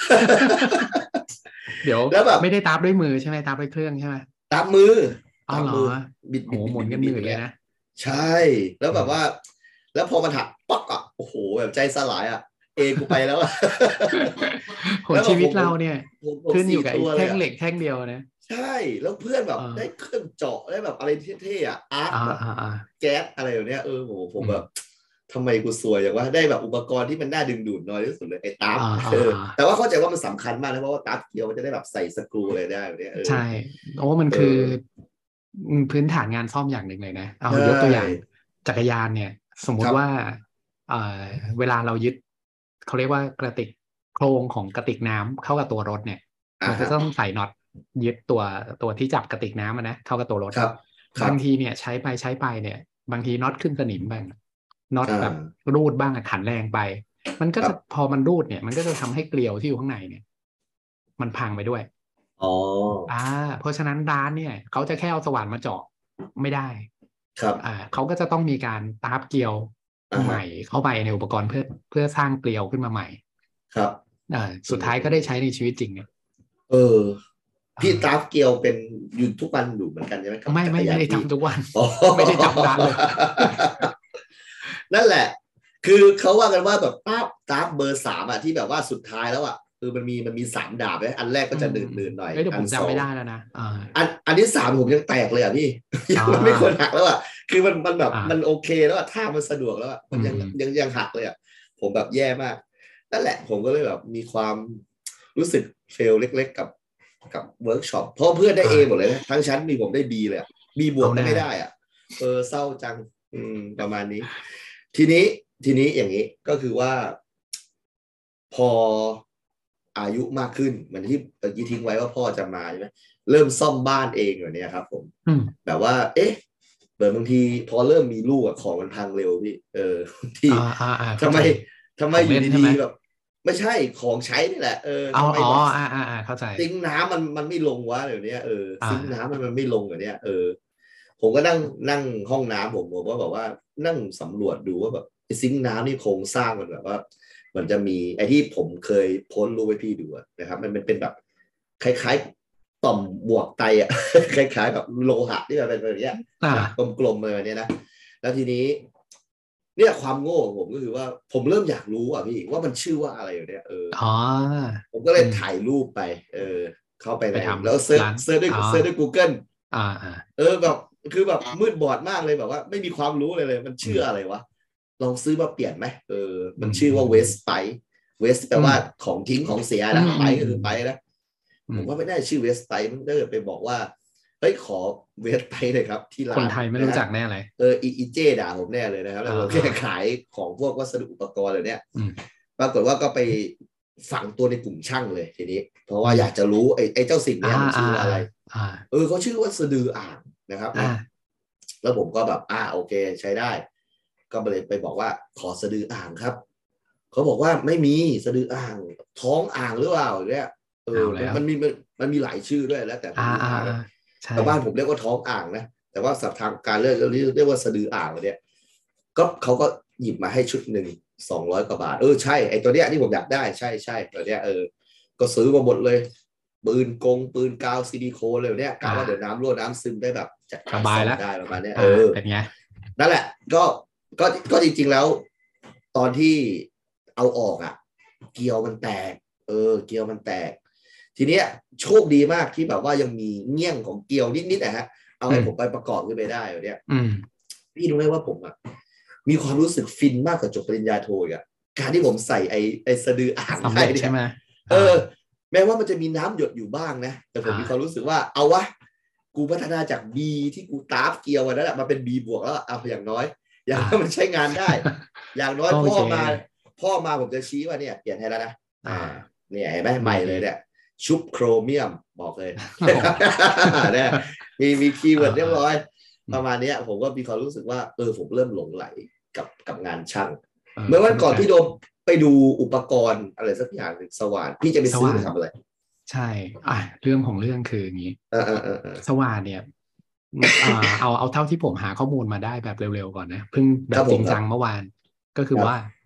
เดี๋ยวแล้วแบบไม่ได้ตาบด้วยมือใช่ไหมตาบด้วยเครื่องใช่ไหมตามมืออ๋อตามเหรมืออบิดโหบิดบิดหมุนกันบิหดนืดเลยนะใช่ แล้วแบบว่า แล้วพอมันหักป๊อกอ่ะโอ้โหแบบใจสลายอ่ะเอกูไปแล้วอ่ะโหแล้วแบบชีวิตผมเราเนี่ยผมผมขึ้นอยู่สี่กับไอ้ตัวเลยแท่งอะเหล็กแท่งเดียวนะใช่ แล้วเพื่อนแบบเออได้เครื่องเจาะได้แบบอะไรเท่ๆอ่ะอาร์ตอ่าแบบอ่าอ่าแก๊สอะไรแบบเนี้ยเออโหผมอืมแบบทำไมกูซวยอย่างว่าได้แบบอุปกรณ์ที่มันน่าดึงดูดน้อยที่สุดเลยไอ้ตาร์ฟอ่าอ่าเอออ่าแต่ว่าเข้าใจว่ามันสำคัญมากนะเพราะว่าตาร์ฟเกียวมันจะได้แบบใส่สกรูอะไรได้แบบเนี้ยเออใช่เพราะว่ามันคือเออพื้นฐานงานซ่อมอย่างหนึ่งเลยนะ เอาใช่ยกตัวอย่างจักรยานเนี่ย สมมุครัติบว่าเอ่อเวลาเรายึดเขาเรียกว่ากระติกโครงของกระติกน้ำเข้ากับตัวรถเนี่ยอ่ามันจะต้องใส่น็อตยึดตัวตัวที่จับกระติกน้ำอะนะเข้ากับตัวรถครับครับบางทีเนี่ยใช้ไปใช้ไปเนี่ย บางทีน็อตขึ้นสนิมบ้างน็อตอ่าแบบรูดบ้างอะขันแรงไป มันก็ครัจะบพอมันรูดเนี่ย มันก็จะทำให้เกลียวที่อยู่ข้างในเนี่ย มันพังไปด้วยอ๋ออ่า เพราะฉะนั้นร้านเนี่ยเขาจะแค่เอาสว่านมาเจาะไม่ได้ครับอ่าเขาก็จะต้องมีการตาบเกลียวอ่าใหม่เข้าไปในอุปกรณ์เพื่อเพื่อสร้างเกลียวขึ้นมาใหม่ครับอ่าสุดท้ายก็ได้ใช้ในชีวิตจริงเนี่ยเออ พี่ตาร์ฟเกียวเป็นอยู่ทุกวันอยู่เหมือนกันใช่ไหมกับไม่จักไม่รยาไม่นได้พี่ทำทุกวันอ๋อไม่ได้ทำนานเลยนั่นแหละ คือเขาว่ากันว่าแบบป้าบตาร์ฟเบอร์สามอ่ะที่แบบว่าสุดท้ายแล้วอ่ะคือมันมีมันมีสามดาบเลยอันแรกก็จะเดินๆหน่อยเอ้ยเดี๋ยวอัผมนสอจำงไม่ได้แล้วนะอ่าอันอันที่สามผมยังแตกเลยอ่ะพี่ ยังมันไม่ควรหักแล้วอ่ะคือมันมันแบบอ่ามัมันโอเคแล้วอ่ะท่ามันสะดวกแล้วอ่ะมันยังอืมยังยังหักเลยอ่ะผมแบบแย่มากนั่นแหละผมก็เลยแบบมีความรู้สึกเฟลเล็กๆกับกับเวิร์กช็อปเพราะเพื่อนได้เอหมดเลยนะทั้งชั้นมีผมได้บีเลยบีบวกก็ไม่ได้อ่ะเออเศร้าจังอืมประมาณนี้ ทีนี้ทีนี้อย่างนี้ก็คือว่า พออายุมากขึ้นเหมือนที่เมื่อกี้ทิ้งไว้ว่าพ่อจะมาใช่ไหมเริ่มซ่อมบ้านเองอย่างเนี้ยครับผมอืมแบบว่า เอ๊ะเปิดบางทีพอเริ่มมีลูกอะของมันพังเร็วพี่เออบางทีอ่าอ่าอ่าทำไมทำไมของอเล่ยู่นใช่ดีไหมๆแบบ ไม่ใช่ของใช้นี่แหละเออเอาทำไมอ๋อแบบอ่าอ่าอ่าเข้าใจซิงค์น้ำมันมันไม่ลงวะเดี๋ยวนี้เอออ่าซิงค์น้ำมันมันไม่ลงเดี๋ยวนี้เออ ผมก็นั่งนั่งห้องน้ำผมผมก็แบบว่านั่งสำรวจดูว่าแบบไอ้ซิงค์น้ำนี่โครงสร้างมันแบบว่า มันจะมีไอ้ที่ผมเคยโพสต์รูปให้พี่ดูอะนะครับมันมันเป็นแบบคล้ายๆต่อมบวกไตอะ คล้ายๆกับโลหะที่มันเป็นแบบเนี้ยอ่านะกลมๆเลยแบบเนี้ยนะแล้วทีนี้ เนี่ยความโง่ของผมก็คือว่าผมเริ่มอยากรู้อ่ะพี่ว่ามันชื่อว่าอะไรอยู่เนี่ยเอออ๋อผมก็เลยอืมถ่ายรูปไป เออ เข้าไปในไปทำแล้วเซิร์ชร้านเซิร์ชด้วยอ๋อเซิร์ชด้วย Google อ่าอ่าเออแบบคือแบบมืดบอดมากเลยแบบว่า ไม่มีความรู้เลยเลย มันชื่ออะไรวะ ลองซื้อมาเปลี่ยนไหมเออ มันชื่อว่า Waste Spice Waste แปลว่าของทิ้งของเสียนะอืมไปก็คือไปนะอืผม มว่าไม่ได้ชื่อ Waste Spice มันเดินไปบอกว่าเฮ้ยขอ Waste Spice เลยครับ ที่ร้านคนไทยไม่รู้จักนะแน่เลยเอออีอีเจด่าผมแน่เลยนะครับแล้วผมอ่าแค่ขายของพวกวัสดุอุปกรณ์เหล่าเนี้ยอืมปรากฏว่าก็ไปฝังตัวในกลุ่มช่างเลยทีนี้ เพราะว่าอยากจะรู้ไอ้ไอ้เจ้าสิ่งเนี้ยมันชื่อว่าอะไรอ่าเออเขาชื่อว่าสะดืออ่างนะครับอ่าแล้วผมก็แบบอ่าโอเคใช้ได้ ก็เลยไปบอกว่าขอสะดืออ่างครับเขาบอกว่าไม่มีสะดืออ่าง ท้องอ่างหรือเปล่าเนี่ยเออเอาแล้วมันมีมันมันมีหลายชื่อด้วยแล้วแต่ผมอ่ารู้อ่ามานะอ่าใช่แต่บ้านผมเรียกว่าท้องอ่างนะแต่ว่าสับทางการเรียกเรียกว่าสะดืออ่างเนี่ยก็เขาก็หยิบมาให้ชุดหนึ่งสองร้อยกว่าบาทเออใช่ไอ้ตัวเนี้ยที่ผมอยากได้ใช่ใช่ตัวเนี้ยเออก็ซื้อมาหมดเลยปืนกงปืนกาวซิลิโคนเลยเนี่ยกะว่าเดี๋ยวน้ำรั่วน้ำซึมได้แบบจัดกาสรบายซ่อมแล้วได้ประมาณเนี้ยอ่าเออเป็นไงนั่นแหละก็ก็ก็จริงๆแล้ว ตอนที่เอาออกอ่ะ เกลียวมันแตก เออ เกลียวมันแตก ทีเนี้ยโชคดีมากที่แบบว่ายังมีเงี้ยงของเกลียวนิดๆนะฮะเอาให้ผมไปประกอบขึ้นไปได้อยู่เนี่ยอืมพี่รู้ไหมว่าผมอ่ะมีความรู้สึกฟินมากกว่าจบปริญญาโทอีกอ่ะการที่ผมใส่ไอ้ไอ้สะดืออ่างสำให้เร็จเนี่ใช่ยไหมเออ แม้ว่ามันจะมีน้ำหยดอยู่บ้างนะ แต่ผมอ่ามีมีความรู้สึกว่าเอาวะกูพัฒนาจาก B ที่กูตาร์ฟเกียววันนั้นแหละมาเป็น B บวกแล้วเอาอย่างน้อย อย่างน้อยมันใช้งานได้ อย่างน้อยโอเคพ่อมา พ่อมาผมจะชี้ว่าเนี่ยเปลี่ยนให้แล้วนะอ่าเนี่ยเห็นไหมใหม่เลยเนี่ย ชุบโครเมียมบอกเลยโอ้เนี่ยมีมีคีย์เวิร์ดเรียบร้อยอืมประมาณเนี้ยผมก็มีความรู้สึกว่าเออผมเริ่มหลงไหลกับกับงานช่างเออเมื่อวันก่อนพี่โดมไปดูอุปกรณ์อะไรสักอย่างหนึ่งสว่านพี่จะไปซื้อไปทำอะไรใช่อ่ะเรื่องของเรื่องคืออย่างนี้เออเออเออเออสว่านเนี่ยอ่าเอาเอาเท่าที่ผมหาข้อมูลมาได้แบบเร็วๆก่อนนะเพิ่งแบครับ บผมจริงจังเมื่อวาน ก็คือครับว่า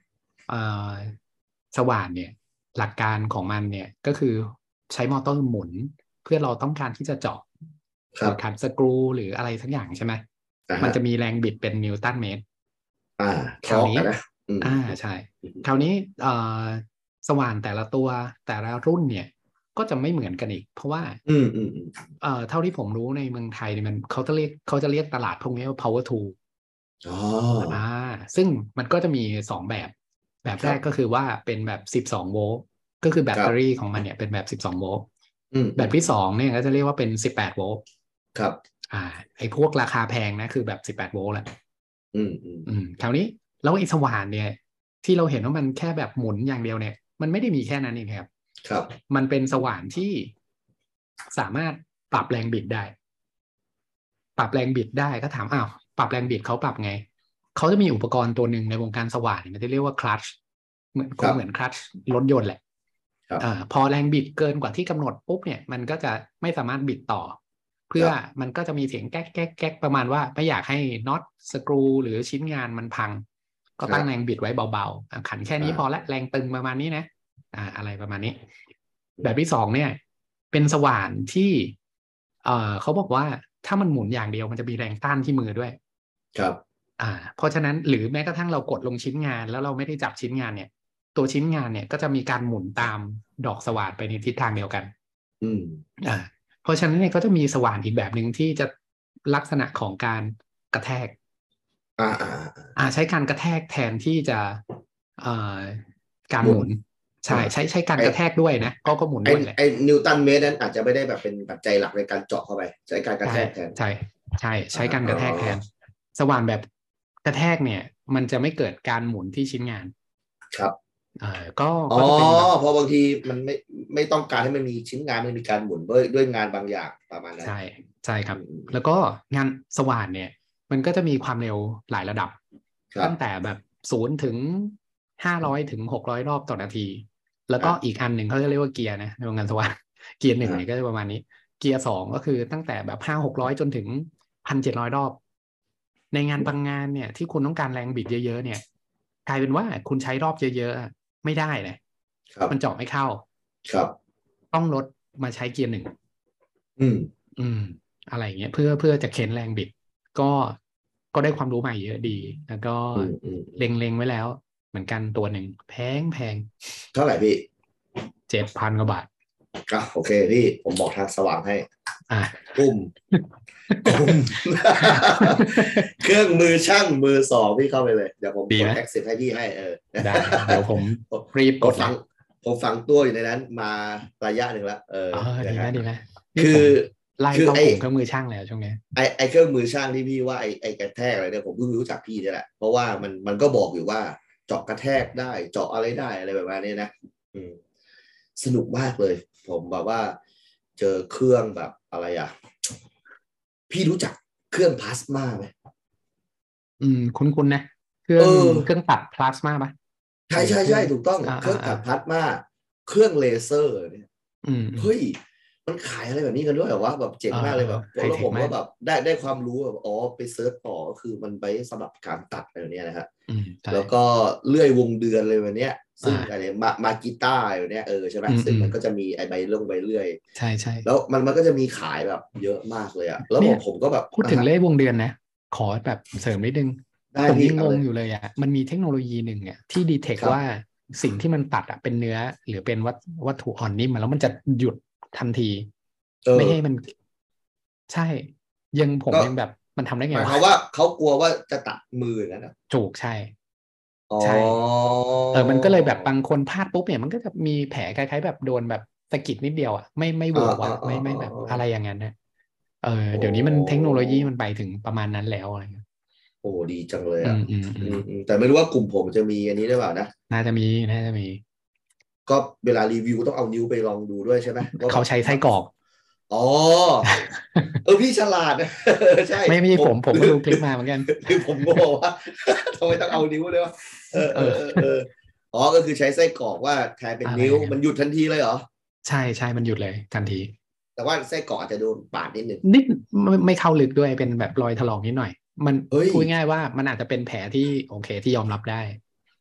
เอ่อสว่านเนี่ยหลักการของมันเนี่ยก็คือใช้มอเตอร์หมุนเพื่อเราต้องการที่จะเจาะหรือขันสกรูหรืออะไรทั้งอย่างใช่ไหมมันจะมีแรงบิดเป็นนิวตันเมตรอ่าคราวนี้นะอ่าใช่คราวนี้เอ่อสว่านแต่ละตัวแต่ละรุ่นเนี่ยก็จะไม่เหมือนกันอีกเพราะว่าอืมอืมเอ่อเท่าที่ผมรู้ในเมืองไทยเนี่ยมันเขาจะเรียกเขาจะเรียกตลาดพวกนี้ว่า power tool อ๋ออ่าซึ่งมันก็จะมีสองแบบแบบแรกก็คือว่าเป็นแบบสิบสองโวลต์ก็คือแบตเตอรี่ของมันเนี่ยเป็นแบบสิบสองโวลต์แบบที่สองเนี่ยก็จะเรียกว่าเป็นสิบแปดโวลต์ครับอ่าไอ้พวกราคาแพงนะคือแบบสิบแปดโวลต์แหละอืมอืมอืมคราวนี้แล้วไอ้สว่านเนี่ยที่เราเห็นว่ามันแค่แบบหมุนอย่างเดียวเนี่ยมันไม่ได้มีแค่นั้นเองครับครับมันเป็นสว่านที่สามารถปรับแรงบิดได้ปรับแรงบิดได้ก็ถามอ้าวปรับแรงบิดเขาปรับไงเขาจะมีอุปกรณ์ตัวหนึ่งในวงการสว่านมันจะเรียกว่าคลัตช์เหมือนเหมือนคลัตช์รถยนต์แหละอ่าพอแรงบิดเกินกว่าที่กำหนดปุ๊บเนี่ยมันก็จะไม่สามารถบิดต่อเพื่อมันก็จะมีเสียงแก๊กแก๊กแก๊กประมาณว่าไม่อยากให้น็อตสกรูหรือชิ้นงานมันพังก็ตั้งแรงบิดไว้เบาๆขันแค่นี้พอละแรงตึงประมาณนี้นะอ่าอะไรประมาณนี้แบบที่สองเนี่ยเป็นสว่านที่เอ่อเขาบอกว่าถ้ามันหมุนอย่างเดียวมันจะมีแรงต้านที่มือด้วยครับอ่าเพราะฉะนั้นหรือแม้กระทั่งเรากดลงชิ้นงานแล้วเราไม่ได้จับชิ้นงานเนี่ยตัวชิ้นงานเนี่ยก็จะมีการหมุนตามดอกสว่านไปในทิศทางเดียวกันอืมอ่าเพราะฉะนั้นเนี่ยก็จะมีสว่านอีกแบบหนึ่งที่จะลักษณะของการกระแทกอ่าอ่าอ่าใช้การกระแทกแทนที่จะเอ่อการหมุนใช่ใช้ใช้การกระแทกด้วยนะก็ก็หมุนด้วยแหละไอ้นิวตันเมตรนั้นอาจจะไม่ได้แบบเป็นปัจจัยหลักในการเจาะเข้าไปใช้การกระแทกแทนใช่ใช่ใช้การกระแทกแทนสว่านแบบกระแทกเนี่ยมันจะไม่เกิดการหมุนที่ชิ้นงานครับเออก็อ๋อเพราะบางทีมันไม่ไม่ต้องการให้มันมีชิ้นงานมันมีการหมุนด้วยด้วยงานบางอย่างประมาณนั้นใช่ใช่ครับแล้วก็งานสว่านเนี่ยมันก็จะมีความเร็วหลายระดับตั้งแต่แบบศูนย์ถึงห้าร้อยถึงหกร้อยรอบต่อนาทีแล้วก็อีกอันหนึ่งเขาจะเรียกว่าเกียร์นะในวงการสว่านเกียร์หนึ่งเนี่ยก็จะประมาณนี้เกียร์สองก็คือตั้งแต่แบบห้าหกร้อยจนถึงพันเจ็ดร้อยรอบในงานบางงานเนี่ยที่คุณต้องการแรงบิดเยอะๆเนี่ยกลายเป็นว่าคุณใช้รอบเยอะๆไม่ได้เลยมันเจาะไม่เข้าครับต้องลดมาใช้เกียร์หนึ่งอืมอืมอะไรอย่างเงี้ยเพื่อเพื่อจะเค้นแรงบิดก็ก็ได้ความรู้ใหม่เยอะดีแล้วก็เล็งๆไว้แล้วเหมือนกันตัวหนึ่งแพงแพงเท่าไหร่พี่เจ็ดพันกว่าบาทอ่ะโอเคพี่ผมบอกทางสว่างให้อ่ะกุ้มกุ้มเครื่องมือช่างมือสองพี่เข้าไปเลยเดี๋ยวผมกดแอคเซปต์ให้พี่ให้เออได้เดี๋ยวผมรีบกดฟังผมฟังตัวอยู่ในนั้นมาระยะหนึ่งแล้วเออดีไหมดีไหมคือไล่เข้ากลุ่มเครื่องมือช่างแล้วช่วงนี้ไอไอเครื่องมือช่างที่พี่ว่าไอไอกระแทกอะไรเนี่ยผมเพิ่งรู้จักพี่นี่แหละเพราะว่ามันมันก็บอกอยู่ว่าเจาะกระแทกได้เจาะอะไรได้อะไรแบบนี้นะอืมสนุกมากเลยผมแบบว่าเจอเครื่องแบบอะไรอ่ะพี่รู้จักเครื่องพลาสมาไหมอืมคุ้นๆนะเครื่องเครื่องตัดพลาสมาปะใช่ใช่ใช่ถูกต้องเครื่องตัดพลาสมาเครื่องเลเซอร์เนี่ยเฮ้ยมันขายอะไรแบบนี้กันด้วยเหรอวะแบบเจ๋งมากเลยแบบแล้วผมก็แบบได้ได้ความรู้แบบอ๋อไปเซิร์ชต่อก็คือมันไปสำหรับการตัดอะไรแบบนี้นะฮะแล้วก็เลื่อยวงเดือนเลยแบบเนี้ยซึ่งอะไรมามากีต้าอยู่เนี้ยเออใช่ไหมซึ่งมันก็จะมีไอใบเรื่องใบเลื่อยใช่ใช่แล้วมันมันก็จะมีขายแบบเยอะมากเลยอะแล้วผมผมก็แบบพูดถึงเลขวงเดือนนะขอแบบเสริมนิดนึงผมยังงงอยู่เลยอะมันมีเทคโนโลยีหนึ่งอะที่ดีเทคว่าสิ่งที่มันตัดอะเป็นเนื้อหรือเป็นวัตวัตถุอ่อนนิ่มแล้วมันจะหยุดทันทีไม่ให้มันใช่ยังผมยังแบบมันทำได้ไงวะเพราะว่าเขากลัวว่าจะตัดมือนะนะถูกใช่ใช่เออมันก็เลยแบบบางคนพลาดปุ๊บเนี่ยมันก็จะมีแผลคล้ายๆแบบโดนแบบสะกิดนิดเดียวอ่ะไม่ไม่เวอร์วะไม่ไม่แบบอะไรอย่างนั้นนะเออเดี๋ยวนี้มันเทคโนโลยีมันไปถึงประมาณนั้นแล้วอะไรเงี้ยโอ้ดีจังเลยอ่ะแต่ไม่รู้ว่ากลุ่มผมจะมีอันนี้หรือเปล่านะน่าจะมีน่าจะมีก็เวลารีวิวต้องเอานิ้วไปลองดูด้วยใช่ไหมเขาใช้ไส้กรอกอ๋อเออพี่ฉลาดนะใช่ไม่ไม่ผมผมก็ดูคลิปมาเหมือนกันคือผมบอกว่าทำไมต้องเอานิ้วด้วยวะเออเออเอออ๋อก็คือใช้ไส้กรอกว่าแทนเป็นนิ้วมันหยุดทันทีเลยเหรอใช่ใช่มันหยุดเลยทันทีแต่ว่าไส้กรอกจะโดนปาดนิดนึงนิดไม่ไม่เข้าลึกด้วยเป็นแบบรอยถลอกนิดหน่อยมันพูดง่ายว่ามันอาจจะเป็นแผลที่โอเคที่ยอมรับได้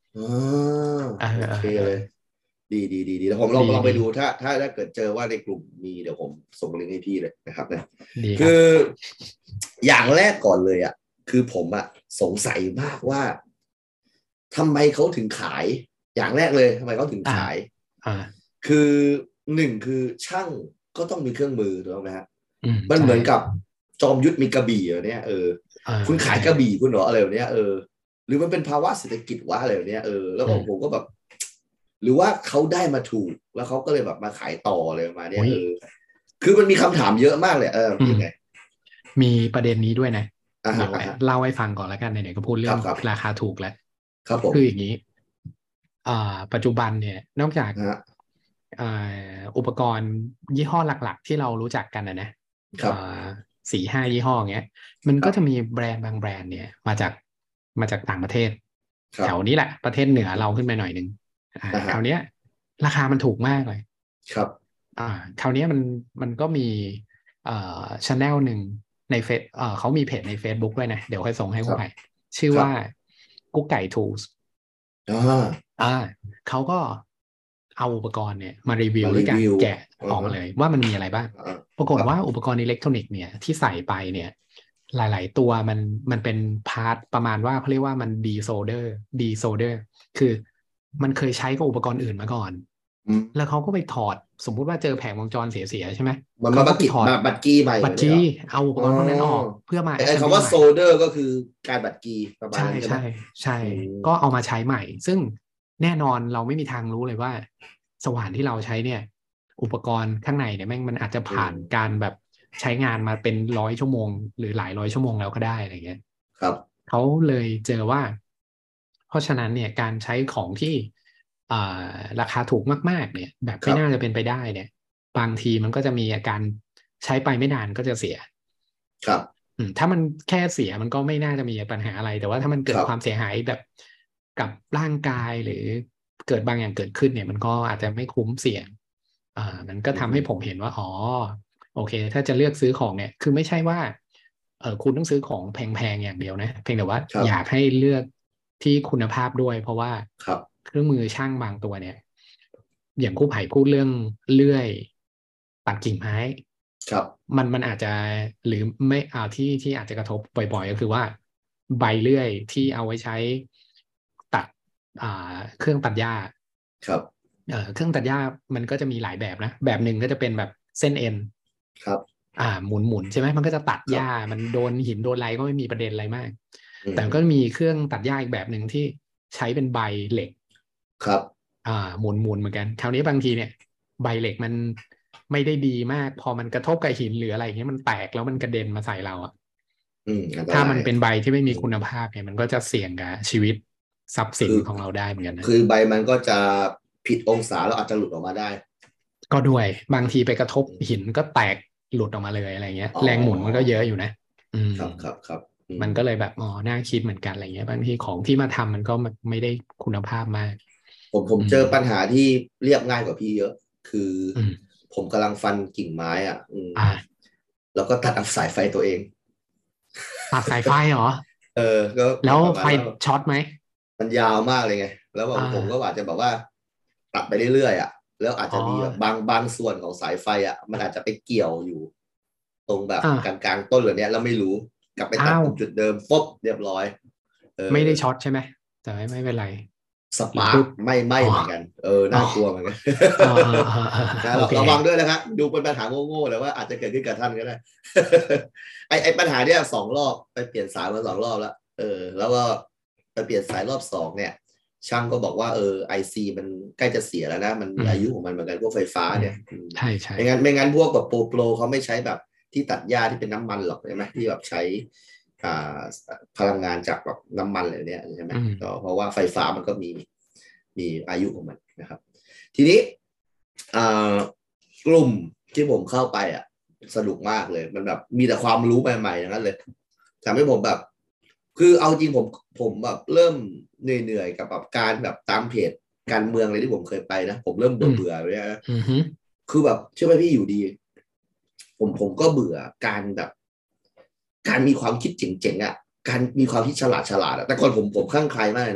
อ๋อเออโอเคเออเลย ดีดีดีดีแล้วผมลองดีลองไปดีดูถ้าถ้าถ้าเกิดเจอว่าในกลุ่มมีเดี๋ยวผมส่งลิงก์ให้พี่เลยนะครับนะดีคคืรับออย่างแรกก่อนเลยอ่ะคือผมอ่ะสงสัยมากว่าทำไมเขาถึงขาย อย่างแรกเลยทำไมเขาถึงขายอ่าคือหนึ่งคือช่างก็ต้องมีเครื่องมือถูกไหมฮะอืมมันเหมือนใช่กับจอมยุทธมีกระบี่เหรอเนี่ยเอออ่าคุณขายกระบี่คุณเหรออะไรแบบเนี้ยเออหรือมันเป็นภาวะเศรษฐกิจวะอะไรแบบเนี้ยเออแล้วก็อืมผมก็แบบ หรือว่าเขาได้มาถูกแล้วเขาก็เลยแบบมาขายต่ออะไรประมาณเนี้ยอุ๊ยเออคือมันมีคำถามเยอะมากเลยเอออืมยังไงมีประเด็นนี้ด้วยนะอ่าฮะเดี๋ยวอ่าฮะเล่าให้ฟังก่อนแล้วกันไหนๆก็พูดเรื่องครับราคาถูกแล้วครับผมคืออย่างนี้ อ่า ปัจจุบันเนี่ย นอกจากฮะอ่าอุปกรณ์ยี่ห้อหลักๆ ที่เรารู้จักกันนะนะครับ อ่าสี่ห้ายี่ห้อเงี้ย มันครัก็บจะมีแบรนด์บางแบรนด์เนี่ย มาจากมาจากต่างประเทศครับแถวนี้แหละ ประเทศเหนือเราขึ้นไปหน่อยนึงอ่าอ่าฮะคราวเนี้ย ราคามันถูกมากเลยครับอ่า คราวเนี้ยมันมันก็มีเอ่อชาแนลหนึ่งในเฟซเอ่อเขามีเพจใน Facebook ด้วยนะ เดี๋ยวค่อยส่งให้คคุรัณบไผ่ชื่อครับว่ากุ๊กไก่ทูสอ่าอ่าเขาก็เอาอุปกรณ์เนี่ยมารีวิวมาด้วยการรีวิวแกะอ่าออกมาเลยว่ามันมีอะไรบ้างอ่าปรากฏครับว่าอุปกรณ์อิเล็กทรอนิกส์เนี่ยที่ใส่ไปเนี่ยหลาย ๆ ตัวมันมันเป็นพาร์ทประมาณว่าเขาเรียกว่ามันดีโซเดอร์ดีโซเดอร์คือมันเคยใช้กับอุปกรณ์อื่นมาก่อนอืมแล้วเขาก็ไปถอดสมมุติว่าเจอแผงวงจรเสีย ๆ ใช่ไหมมันเขามาก็บัตไปรกี้ถอดมาบัตรกี้ใหม่บัตรเลยกี้เหรอเอาอุปกรณ์พวกนั้นออกเพื่อมาไอ้ไอ้ assembly คำว่าใหม่โซเดอร์ก็คือการบัตรกี้ประมาณใช่นั้นใช่ไหมใช่ใช่อืมก็เอามาใช้ใหม่ ซึ่งแน่นอนเราไม่มีทางรู้เลยว่า สว่านที่เราใช้เนี่ย อุปกรณ์ข้างในเนี่ยแม่งมันอาจจะผ่านการแบบใช้งานมาเป็นร้อยชั่วโมง หรือหลายร้อยชั่วโมงแล้วก็ได้อะไรเงี้ยครับเขาเลยเจอว่า เพราะฉะนั้นเนี่ยการใช้ของที่อ่าราคาถูกมากๆเนี่ย แบบคไม่รับน่าจะเป็นไปได้เนี่ย บางทีมันก็จะมีอาการใช้ไปไม่นานก็จะเสียครับอืมถ้ามันแค่เสียมันก็ไม่น่าจะมีปัญหาอะไร แต่ว่าถ้ามันเกิคดรับความเสียหายแบบกับร่างกายหรือเกิดบางอย่างเกิดขึ้นเนี่ย มันก็อาจจะไม่คุ้มเสี่ยงอ่ามันก็ทำให้ผมเห็นว่าอ๋อโอเค ถ้าจะเลือกซื้อของเนี่ยคือไม่ใช่ว่าเออคุณต้องซื้อของแพงๆอย่างเดียวนะเพียงแต่ว่าครับอยากให้เลือกที่คุณภาพด้วย เพราะว่าครับเครื่องมือช่างบางตัวเนี่ย อย่างครูไผ่พูดเรื่องเลื่อยตัดกิ่งไม้ครับมันมันอาจจะหรือไม่อ่าที่ที่อาจจะกระทบบ่อยๆก็คือว่าใบเลื่อยที่เอาไว้ใช้ตัดอ่าเครื่องตัดหญ้าครับเอ่อเครื่องตัดหญ้ามันก็จะมีหลายแบบนะแบบหนึ่งก็จะเป็นแบบเส้นเอ็นครับอ่าหมุนหมุนใช่ไหมมันก็จะตัดครับหญ้ามันโดนหินโดนอะไรก็ไม่มีประเด็นอะไรมากอืมแต่ก็มีเครื่องตัดหญ้าอีกแบบหนึ่งที่ใช้เป็นใบเหล็กครับอ่าหมุนหมุนเหมือนกันคราวนี้บางทีเนี่ยใบเหล็กมันไม่ได้ดีมากพอมันกระทบกับหินหรืออะไรอย่างเงี้ยมันแตกแล้วมันกระเด็นมาใส่เราอะอืมอันตรายถ้ามันเป็นใบที่ไม่มีคุณภาพเนี่ยมันก็จะเสี่ยงกับชีวิตทรัพย์สินของเราได้เหมือนกันนะคือใบมันก็จะผิดองศาแล้วอาจจะหลุดออกมาได้ก็ด้วยบางทีไปกระทบหินก็แตกหลุดออกมาเลยอะไรเงี้ยอ๋อแรงหมุนมันก็เยอะอยู่นะอืมครับครับครับอืมันก็เลยแบบอ๋อน่าคิดเหมือนกันอะไรเงี้ยบางทีของที่มาทำมันก็ไม่ได้คุณภาพมากผมผมอืมเจอปัญหาที่เรียบง่ายกว่าพี่เยอะ คืออมผมกำลังฟันกิ่งไม้อ่ะอืมอ่าแล้วก็ตัดเอาสายไฟตัวเองตัดสายไฟเหรอเออก็แล้วประมาณไฟว่าช็อตไหมมันยาวมากเลยไง แล้วแบบอ่าผมก็อาจจะแบบว่าตัดไปเรื่อยๆอ่ะ แล้วอาจจะมีอ๋อแบบบางบางส่วนของสายไฟอ่ะ มันอาจจะไปเกี่ยวอยู่ ตรงแบบอ่ากลางกลางๆต้นเหล่านี้แล้วไม่รู้กลับไปตัดอ้าวตรงจุดเดิมฟบเรียบร้อยเออไม่ได้ช็อตใช่ไหมแต่ไม่ไม่เป็นไรสปาหรืร์อก ปุ๊บไม่ไหม้อ๋อเหมือนกัน เออน่ากลัวเหมือนกันอ่าอ่าอ่าอ่านะโอเราเคระวังด้วยนะครับดูเป็นปัญหาโง่ๆเลยว่าอาจจะเกิดขึ้นกับท่านก็ได้ ไอไอปัญหาเนี้ยสองรอบไปเปลี่ยนสายมาสองรอบแล้วเออแล้วก็ไปเปลี่ยนสายรอบสองเนี่ย ช่างก็บอกว่าเออไอซีมันใกล้จะเสียแล้วนะมันมีอืมอายุของมันเหมือนกันพวกไฟฟ้าเนี่ยอืมใช่ใช่ไม่งั้นไม่งั้นพวกแบบโปรโปรเขาไม่ใช้แบบที่ตัดหญ้าที่เป็นน้ำมันหรอกใช่ไหมที่แบบใช้อ่าพลังงานจากแบบน้ำมันอะไรเนี่ยใช่ไหมอืมก็เพราะว่าไฟฟ้ามันก็มีมีอายุของมันนะครับ ทีนี้อ่ากลุ่มที่ผมเข้าไปอ่ะสนุกมากเลยมันแบบมีแต่ความรู้ใหม่ๆอย่างนั้นเลยทำให้ผมแบบ คือเอาจริงผมผมแบบเริ่มเหนื่อยๆกับแบบการแบบตามเพจการเมืองอะไรที่ผมเคยไปนะผมเริ่มเบื่อเบื่อเลยนะอือฮึคือแบบเชื่อไหมพี่อยู่ดี ผมผมก็เบื่อการแบบ การมีความคิดเจ๋งๆอ่ะการมีความคิดฉลาดฉลาดอ่ะแต่ก่อนผมผมคลั่งไคล้มากเลยนะ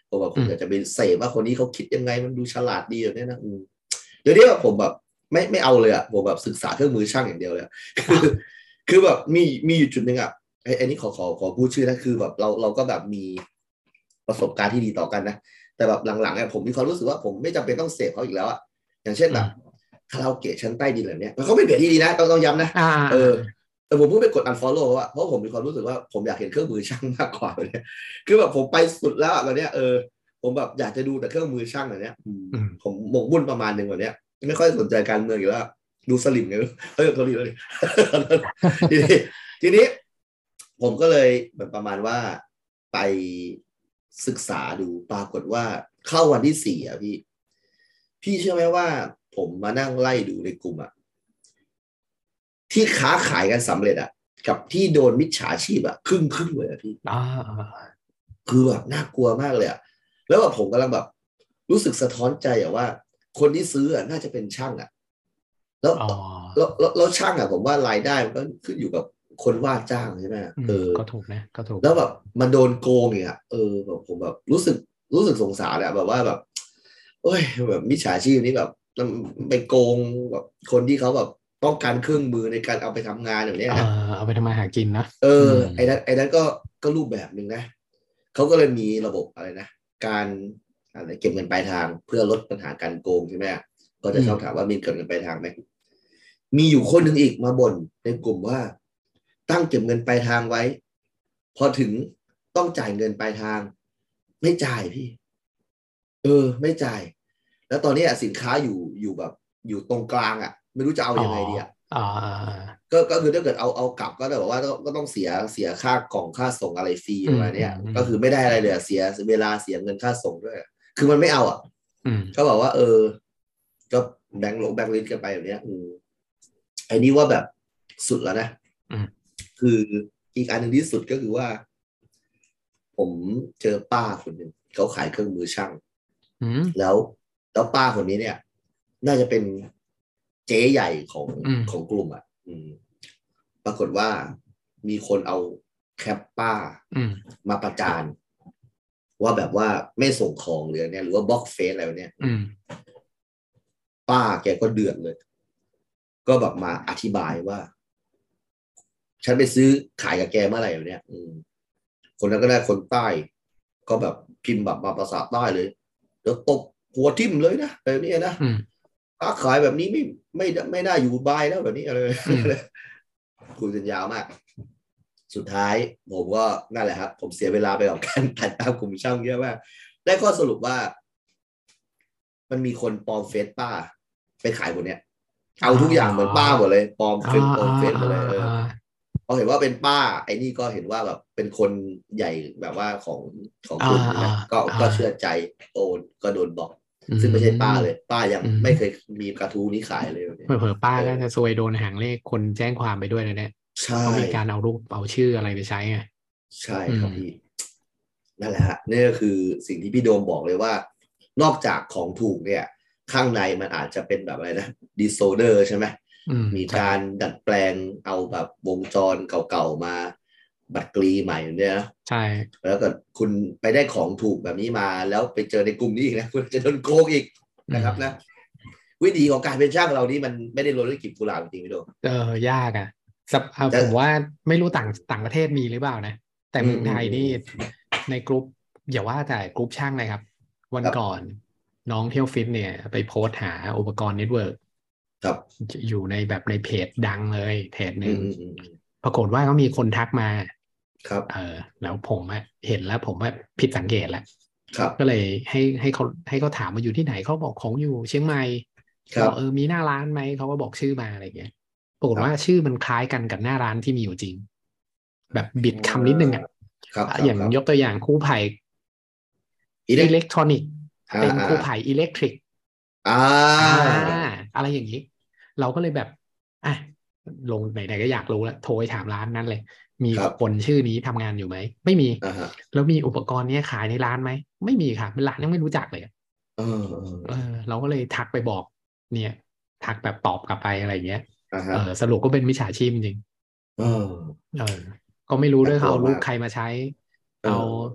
ผมแบบผมอืมอยากจะไปเสพว่าคนนี้เขาคิดยังไงมันดูฉลาดดีแบบเนี้ยนะอืมเดี๋ยวนี้แบบผมแบบไม่ไม่เอาเลยอ่ะผมแบบศึกษาเครื่องมือช่างอย่างเดียวเลยอะคือคือแบบมีมีอยู่จุดหนึ่งอ่ะไอ้ไอ้นี่ขอขอขอพูดชื่อนะคือแบบเราเราก็แบบมีประสบการณ์ที่ดีต่อกันนะแต่แบบหลังๆเนี่ยผมมีความรู้สึกว่าผมไม่จำเป็นต้องเสพเขาอีกแล้วอ่ะอย่างเช่นแบบคาราโอเกะชั้นใต้ดินแบบเนี้ยมันก็เป็นเพจที่ดีนะต้องต้องย้ำนะอ่าเออแต่ผมเพิ่งไปกด unfollow เพราะว่าเพราะผมมีความรู้สึกว่าผมอยากเห็นเครื่องมือช่างมากกว่าแบบเนี้ยคือแบบผมไปสุดแล้วอะแบบเนี้ยเออผมแบบอยากจะดูแต่เครื่องมือช่างแบบเนี้ยอืมอืมผมหมกมุ่นประมาณหนึ่งแบบเนี้ยไม่ค่อยสนใจการเมืองอยู่แล้วดูสลิมไงเออเขาดีเลยทีนี้ทีนี้ ผมก็เลยเหมือนประมาณว่าไปศึกษาดูปรากฏว่าเข้าวันที่สี่อ่ะพี่ พี่เชื่อไหมว่าผมมานั่งไล่ดูในกลุ่มอ่ะที่ค้าขายกันสำเร็จอ่ะกับที่โดนมิจฉาชีพอ่ะครึ่งครึ่งเลยอ่ะพี่อ่าคือแบบน่ากลัวมากเลยอ่ะแล้วแบบผมกำลังแบบรู้สึกสะท้อนใจอ่ะว่า คนที่ซื้ออ่ะน่าจะเป็นช่างอ่ะแล้วอ๋อแล้วแล้วแล้วช่างอ่ะผมว่ารายได้มันก็ขึ้นอยู่กับคนว่าจ้างใช่ไหมอืมเออก็ถูกนะก็ถูกแล้วแบบมันโดนโกงอย่างเงี้ยเออแบบผมแบบรู้สึกรู้สึกสงสารอะแบบว่าแบบเอ้ยแบบมิจฉาชีพนี้แบบมันไปโกงแบบคนที่เขาแบบต้องการเครื่องมือในการเอาไปทำงานแบบเนี้ยเอนะอเอาไปทำมาหากินนะเออมไอ้นั้นไอ้นั้นก็ก็รูปแบบหนึ่งนะเขาก็เลยมีระบบอะไรนะการอะไรเก็บเงินปลายทางเพื่อลดปัญหาการโกงใช่ไหมก็จะชอบถามว่ามีเก็บเงินปลายทางไหมมีอยู่คนหนึ่งอีกมาบ่นในกลุ่มว่าตั้งเก็บเงินปลายทางไว้พอถึงต้องจ่ายเงินปลายทางไม่จ่ายพี่ เออ ไม่จ่าย แล้วตอนนี้สินค้าอยู่อยู่แบบอยู่ตรงกลางอ่ะ ไม่รู้จะเอายังไงดีอ่ะอ๋อก็ก็คือถ้าเกิดเอาเอากลับก็ได้บอกว่าก็ก็ต้องเสียเสียค่ากล่องค่าส่งอะไรฟรีประมาณเนี้ยก็คือไม่ได้อะไรเลยเสียเวลาเสียเงินค่าส่งด้วยคือมันไม่เอาอ่ะอืมก็บอกว่า เออ ก็แบงค์ลงแบงค์ลิสต์กันไปแบบเนี้ยอืมไอ้นี่ว่าแบบสุดแล้วนะอืมคืออีกอันหนึ่งที่สุดก็คือว่า ผมเจอป้าคนหนึ่งเขาขายเครื่องมือช่างอืมแล้วแล้วป้าคนนี้เนี่ย น่าจะเป็นเจ๊ใหญ่ของอืมของกลุ่มอ่ะ อืม ปรากฏว่ามีคนเอาแคปป้าอืมมาประจานว่าแบบว่าไม่ส่งของหรือเนี่ยหรือว่าบล็อกเฟซอะไรเนี่ยอืมป้าแกก็เดือดเลย ก็แบบมาอธิบายว่า ฉันไปซื้อขายกับแกเมื่อไหร่เนี่ยอืมคนนั้นก็ได้คนใต้ ก็แบบพิมพ์แบบมาภาษาใต้เลยเดี๋ยวตบหัวทิ่มเลยนะแบบนี้นะอืมค้าขายแบบนี้ไม่ไม่ไม่น่าอยู่บายแล้วแบบนี้อะไรอืมคุยกันยาวมาก สุดท้ายผมก็นั่นแหละครับ ผมเสียเวลาไปกับการติดตามกลุ่มช่างเยอะมากได้ข้อสรุปว่า มันมีคนปลอมเฟซป้า ไปขายบนเนี้ย เอาทุกอย่างเหมือนป้าหมดเลยปลอมเฟซปลอมเฟซหมดเลยเออพอเห็นว่าเป็นป้า ไอ้นี่ก็เห็นว่าแบบเป็นคนใหญ่แบบว่าของของกลุ่มใช่ไหมก็ก็เชื่อใจโอนก็โดนบอก ซึ่งไม่ใช่ป้าเลย ป้ายังไม่เคยมีกระทู้นี้ขายเลยเผลอๆป้าก็จะซวยโดนหางเลขคนแจ้งความไปด้วยนะเนี่ยใช่เขามีการเอารูปเอาชื่ออะไรไปใช้ไงใช่ครับพี่ นั่นแหละฮะนี่ก็คือสิ่งที่พี่โดมบอกเลยว่า นอกจากของถูกเนี่ย ข้างในมันอาจจะเป็นแบบอะไรนะดีโซเดอร์ใช่ไหมอืมมีใช่การดัดแปลงเอาแบบวงจรเก่าๆมา บัตรกรีใหม่เนี่ยนะใช่แล้วก็คุณไปได้ของถูกแบบนี้มา แล้วไปเจอในกลุ่มนี้อีกนะคุณจะโดนโกงอีกนะครับนะ วิธีของการเป็นช่างเรานี่มันไม่ได้โรยด้วยกลีบกุหลาบจริงๆพี่โดมเออยากอ่ะสับอ่ะจะผมว่าไม่รู้ต่างต่างประเทศมีหรือเปล่านะ แต่เมืองไทยอืมนี่ในกลุ่มอย่าว่าแต่กลุ่มช่างเลยครับ วันครับก่อนน้องเที่ยวฟิตเนี่ย ไปโพสต์หาอุปกรณ์เน็ตเวิร์กครับอยู่ในแบบในเพจดังเลยเพจหอืนึ่งมอืมอืมปรากฏว่าก็มีคนทักมาครับเออแล้วผมอะเห็นแล้วผมว่าผิดสังเกตแล้วครับก็เลยให้ให้เขาให้เขาถามมาอยู่ที่ไหนเขาบอกของอยู่เชียงใหม่ครับบอกเออมีหน้าร้านไหมเขาก็บอกชื่อมาอะไรอย่างเงี้ยปรากฏครับว่าชื่อมันคล้ายกันกับหน้าร้านที่มีอยู่จริง แบบบิดคำนิดนึงอ่ะครับครับอย่างครับยกตัวอย่างคู่ไผ่อิอิเล็เล็กกทรอนิกอ่าเป็นอ่าคู่ไผ่อิเล็กทริกอ่าอ่าอะไรอย่างนี้ เราก็เลยแบบอ่ะลงไหนๆก็อยากรู้แล้วโทรไปถามร้านนั้นเลย มีครับคนชื่อนี้ทำงานอยู่ไหมไม่มีอ่าฮะแล้วมีอุปกรณ์เนี้ยขายในร้านไหมไม่มีค่ะร้านยังไม่รู้จักเลยเออเออเออเราก็เลยทักไปบอก เนี่ย ทักแบบตอบกลับไปอะไรเงี้ยอ่าเอฮะอสรุปก็เป็นมิจฉาชีพจริงเออเออก็ไม่รู้ด้วยน่ากลัวเขาเอารูปมากใครมาใช้เออเอา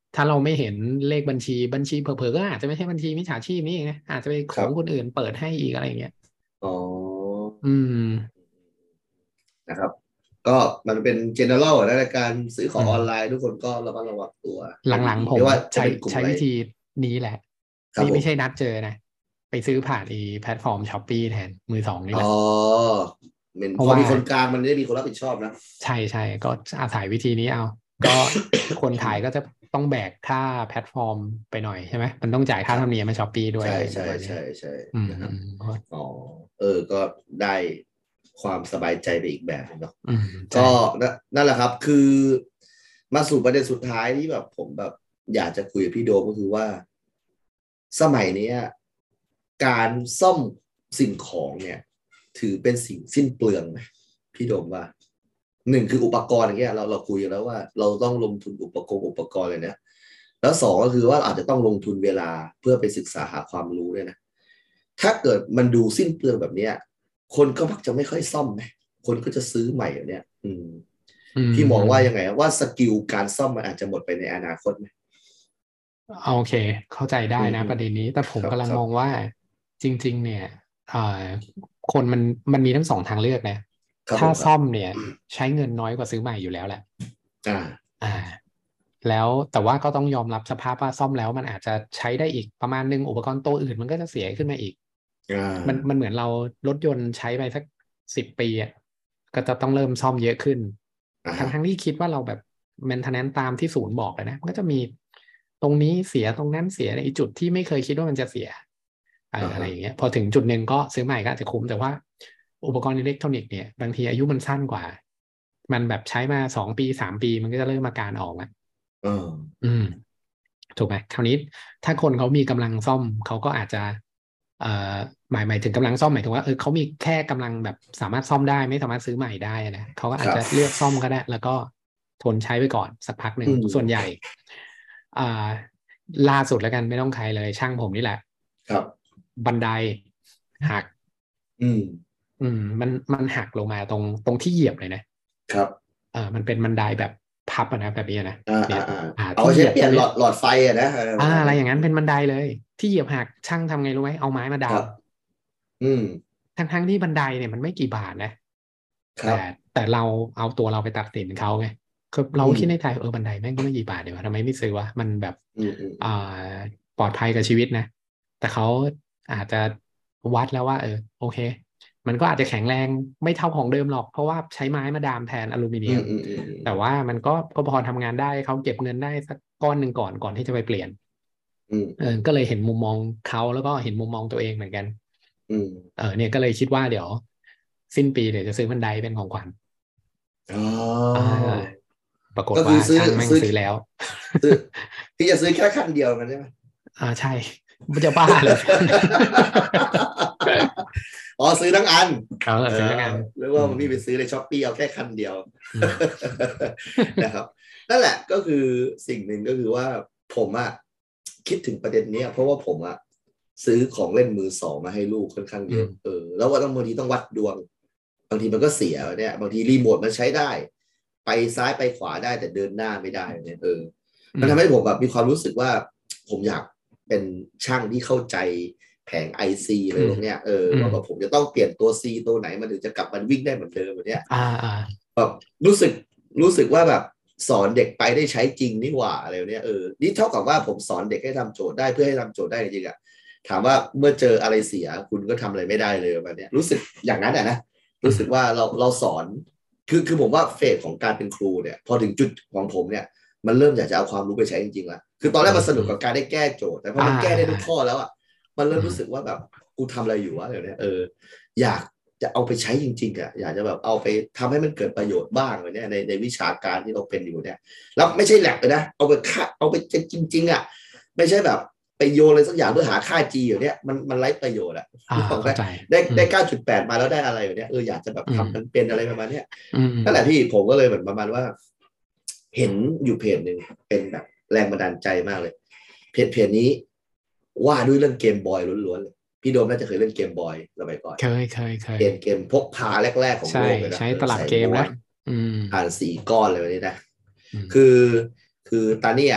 ถ้าเราไม่เห็นเลขบัญชีบัญชีเผลอๆก็อาจจะไม่ใช่บัญชีมิจฉาชีพนี่เองนะอาจจะเป็นขครัอบ งคนอื่นเปิดให้อีกอะไรอย่างเงี้ยอ๋ออืมนะครับ ก็มันเป็น general นะในการซื้อของอืมออนไลน์ทุกคนก็ระมัดระวังตัวหลังๆผมไม่ว่าจะใช้เป็นกลุ่มใช้อะไรวิธีนี้แหละครับนี่ผมไม่ใช่นัดเจอนะ ไปซื้อผ่านอีแพลตฟอร์มช้อปปี้แทนมือสองนี่แหอ๋ละอเหมือนเพพราะอว่ามีคนกลางมันได้มีคนรับผิดชอบนะใช่ใช่ก็อาศัยวิธีนี้เอา ก็ คนขายก็จะต้องแบกค่าแพลตฟอร์มไปหน่อยใช่ไหมมันต้องจ่ายค่าครับธรรมเนียมมาช้อปปี้ด้วยใช่อะไรปใช่ระมาณนี้ใช่ใช่อืมนะครับอืมก็อ๋อเออก็ได้ความสบายใจไปอีกแบบหนึงเนาะอืมใช่ก็นั่นนั่นแหละครับ คือมาสู่ประเด็นสุดท้ายที่แบบผมแบบอยากจะคุยกับพี่โดมก็คือว่า สมัยเนี้ยการซ่อมสิ่งของเนี่ย ถือเป็นสิ่งสิ้นเปลืองไหมพี่โดมว่าหนึ่งคืออุปกรณ์อย่างเงี้ยเราเราคุยกันแล้วว่า เราต้องลงทุนอุปกรณ์อุปกรณ์เลยนะแล้วสองก็คือว่าอาจจะต้องลงทุนเวลาเพื่อไปศึกษาหาความรู้ด้วยนะถ้าเกิดมันดูสิ้นเปลืองแบบเนี้ยคนก็มักจะไม่ค่อยซ่อมไหมคนก็จะซื้อใหม่แบบเนี้ยอืมอืมพี่มองว่ายังไงว่าสกิลการซ่อมมันอาจจะหมดไปในอนาคตไหมโอเค เข้าใจได้นะอืมประเด็นนี้ แต่ผมครับกำลังครับมองว่าจริง ๆ เนี่ยเอ่อคนมันมันมีทั้งสองทางเลือกนะครับถ้าผมครับซ่อมเนี่ย ใช้เงินน้อยกว่าซื้อใหม่อยู่แล้วแหละอ่าอ่า แล้วแต่ว่าก็ต้องยอมรับสภาพว่าซ่อมแล้วมันอาจจะใช้ได้อีกประมาณนึงอุปกรณ์ตัวอื่นมันก็จะเสียขึ้นมาอีกอ่ามันมันเหมือนเรารถยนต์ใช้ไปสักสิบปีอ่ะก็จะต้องเริ่มซ่อมเยอะขึ้นอ่าทั้งทั้งที่คิดว่าเราแบบ maintenance ตามที่ศูนย์บอกเลยนะมันก็จะมีตรงนี้เสียตรงนั้นเสียในจุดที่ไม่เคยคิดว่ามันจะเสียเอออะไรอย่างเงี้ยพอถึงจุดหนึ่งก็ซื้อใหม่ก็อาจจะคุ้มแต่ว่าอุปกรณ์อิเล็กทรอนิกส์เนี่ยบางทีอายุมันสั้นกว่า มันแบบใช้มาสองปีสามปีมันก็จะเริ่มอาการออกแล้วเอออืม ถูกไหมคราวนี้ถ้าคนเขามีกำลังซ่อมเขาก็อาจจะเอ่อหมายหมายถึงกำลังซ่อมหมายถึงว่าเออเขามีแค่กำลังแบบสามารถซ่อมได้ไม่สามารถซื้อใหม่ได้นะเขาก็อาจจะเลือกซ่อมก็ได้ แล้วก็ทนใช้ไปก่อนสักพักหนึ่งอืมส่วนใหญ่ อ่า ล่าสุดแล้วกันไม่ต้องใครเลยช่างผมนี่แหละครับบันไดหักอืมอืม มันมันหักลงมาตรงตรงที่เหยียบเลยนะครับ เออมันเป็นบันไดแบบพับอะนะแบบนี้นะอ่าเนี่อ่าย อ่าอ่าเอาที่ใช้เหยียบเปลี่ยนตรงหลนี้อดหลอดไฟอะนะเอออ่าอะไรอย่างนั้นเป็นบันไดเลยที่เหยียบหักช่างทำไงรู้ไหมเอาไม้มาดาครัมบ อืมทั้งทั้งที่บันไดเนี่ยมันไม่กี่บาทนะครัแต่บแต่เราเอาตัวเราไปตัดสินเขาไงคือเราอืมคิดในใจเออบันไดแม่งก็ไม่กี่บาทเดี๋ยวทำไมไม่ซื้อวะมันแบบอืมอืมอ่าปลอดภัยกับชีวิตนะ แต่เขาอาจจะวัดแล้วว่า เออโอเค มันก็อาจจะแข็งแรงไม่เท่าของเดิมหรอกเพราะว่าใช้ไม้มาดามแทนอลูมิเนีอืยมมอืมอืมอืมแต่ว่ามันก็ก็พอทำงานได้เขาเก็บเงินได้สักก้อนหนึ่งก่อนก่อนที่จะไปเปลี่ยนอืมเออก็เลยเห็นมุมมองเขาแล้วก็เห็นมุมมองตัวเองเหมือนกันอืมเออเนี่ยก็เลยคิดว่าเดี๋ยว สิ้นปีเดี๋ยวจะซื้อบันไดเป็นของขวัญอ๋ออ่าปรากฏก็คืว่าอซื้อช่างแม่งซื้อซื้อแล้วซื้อพี่จะซื้อแค่คันเดียวมันใช่ไหมอ่าใช่มันจะบ้าเลยอ๋อซื้อทั้งอันเออซื้อทั้งอันหรือว่ามันมีไปซื้อในช้อปปี้เอาแค่คันเดียวอืมนะครับ นั่นแหละก็คือสิ่งหนึ่งก็คือว่าผมอะคิดถึงประเด็นเนี้ยเพราะว่าผมอะซื้อของเล่นมือสองมาให้ลูกค่อนข้างเยอะอืมเออแล้วว่าต้องบางทีต้องวัดดวง บางทีมันก็เสียเนี่ยบางทีรีโมทมันใช้ได้ ไปซ้ายไปขวาได้แต่เดินหน้าไม่ได้เนี่ยเออ มันทำให้ผมแบบมีความรู้สึกว่าผมอยากเป็นช่างที่เข้าใจแผง ไอ ซี อะไรพวกเนี้ยเอออืมว่าแบบผมจะต้องเปลี่ยนตัว C ตัวไหนมันถึงจะกลับมันวิ่งได้เหมือนเดิมแบบเนี้ยอ่าอ่าแบบรู้สึกรู้สึกว่าแบบสอนเด็กไปได้ใช้จริงนี่หว่าอะไรเนี้ยเออนี่เท่ากับว่าผมสอนเด็กให้ทำโจทย์ได้เพื่อให้ทำโจทย์ได้จริงๆอะถามว่าเมื่อเจออะไรเสียคุณก็ทำอะไรไม่ได้เลยแบบเนี้ยรู้สึกอย่างนั้นอะนะรู้สึกว่าเราเราสอนคือคือผมว่าเฟสของการเป็นครูเนี่ยพอถึงจุดของผมเนี่ยมันเริ่มอยากจะเอาความรู้ไปใช้จริงๆแล้วคือตอนแรกมันสนุกกับการได้แก้โจทย์แต่พอมันแก้ได้ทุกข้อแล้วอ่ะมันเริ่มรู้สึกว่าแบบกูทำอะไรอยู่วะเดี๋ยวนี้เอออยากจะเอาไปใช้จริงๆอ่ะอยากจะแบบเอาไปทำให้มันเกิดประโยชน์บ้างเลยเนี่ยในในวิชาการที่เราเป็นอยู่เนี่ยแล้วไม่ใช่แลบเลยนะเอาไปค่าเอาไปจริงๆอ่ะไม่ใช่แบบไปโยนอะไรสักอย่างเพื่อหาค่า G อยู่เนี่ยมันมันไร้ประโยชน์อ่ะอ่าเข้าใจได้ได้เก้าจุดแปดมาแล้วได้อะไรอยู่เนี่ยเอออยากจะแบบทำมันเป็นอะไรประมาณเนี้ยอืมนั่นแหละพี่ผมก็เลยเหมือนประมาณว่า เห็นอยู่เพจหนึ่งเป็นแบบแรงบันดาลใจมากเลยเพจเพจนี้ว่าด้วยเรื่องเกมบอยล้วนๆเลยพี่โดมน่าจะเคยเล่นเกมบอยสมัยก่อนเคยเคยเคยเกมเกมพกพาแรกๆของใช่โลกเลยนะใช้ตลับเกมนะอืมอ่านสี่ก้อนเลยวันนี้นะอืมคือคือตาเนี่ย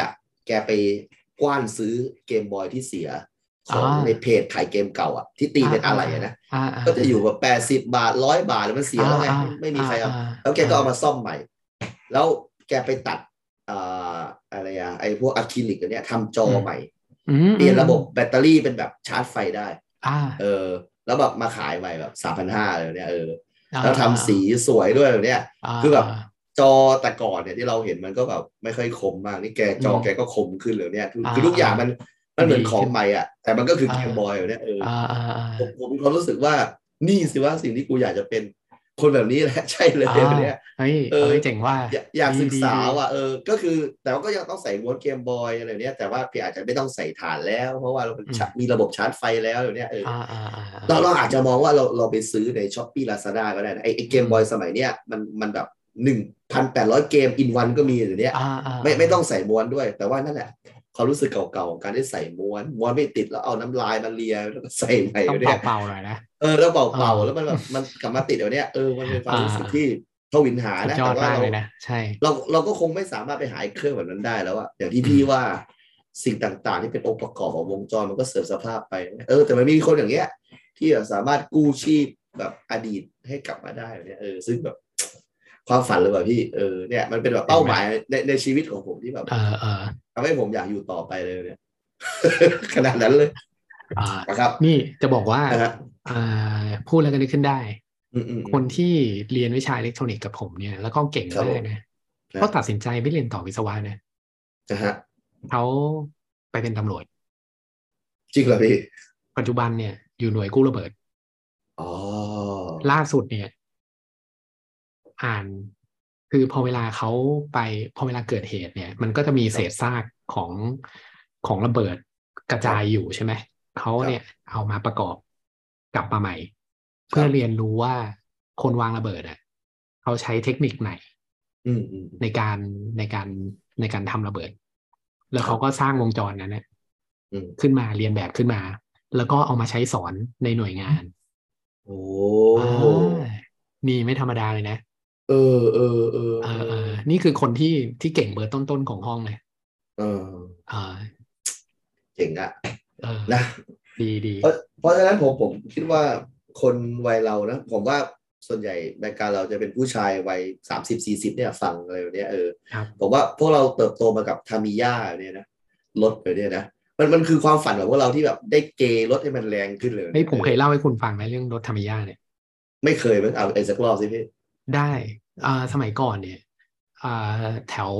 แกไปกว้านซื้อเกมบอยที่เสียของอ่าในเพจขายเกมเก่าอ่ะที่ตีเป็นอะไรอะนะอ่าอ่าก็จะอยู่แบบแปดสิบบาทร้อยบาทแล้วมันเสียแล้วไงอ่าไม่ไม่มีใครเอาอ่าแล้วแกก็เอามาซ่อมใหม่ แล้วแกไปตัดอ่าอะไรอะไอพวกอะคริลิกอันเนี้ยทำจอใหม่อืมเปลี่ยนระบบแบตเตอรี่เป็นแบบชาร์จไฟได้อ่าเออ แล้วแบบมาขายใหม่แบบสามพันห้าเลยเนี่ยเอออ่าแล้วทำสีสวยด้วยแบบเนี้ยาคือแบบจอแต่ก่อนเนี่ยที่เราเห็นมันก็แบบไม่ค่อยคมมากนี่แกจออืมแกก็คมขึ้นเลยเนี่ยคืออ่าคือทุกอย่างมันมันเหมือนดีของขึ้นใหม่อ่ะแต่มันก็คือเกอ่ามบอยแบบเนี้ยเอออ่าอ่าอ่าผมผมมีความรู้สึกว่านี่สิว่าสิ่งที่กูอยากจะเป็นคนแบบนี้แหละ ใช่เลยอ่าแบบเนี้ยเฮ้ยเออเอ้ยเจ๋งว่าอยากอยากดีศึกษาดีว่ะเออก็คือแต่ว่าก็ยังต้องใส่ม้วนเกมบอยอะไรเนี้ยแต่ว่าพี่อาจจะไม่ต้องใส่ฐานแล้ว เพราะว่าเราเป็นอืมชามีระบบชาร์จไฟแล้วเดี๋ยวนี้เอออ่าอ่าอ่าเราเราอาจจะมองว่าเราเราไปซื้อในช้อปปี้ลาซาด้าก็ได้นะไอไอเกมบอยสมัยเนี้ยมันมันแบบหนึ่งพันแปดร้อยเกมอินวันก็มีเดี๋ยวนี้อ่าอ่าไม่ไม่ต้องใส่ม้วนด้วย แต่ว่านั่นแหละความรู้สึกเก่าๆของการได้ใส่ม้วนม้วนไม่ติดแล้วเอาน้ำลายมาเลียแล้วก็ใส่ใหม่ต้องเนี่ยเป่าๆหน่อยนะเออแล้วเป่าอ่าๆแล้วมันแบบมันกลับมาติดเดี๋ยวนี้เออมันเป็นความอ่ารู้สึกที่ทวินหาสุดนะยอแต่ดว่ามากเราเลยนะใช่เราเราก็คงไม่สามารถไปหาเครื่องแบบนั้นได้แล้วอะอย่างที่พี่ว่าสิ่งต่างๆที่เป็นองค์ประกอบของวงจรมันก็เสื่อมสภาพไปเออแต่มันมีคนอย่างเงี้ยที่สามารถกู้ชีพแบบอดีตให้กลับมาได้เนี่ยเออซึ่งแบบความฝันเลยว่ะพี่เออเนี่ยมันเป็นแบบเป้าหมายในในชีวิตของผมที่แบบเออเออทำให้ผมอยากอยู่ต่อไปเลยเนี่ย ขนาดนั้นเลยอ่านะครับนี่จะบอกว่านะฮะอ่าพูดแล้วก็นึกขึ้นได้อืมอืมคนที่เรียนวิชาอิเล็กทรอนิกส์กับผมเนี่ยแล้วก็เก่งครับมาผกมนะนะเขาตัดสินใจไม่เรียนต่อวิศวะนะนะฮะเขาไปเป็นตำรวจจริงเหรอพี่ปัจจุบันเนี่ยอยู่หน่วยกู้ระเบิดอ๋อล่าสุดเนี่ย อ่าน คือพอเวลาเขาไปพอเวลาเกิดเหตุเนี่ย มันก็จะมีเศษซากของของระเบิดกระจายอยู่ใช่ไหมเขาเนี่ยเอามาประกอบกลับมาใหม่ เพื่อเรียนรู้ว่าคนวางระเบิดอ่ะเขาใช้เทคนิคไหนอืมอืมในการในการในการทำระเบิด แล้วครับเขาก็สร้างวงจรนั้นเนี่ยอืมขึ้นมาเรียนแบบขึ้นมา แล้วก็เอามาใช้สอนในหน่วยงานโอ้อ่านี่ไม่ธรรมดาเลยนะเออเออเออเออเออนี่คือคนที่ที่เก่งเบอร์ต้นๆของห้องเลยเอออ่าเจ๋งอะเออนะดีดีเพราะเพราะฉะนั้นผมผมคิดว่าคนวัยเรานะผมว่าส่วนใหญ่รายการเราจะเป็นผู้ชายวัยสามสิบสี่สิบเนี่ยฟังอะไรแบบเนี้ยเออครับผมว่าพวกเราเติบโตมากับทามิยาเนี่ยนะรถแบบเนี้ยนะมันมันคือความฝันของพวกเราที่แบบได้เกย์รถให้มันแรงขึ้นเลยเฮ้ยผมเคยเล่าให้คุณฟังไหมเรื่องรถธรรมิยาเนี่ยไม่เคยมั้งเอาไอ้สักรอบสิพี่ได้อ่าสมัยก่อนเนี่ยอ่าแถว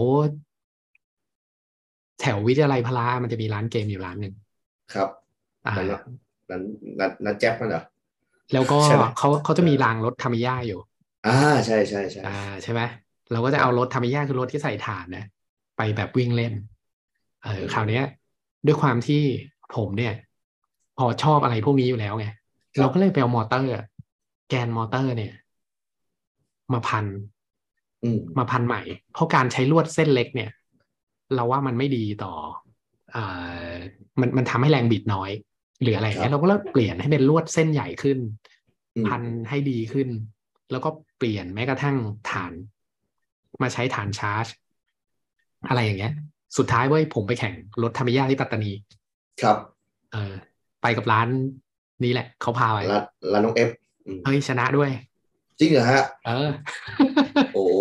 แถววิทยาลัยพละมันจะมีร้านเกมอยู่ร้านหนึ่งครับอ่านั่นละนั่นนั่นนั่นแจ๊บมันเหรอแล้วก็ใช่ไหมเขาเขาจะมีรางรถธรรมิยาอยู่อ่าใช่ใช่ใช่อ่าใช่ไหมเราก็จะเอารถธรรมิยาคือรถที่ใส่ถ่านนะไปแบบวิ่งเล่นเออคราวเนี้ย ด้วยความที่ผมเนี่ย พอชอบอะไรพวกนี้อยู่แล้วไงเราก็เลยไปเอามอเตอร์ แกนมอเตอร์เนี่ย มาพันอืมมาพันใหม่ เพราะการใช้ลวดเส้นเล็กเนี่ย เราว่ามันไม่ดีต่ออ่ามันมันทำให้แรงบิดน้อย หรืออะไรอย่างเงี้ยเราก็เลิกเปลี่ยนให้เป็นลวดเส้นใหญ่ขึ้นอืมพันให้ดีขึ้น แล้วก็เปลี่ยนแม้กระทั่งฐาน มาใช้ฐานชาร์จ อะไรอย่างเงี้ย สุดท้ายเว้ยผมไปแข่งรถธรรมิยาที่ปัตตานีครับเออ ไปกับร้านนี้แหละเขาพาไปร้านร้านน้องเอฟอืมเฮ้ยชนะด้วยจริงเหรอฮะเออโอ้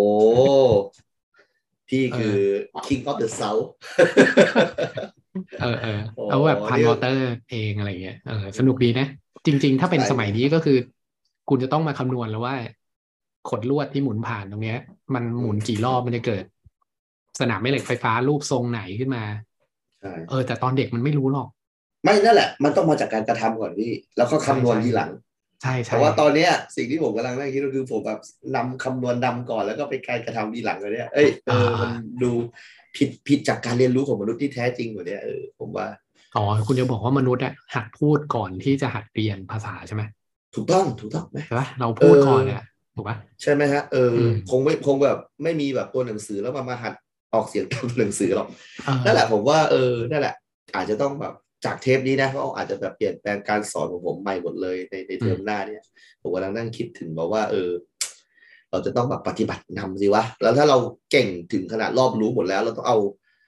พี่คือ King of the South เออเออโอ้เอาแบบพันเนี่ยมอเตอร์เองอะไรเงี้ยเออสนุกดีนะ จริง ๆ ถ้าเป็นใช่สมัยนี้ก็คือ คุณจะต้องมาคำนวณแล้วว่า ขดลวดที่หมุนผ่านตรงเนี้ย มันหมุนกี่รอบมันจะเกิด สนามแม่เหล็กไฟฟ้ารูปทรงไหนขึ้นมาใช่เออ แต่ตอนเด็กมันไม่รู้หรอกไม่นั่นแหละ มันต้องมาจากการกระทำก่อนพี่ แล้วก็คำนวณใช่ทีหลังใช่ใช่แต่ว่าตอนเนี้ยสิ่งที่ผมกำลังนั่งคิดก็คือผมแบบนำคำนวณนำก่อนแล้วก็ไปการกระทำทีหลังเลยเนี่ยเอ้ยเออมันดูผิดผิดจากการเรียนรู้ของมนุษย์ที่แท้จริงกว่านี้เออผมว่าอ๋อคุณจะบอกว่ามนุษย์อะหัดพูดก่อนที่จะหัดเรียนภาษาใช่ไหมถูกต้องถูกต้องไหมใช่ปะเราพูดเออก่อนเนี่ยถูกปะใช่ไหมฮะเอออมคงไม่คงแบบไม่มีแบบตัวหนังสือแล้วมามาหัดออกเสียงตามตัวหนังสือหรอกเออนั่นแหละผมว่าเออนั่นแหละ อาจจะต้องแบบจากเทปนี้นะเขาอาจจะแบบเปลี่ยนแปลงการสอนของผมใหม่หมดเลยในในเทอมหน้าเนี่ยผมกำลังนั่งคิดถึงบอกว่า เออ เราจะต้องแบบปฏิบัตินำสิวะแล้วถ้าเราเก่งถึงขนาดรอบรู้หมดแล้ว เราต้องเอา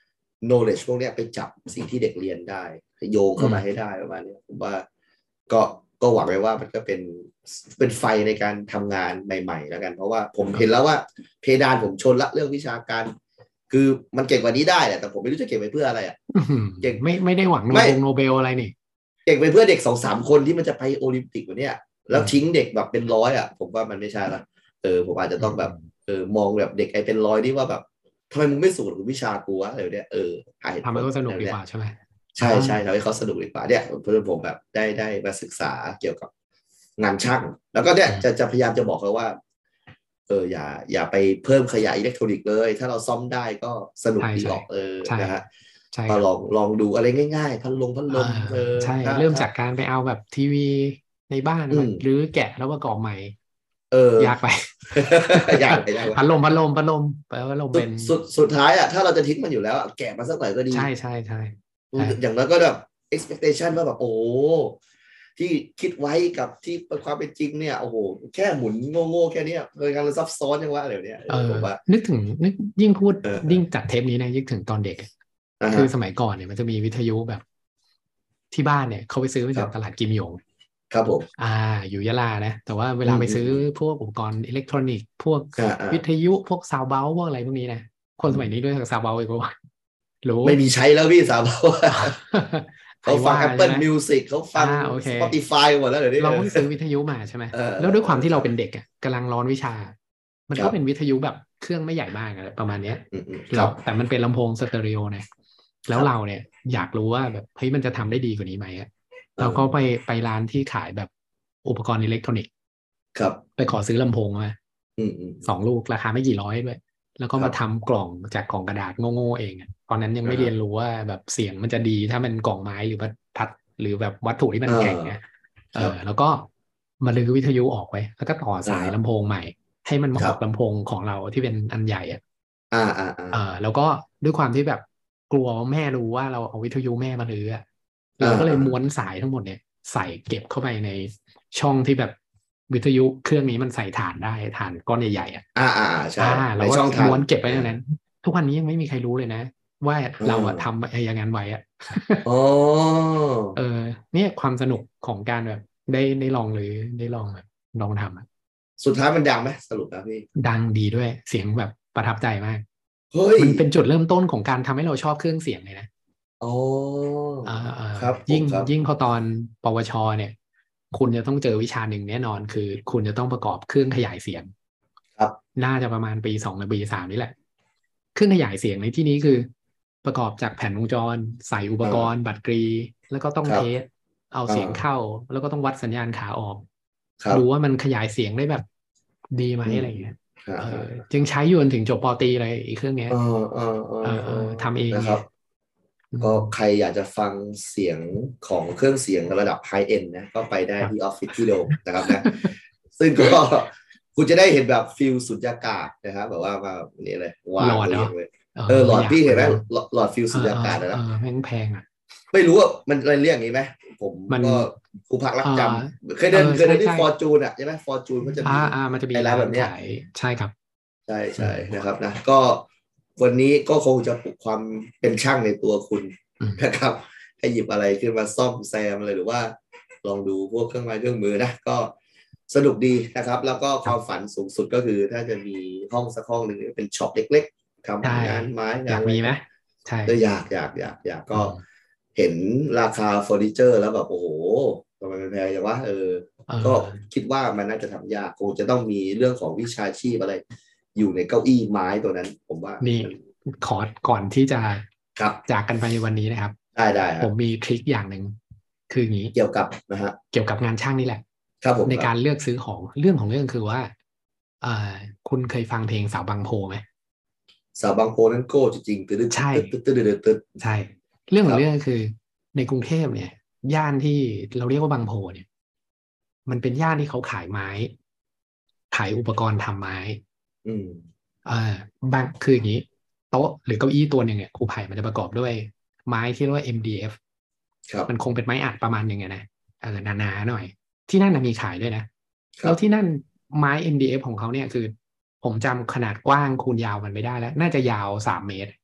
knowledge พวกเนี้ยไปจับสิ่งที่เด็กเรียนได้โยงเข้ามาให้ได้ประมาณนี้ผมว่าก็ก็หวังไว้ว่ามันก็เป็นเป็นไฟในการทำงานใหม่ๆแล้วกันเพราะว่าผมเห็นแล้วว่าเพดานผมชนละเรื่องวิชาการคือมันเก่งกว่านี้ได้แหละแต่ผมไม่รู้จะเก่งไปเพื่ออะไรอ่ะเก่งไม่ไม่ได้หวังโนเบลอะไรนี่เก่งไปเพื่อเด็กสองสามคนที่มันจะไปโอลิมปิกวันเนี้ยแล้วทิ้งเด็กแบบเป็นร้อยอ่ะผมว่ามันไม่ใช่ละเออผมอาจจะต้องแบบเออมองแบบเด็กไอ้เป็นร้อยที่ว่าแบบทำไมมึงไม่สูตรวิชากูวะอะไรเนี้ยเออทำให้เขาสนุกดีกว่าใช่ไหมใช่ใช่ทำให้เขาสนุกดีกว่าเนี่ยเพื่อนผมแบบได้ได้มาศึกษาเกี่ยวกับงานช่างแล้วก็เนี่ยจะจะพยายามจะบอกเขาว่าเอออย่าอย่าไปเพิ่มขยายอิเล็กทรอนิกส์เลยถ้าเราซ่อมได้ก็สนุกดีออกเออนะฮะก็ลองลองดูอะไรง่ายๆพัดลมพัดลมเออใช่เริ่มจากการไปเอาแบบทีวีในบ้านหรือแกะแล้วประกอบใหม่เออยากไปยากไปยากพัดลมพัดลมพัดลมแปลว่าลมเป็นสุดสุดท้ายอ่ะถ้าเราจะทิ้งมันอยู่แล้วแกะมาสักหน่อยก็ดีใช่ใช่ใช่อย่างนั้นก็แบบ expectation ว่าแบบโอ้ที่คิดไว้กับที่ความเป็นจริงเนี่ยโอ้โหแค่หมุนโง่ๆแค่นี้เคยการซับซ้อนยังวะอะไรเนี่ยผมว่านึกถึงนึกยิ่งพูดยิ่งจัดเทปนี้นะยิ่งถึงตอนเด็กคือสมัยก่อนเนี่ยมันจะมีวิทยุแบบที่บ้านเนี่ยเขาไปซื้อมาจากตลาดกิมหยงครับผมอ่าอยู่ยะลานะแต่ว่าเวลาไปซื้อพวกอุปกรณ์อิเล็กทรอนิกส์พวกวิทยุพวกซาวเบลพวกอะไรพวกนี้นะคนสมัยนี้ด้วยซาวเบลอีกว่ารู้ไม่มีใช้แล้วพี่ซาวเบลเขาฟัง Apple Music เขาฟัง Spotify หมดแล้วเดี๋ยวนี้เราเพิ่งซื้อวิทยุมาใช่ไหมแล้วด้วยความที่เราเป็นเด็กอ่ะกำลังร้อนวิชามันก็เป็นวิทยุแบบเครื่องไม่ใหญ่มากอะไรประมาณนี้เราแต่มันเป็นลำโพงสเตอริโอนะแล้วเราเนี่ยอยากรู้ว่าแบบเฮ้ยมันจะทำได้ดีกว่านี้ไหมอ่ะเราก็ไปไปร้านที่ขายแบบอุปกรณ์อิเล็กทรอนิกส์ครับไปขอซื้อลำโพงมาสองลูกราคาไม่กี่ร้อยด้วยแล้วก็มาทำกล่องจากกล่องกระดาษโง่ๆเองตอนนั้นยังไม่เรียนรู้ว่าแบบเสียงมันจะดีถ้ามันกล่องไม้หรือว่าพัดหรือแบบวัตถุที่มันแข็งเนี่ยเออแล้วก็มาลื้อวิทยุออกไว้แล้วก็ต่อสายลำโพงใหม่ให้มันมาออกลำโพงของเราที่เป็นอันใหญ่อ่ะอ่าอ่าอ่าแล้วก็ด้วยความที่แบบกลัวแม่รู้ว่าเราเอาวิทยุแม่มาลื้อเราก็เลยม้วนสายทั้งหมดเนี่ยใส่เก็บเข้าไปในช่องที่แบบวิทยุเครื่องนี้มันใส่ฐานได้ฐานก้อนใหญ่ๆอ่ะอ่าอ่าใช่แล้วก็ม้วนเก็บไว้ในนั้นทุกวันนี้ยังไม่มีใครรู้เลยนะว่าเราอะทำอะไรอย่างนั้นไว้อะอ๋อเออเนี่ยความสนุกของการแบบได้ได้ลองหรือได้ลองแบบลองทำอะสุดท้ายมันดังไหมสรุปนะพี่ดังดีด้วยเสียงแบบประทับใจมากเฮ้ยมันเป็นจุดเริ่มต้นของการทำให้เราชอบเครื่องเสียงเลยนะอ๋ออ่าครับยิ่งยิ่งพอตอนปวชเนี่ยคุณจะต้องเจอวิชาหนึ่งแน่นอนคือคุณจะต้องประกอบเครื่องขยายเสียงครับน่าจะประมาณปีสองหรือปีสามนี่แหละเครื่องขยายเสียงในที่นี้คือประกอบจากแผ่นวงจรใส่อุปกรณ์บัตรกรีแล้วก็ต้องเทสเอาเสียงเข้าแล้วก็ต้องวัดสัญญาณขาออกดูว่ามันขยายเสียงได้แบบดีไหมอะไรเงี้ยจึงใช้อยู่จนถึงจบป.ตรีเลยอีกเครื่องนี้ทำเองนะครับก็ใครอยากจะฟังเสียงของเครื่องเสียงระดับไฮเอ็นนะก็ไปได้ที่ออฟฟิศที่โดมนะครับนะซึ่งก็คุณจะได้เห็นแบบฟิลสุญญากาศนะครับแบบว่ามาเนี่ยเลยว้าวเลยเออหลอดพี่เห็นไหมหลอดฟิลสุญญากาศนะแพงแพงอ่ะไม่รู้ว่ามันอะไรเรียกอย่างนี้ไหมผมก็ครูพักรักจำเคยเดินเคยเดินที่ฟอร์จูนอ่ะใช่ไหมฟอร์จูนมันจะมีอ่ามันจะมีอะไรแบบนี้ใช่ครับใช่ใช่นะครับนะก็วันนี้ก็คงจะปลุกความเป็นช่างในตัวคุณนะครับให้หยิบอะไรขึ้นมาซ่อมแซมเลยหรือว่าลองดูพวกเครื่องไม้เครื่องมือนะก็สนุกดีนะครับแล้วก็ความฝันสูงสุดก็คือถ้าจะมีห้องสักห้องหนึ่งเป็นช็อปเล็กๆทำงานไม้งานมีไหมใช่อยากอยากอยากอยากก็เห็นราคาเฟอร์นิเจอร์แล้วแบบโอ้โหทำไมมันแพงอย่างวะเออก็คิดว่ามันน่าจะทำยากคงจะต้องมีเรื่องของวิชาชีพอะไรอยู่ในเก้าอี้ไม้ตัวนั้นผมว่านี่ขอก่อนที่จะครับจากกันไปในวันนี้นะครับได้ได้ผมมีทริคอย่างหนึ่งคืออย่างนี้เกี่ยวกับนะฮะเกี่ยวกับงานช่างนี่แหละครับผมในการเลือกซื้อของเรื่องของเรื่องคือว่าอ่าคุณเคยฟังเพลงสาวบางโพไหมสาวบางโพนั้นโก้จริงๆตึ๊ดใช่ตึ๊ดตึ๊ดตึ๊ดตึ๊ดใช่เรื่องของเรื่องคือในกรุงเทพเนี่ยย่านที่เราเรียกว่าบางโพเนี่ยมันเป็นย่านที่เขาขายไม้ขายอุปกรณ์ทำไม้อืมอ่าบางคืออย่างนี้โต๊ะหรือเก้าอี้ตัวหนึ่งเนี่ยครูไผ่มันจะประกอบด้วยไม้ที่เรียกว่า เอ็ม ดี เอฟ มันคงเป็นไม้อัดประมาณหนึ่งไงนะเออหนาๆหน่อยที่นั่นมีขายด้วยนะแล้วที่นั่นไม้ เอ็ม ดี เอฟ ของเขาเนี่ยคือผมจำขนาดกว้างคูณยาวมันไม่ได้แล้วน่าจะยาวสามเมตร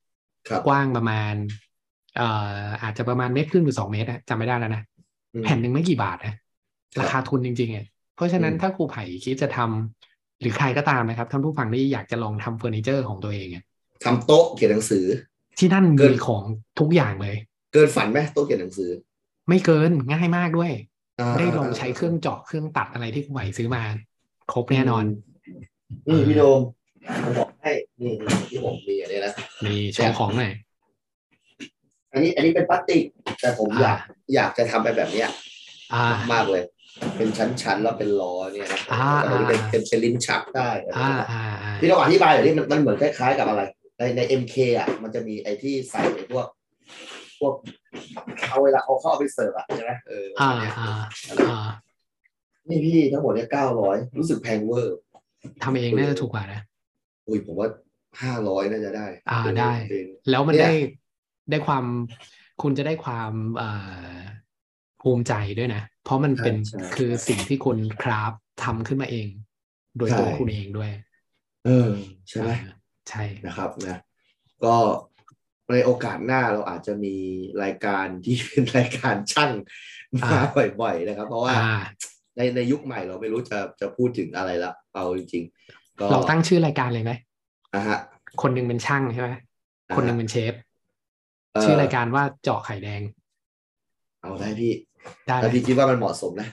กว้างประมาณเอ่ออาจจะประมาณเมตรครึ่งหรือสองเมตรนะจำไม่ได้แล้วนะแผ่นหนึ่งไม่กี่บาทนะราคาทุนจริงๆอ่ะเพราะฉะนั้นถ้าครูไผ่คิดจะทำหรือใครก็ตามนะครับท่านผู้ฟังที่อยากจะลองทำเฟอร์นิเจอร์ของตัวเองอ่ะทำโต๊ะเขียนหนังสือที่นั่นมีของทุกอย่างเลยเกินฝันไหมโต๊ะเขียนหนังสือไม่เกินง่ายมากด้วยได้ลองใช้เครื่องเจาะเครื่องตัดอะไรที่ครูไผ่ซื้อมาครบแน่นอนนี่พี่โดมผมบอกให้นี่ที่ผมมีอะไรนะมีโชว์ของหน่อยอันนี้อันนี้เป็นพลาสติกแต่ผมอยากอยากจะทำไปแบบเนี้ยมากเลยเป็นชั้นๆแล้วเป็นล้อเนี่ยนะแต่เป็นเป็นเป็นลิ้นชักได้พี่ต้องอธิบายหน่อยที่มันมันเหมือนคล้ายๆกับอะไรในใน เอ็ม เค อ่ะมันจะมีไอ้ที่ใส่ไอ้พวกพวกเอาเวลาเอาเข้าไปเสิร์ฟอ่ะใช่ไหมเอออ่าอ่าอ่านี่พี่ทั้งหมดเนี่ยเก้าร้อยรู้สึกแพงเวอร์ทำเองน่าจะถูกกว่านะอุ้ยผมว่าห้าร้อยน่าจะได้อ่าได้แล้วมันได้ได้ความคุณจะได้ความเอ่อภูมิใจด้วยนะเพราะมันเป็นคือสิ่งที่คุณคราฟทำขึ้นมาเองโดยตัวคุณเองด้วยเออใช่ไหมใช่นะครับนะก็ในโอกาสหน้าเราอาจจะมีรายการที่เป็นรายการช่างมาบ่อยๆนะครับเพราะว่าในในยุคใหม่เราไม่รู้จะจะพูดถึงอะไรละเอาจริงๆก็เราตั้งชื่อรายการเลยไหมอ่าฮะคนหนึ่งเป็นช่างใช่ไหมคนหนึ่งเป็นเชฟชื่อรายการว่าเจาะไข่แดงเอาได้พี่ได้แต่พี่คิดว่ามันเหมาะสมนะ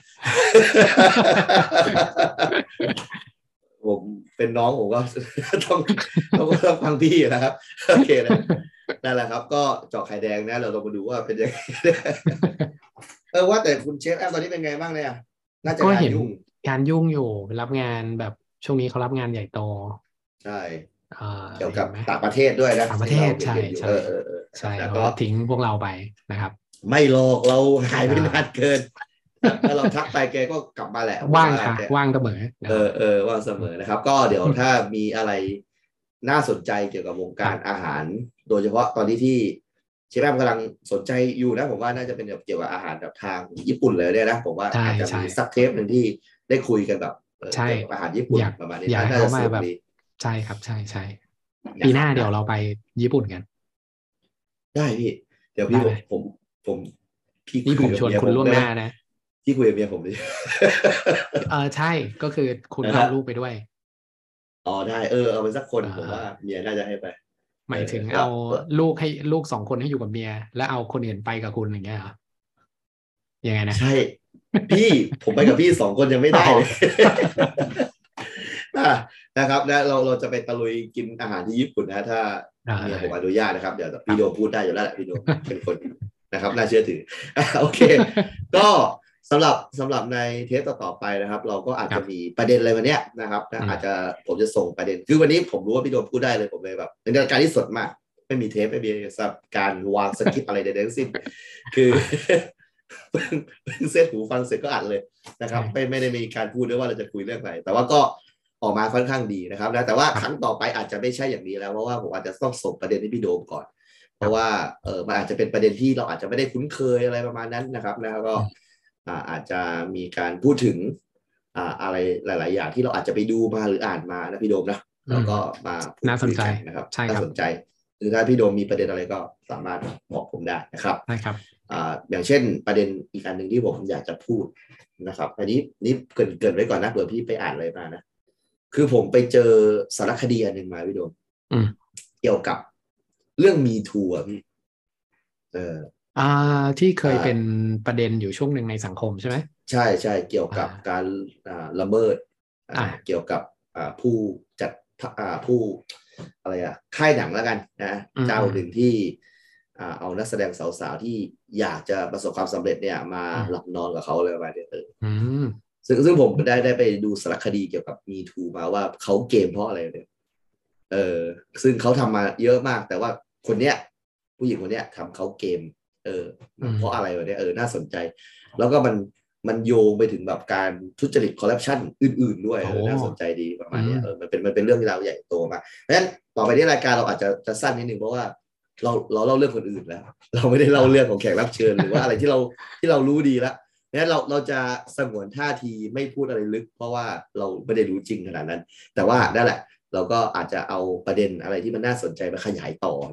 ผมเป็นน้องผมก็ต้องต้องต้องฟังพี่นะครับโอเคนะนั่นแหละครับก็เจาะไข่แดงนะเราลองมาดูว่าเป็นยังไงเออว่าแต่คุณเชฟแอมตอนนี้เป็นไงบ้างเนี่ยน่าจะงานยุ่งการยุ่งอยู่รับงานแบบช่วงนี้เขารับงานใหญ่โตใช่เกี่ยวกับต่างประเทศด้วยนะต่างประเทศใช่ใช่ใช่แล้วก็ทิ้งพวกเราไปนะครับไม่หรอกเราหายไปนานเกินถ้าเราทักไปแกก็กลับมาแหละว่างค่ะว่างเสมอเออเออว่างเสมอนะครับก็เดี๋ยวถ้ามีอะไรน่าสนใจเกี่ยวกับวงการอาหารโดยเฉพาะตอนนี้ที่เชฟแอมกำลังสนใจอยู่นะผมว่าน่าจะเป็นเกี่ยวกับอาหารแบบทางญี่ปุ่นเลยเนี่ยนะผมว่าอาจจะมีสักเทปหนึ่งที่ได้คุยกันแบบเกี่ยวกับอาหารญี่ปุ่นประมาณนี้น่าจะสนุกดีใช่ครับใช่ใช่ปีหน้าเดี๋ยวเราไปญี่ปุ่นกันได้พี่เดี๋ยวพี่ผมผมผมพี่นี่ผมชวนคุณล่วงหน้านะที่คุยกับเมียผมดิเออใช่ก็คือคุณเอาลูกไปด้วยอ๋อได้เออเอาไปสักคนผมว่าเมียน่าจะให้ไปหมายถึงเอาลูกให้ลูกสองคนให้อยู่กับเมียแล้วเอาคนอื่นไปกับคุณอย่างเงี้ยเหรอยังไงนะใช่พี่ผมไปกับพี่สองคนยังไม่ได้เลยนะครับนะเราเราจะไปตะลุยกินอาหารที่ญี่ปุ่นนะถ้าเมียผมอนุญาตนะครับเดี๋ยวพี่โดมพูดได้อยู่แล้วแหละพี่โดมเป็นคนนะครับน่าเชื่อถือโอเคก็สำหรับสำหรับในเทปต่อๆไปนะครับเราก็อาจจะมีประเด็นอะไรวันนี้นะครับนะอาจจะผมจะส่งประเด็นคือวันนี้ผมรู้ว่าพี่โดมพูดได้เลยผมเลยแบบเป็นรายการที่สดมากไม่มีเทปไม่มีการวางสคริปต์อะไรใดๆทั้งสิ้นคือเพิ่งเซตหูฟังเสร็จก็อัดเลยนะครับไม่ไม่ได้มีการพูดด้วยว่าเราจะคุยเรื่องอะไรแต่ว่าก็ออกมาค่อนข้างดีนะครับนะแต่ว่าครั้งต่อไปอาจจะไม่ใช่อย่างนี้แล้วเพราะว่าผมอาจจะต้องส่งประเด็นให้พี่โดมก่อนเพราะว่าเออมันอาจจะเป็นประเด็นที่เราอาจจะไม่ได้คุ้นเคยอะไรประมาณนั้นนะครับแล้วก็อาจจะมีการพูดถึงอะไรหลายๆอย่างที่เราอาจจะไปดูมาหรืออ่านมานะพี่โดมนะแล้วก็มาน่าสนใจนะครับน่าสนใจหรือถ้าพี่โดมมีประเด็นอะไรก็สามารถบอกผมได้นะครับใช่ครับอย่างเช่นประเด็นอีกอันหนึ่งที่ผมอยากจะพูดนะครับอันนี้นี่เกินเกินไว้ก่อนนะเผื่อพี่ไปอ่านอะไรมานะคือผมไปเจอสารคดีอันหนึ่งมาพี่โดมเกี่ยวกับเรื่องมีทูอ่ะพี่เอออ่าที่เคยเป็นประเด็นอยู่ช่วงหนึ่งในสังคมใช่ไหมใช่ใช่เกี่ยวกับการอ่าละเมิดอ่าเกี่ยวกับอ่าผู้จัดอ่าผู้อะไรอ่ะค่ายหนังแล้วกันนะเจ้าหนึ่งที่อ่าเอานักแสดงสาวๆที่อยากจะประสบความสำเร็จเนี่ยมาหลับนอนกับเขาเลยประมาณนี้เออซึ่งซึ่งผมได้ได้ไปดูสารคดีเกี่ยวกับมีทูมาว่าเขาเกมเพราะอะไรเนี่ยเออซึ่งเขาทำมาเยอะมากแต่ว่าคนเนี้ยผู้หญิงคนเนี้ยทำเขาเกมเออเพราะอะไรวะเนี่ยเออน่าสนใจแล้วก็มันมันโยงไปถึงแบบการทุจริตคอร์รัปชันอื่นๆด้วยเออน่าสนใจดีประมาณนี้เออมันเป็นมันเป็นเรื่องที่เราใหญ่โตมากเพราะฉะนั้นต่อไปที่รายการเราอาจจะจะสั้นนิดนึงเพราะว่าเราเราเล่าเรื่องคนอื่นแล้วเราไม่ได้เล่าเรื่องของแขกรับเชิญหรือว่าอะไรที่เราที่เรารู้ดีแล้วเนี่ยเราเราจะสงวนท่าทีไม่พูดอะไรลึกเพราะว่าเราไม่ได้รู้จริงขนาดนั้นแต่ว่านั่นแหละเราก็อาจจะเอาประเด็นอะไรที่มันน่าสนใจมาขยายต่อนะ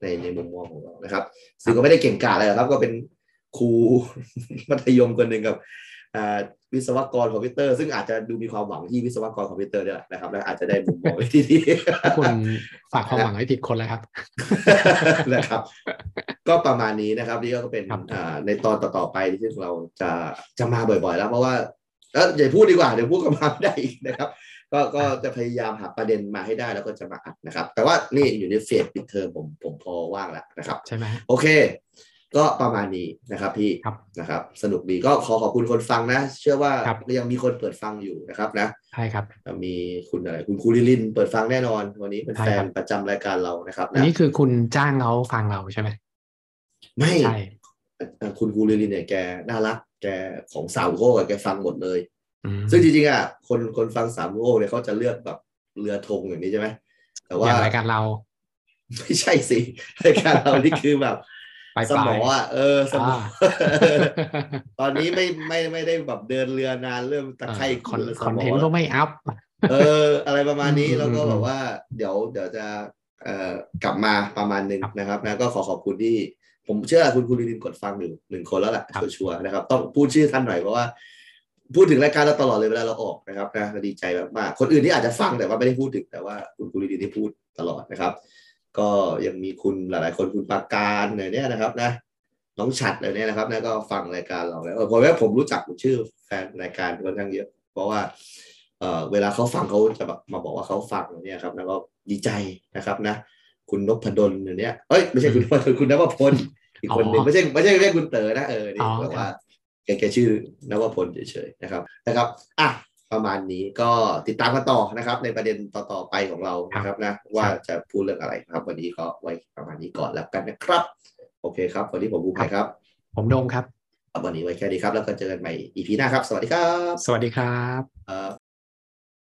ในในมุมมองของเรานะครับซึ่งก็ไม่ได้เก่งกาจอะไรหรอกครับก็เป็นครู มัธยมคนหนึ่งกับวิศวกรคอมพิวเตอร์ซึ่งอาจจะดูมีความหวังที่วิศวกรคอมพิวเตอร์เนี่ยนะครับและอาจจะได้มุมมองที่ดีคุณฝากความหวังไว้ผิดคนแล้วครับนะครับก็ประมาณนี้นะครับนี่ก็เป็นในตอนต่อๆไปที่เราจะจะมาบ่อยๆแล้วเพราะว่าเอออย่าพูดดีกว่าเดี๋ยวพูดกับมาไม่ได้อีกนะครับก็ก็จะพยายามหาประเด็นมาให้ได้แล้วก็จะมาอัดนะครับแต่ว่านี่อยู่ในเฟสปิดเทอมผมผมพอว่างแล้วนะครับใช่ไหมโอเคก็ประมาณนี้นะครับพี่นะครับสนุกดีก็ขอขอบคุณคนฟังนะเชื่อว่ายังมีคนเปิดฟังอยู่นะครับนะใช่ครับมีคุณอะไรคุณครูลิลินเปิดฟังแน่นอนวันนี้เป็นแฟนประจำรายการเรานะครับอันนี้คือคุณจ้างเขาฟังเราใช่ไหมไม่ใช่คุณครูลิลินเนี่ยแกน่ารักแกของสาวโก้แกฟังหมดเลยซึ่งจริงๆอ่ะคนคนฟังสามโลกเนี่ยเขาจะเลือกแบบเรือธงอย่างนี้ใช่ไหมแต่ว่ารายการเราไม่ใช่สิรายการเรานี่คือแบบสมออ่ะเออสมอตอนนี้ไม่ไม่ไม่ได้แบบเดินเรือนานเริ่มตะไคร่คอนเทนต์ก็ไม่อัพเอออะไรประมาณนี้แล้วก็แบบว่าเดี๋ยวเดี๋ยวจะเอ่อกลับมาประมาณนึงนะครับนะก็ขอขอบคุณที่ผมเชื่อคุณคุณลิลินกดฟังอยู่หนึ่งคนแล้วแหละชัวร์ๆนะครับต้องพูดชื่อท่านหน่อยเพราะว่าพูดถึงรายการเราตลอดเลยเวลาเราออกนะครับนะดีใจมากๆคนอื่นที่อาจจะฟังแต่ว่าไม่ได้พูดถึงแต่ว่าคุณคุณลิลินที่พูดตลอดนะครับก็ยังมีคุณหลายๆคนคุณปาการเนี่ยนะครับนะน้องฉัดอะไรเนี่ยนะครับนะก็ฟังรายการเราแล้วเพราะว่าผมรู้จักชื่อแฟนรายการค่อนข้างเยอะเพราะว่าเอ่อเวลาเขาฟังเขาจะแบบมาบอกว่าเขาฟังเนี่ยครับแล้วก็ดีใจนะครับนะคุณนพดลเนี่ยเอ้ยไม่ใช่คุณนพดลคุณนภพลอีกคนหนึ่งไม่ใช่ไม่ใช่เรียกคุณเต๋อนะเออนี่แบบว่าแกแกชื่อนวพลเฉยๆนะครับนะครับอ่ะประมาณนี้ก็ติดตามกันต่อนะครับในประเด็นต่อๆไปของเรานะครับนะว่าจะพูดเรื่องอะไรครับวันนี้ก็ไว้ประมาณนี้ก่อนแล้วกันนะครับโอเคครับวันนี้ผมบูมครับผมโดมครับวันนี้ไว้แค่นี้ครับแล้วก็เจอกันใหม่ อี พี หน้าครับสวัสดีครับสวัสดีครับ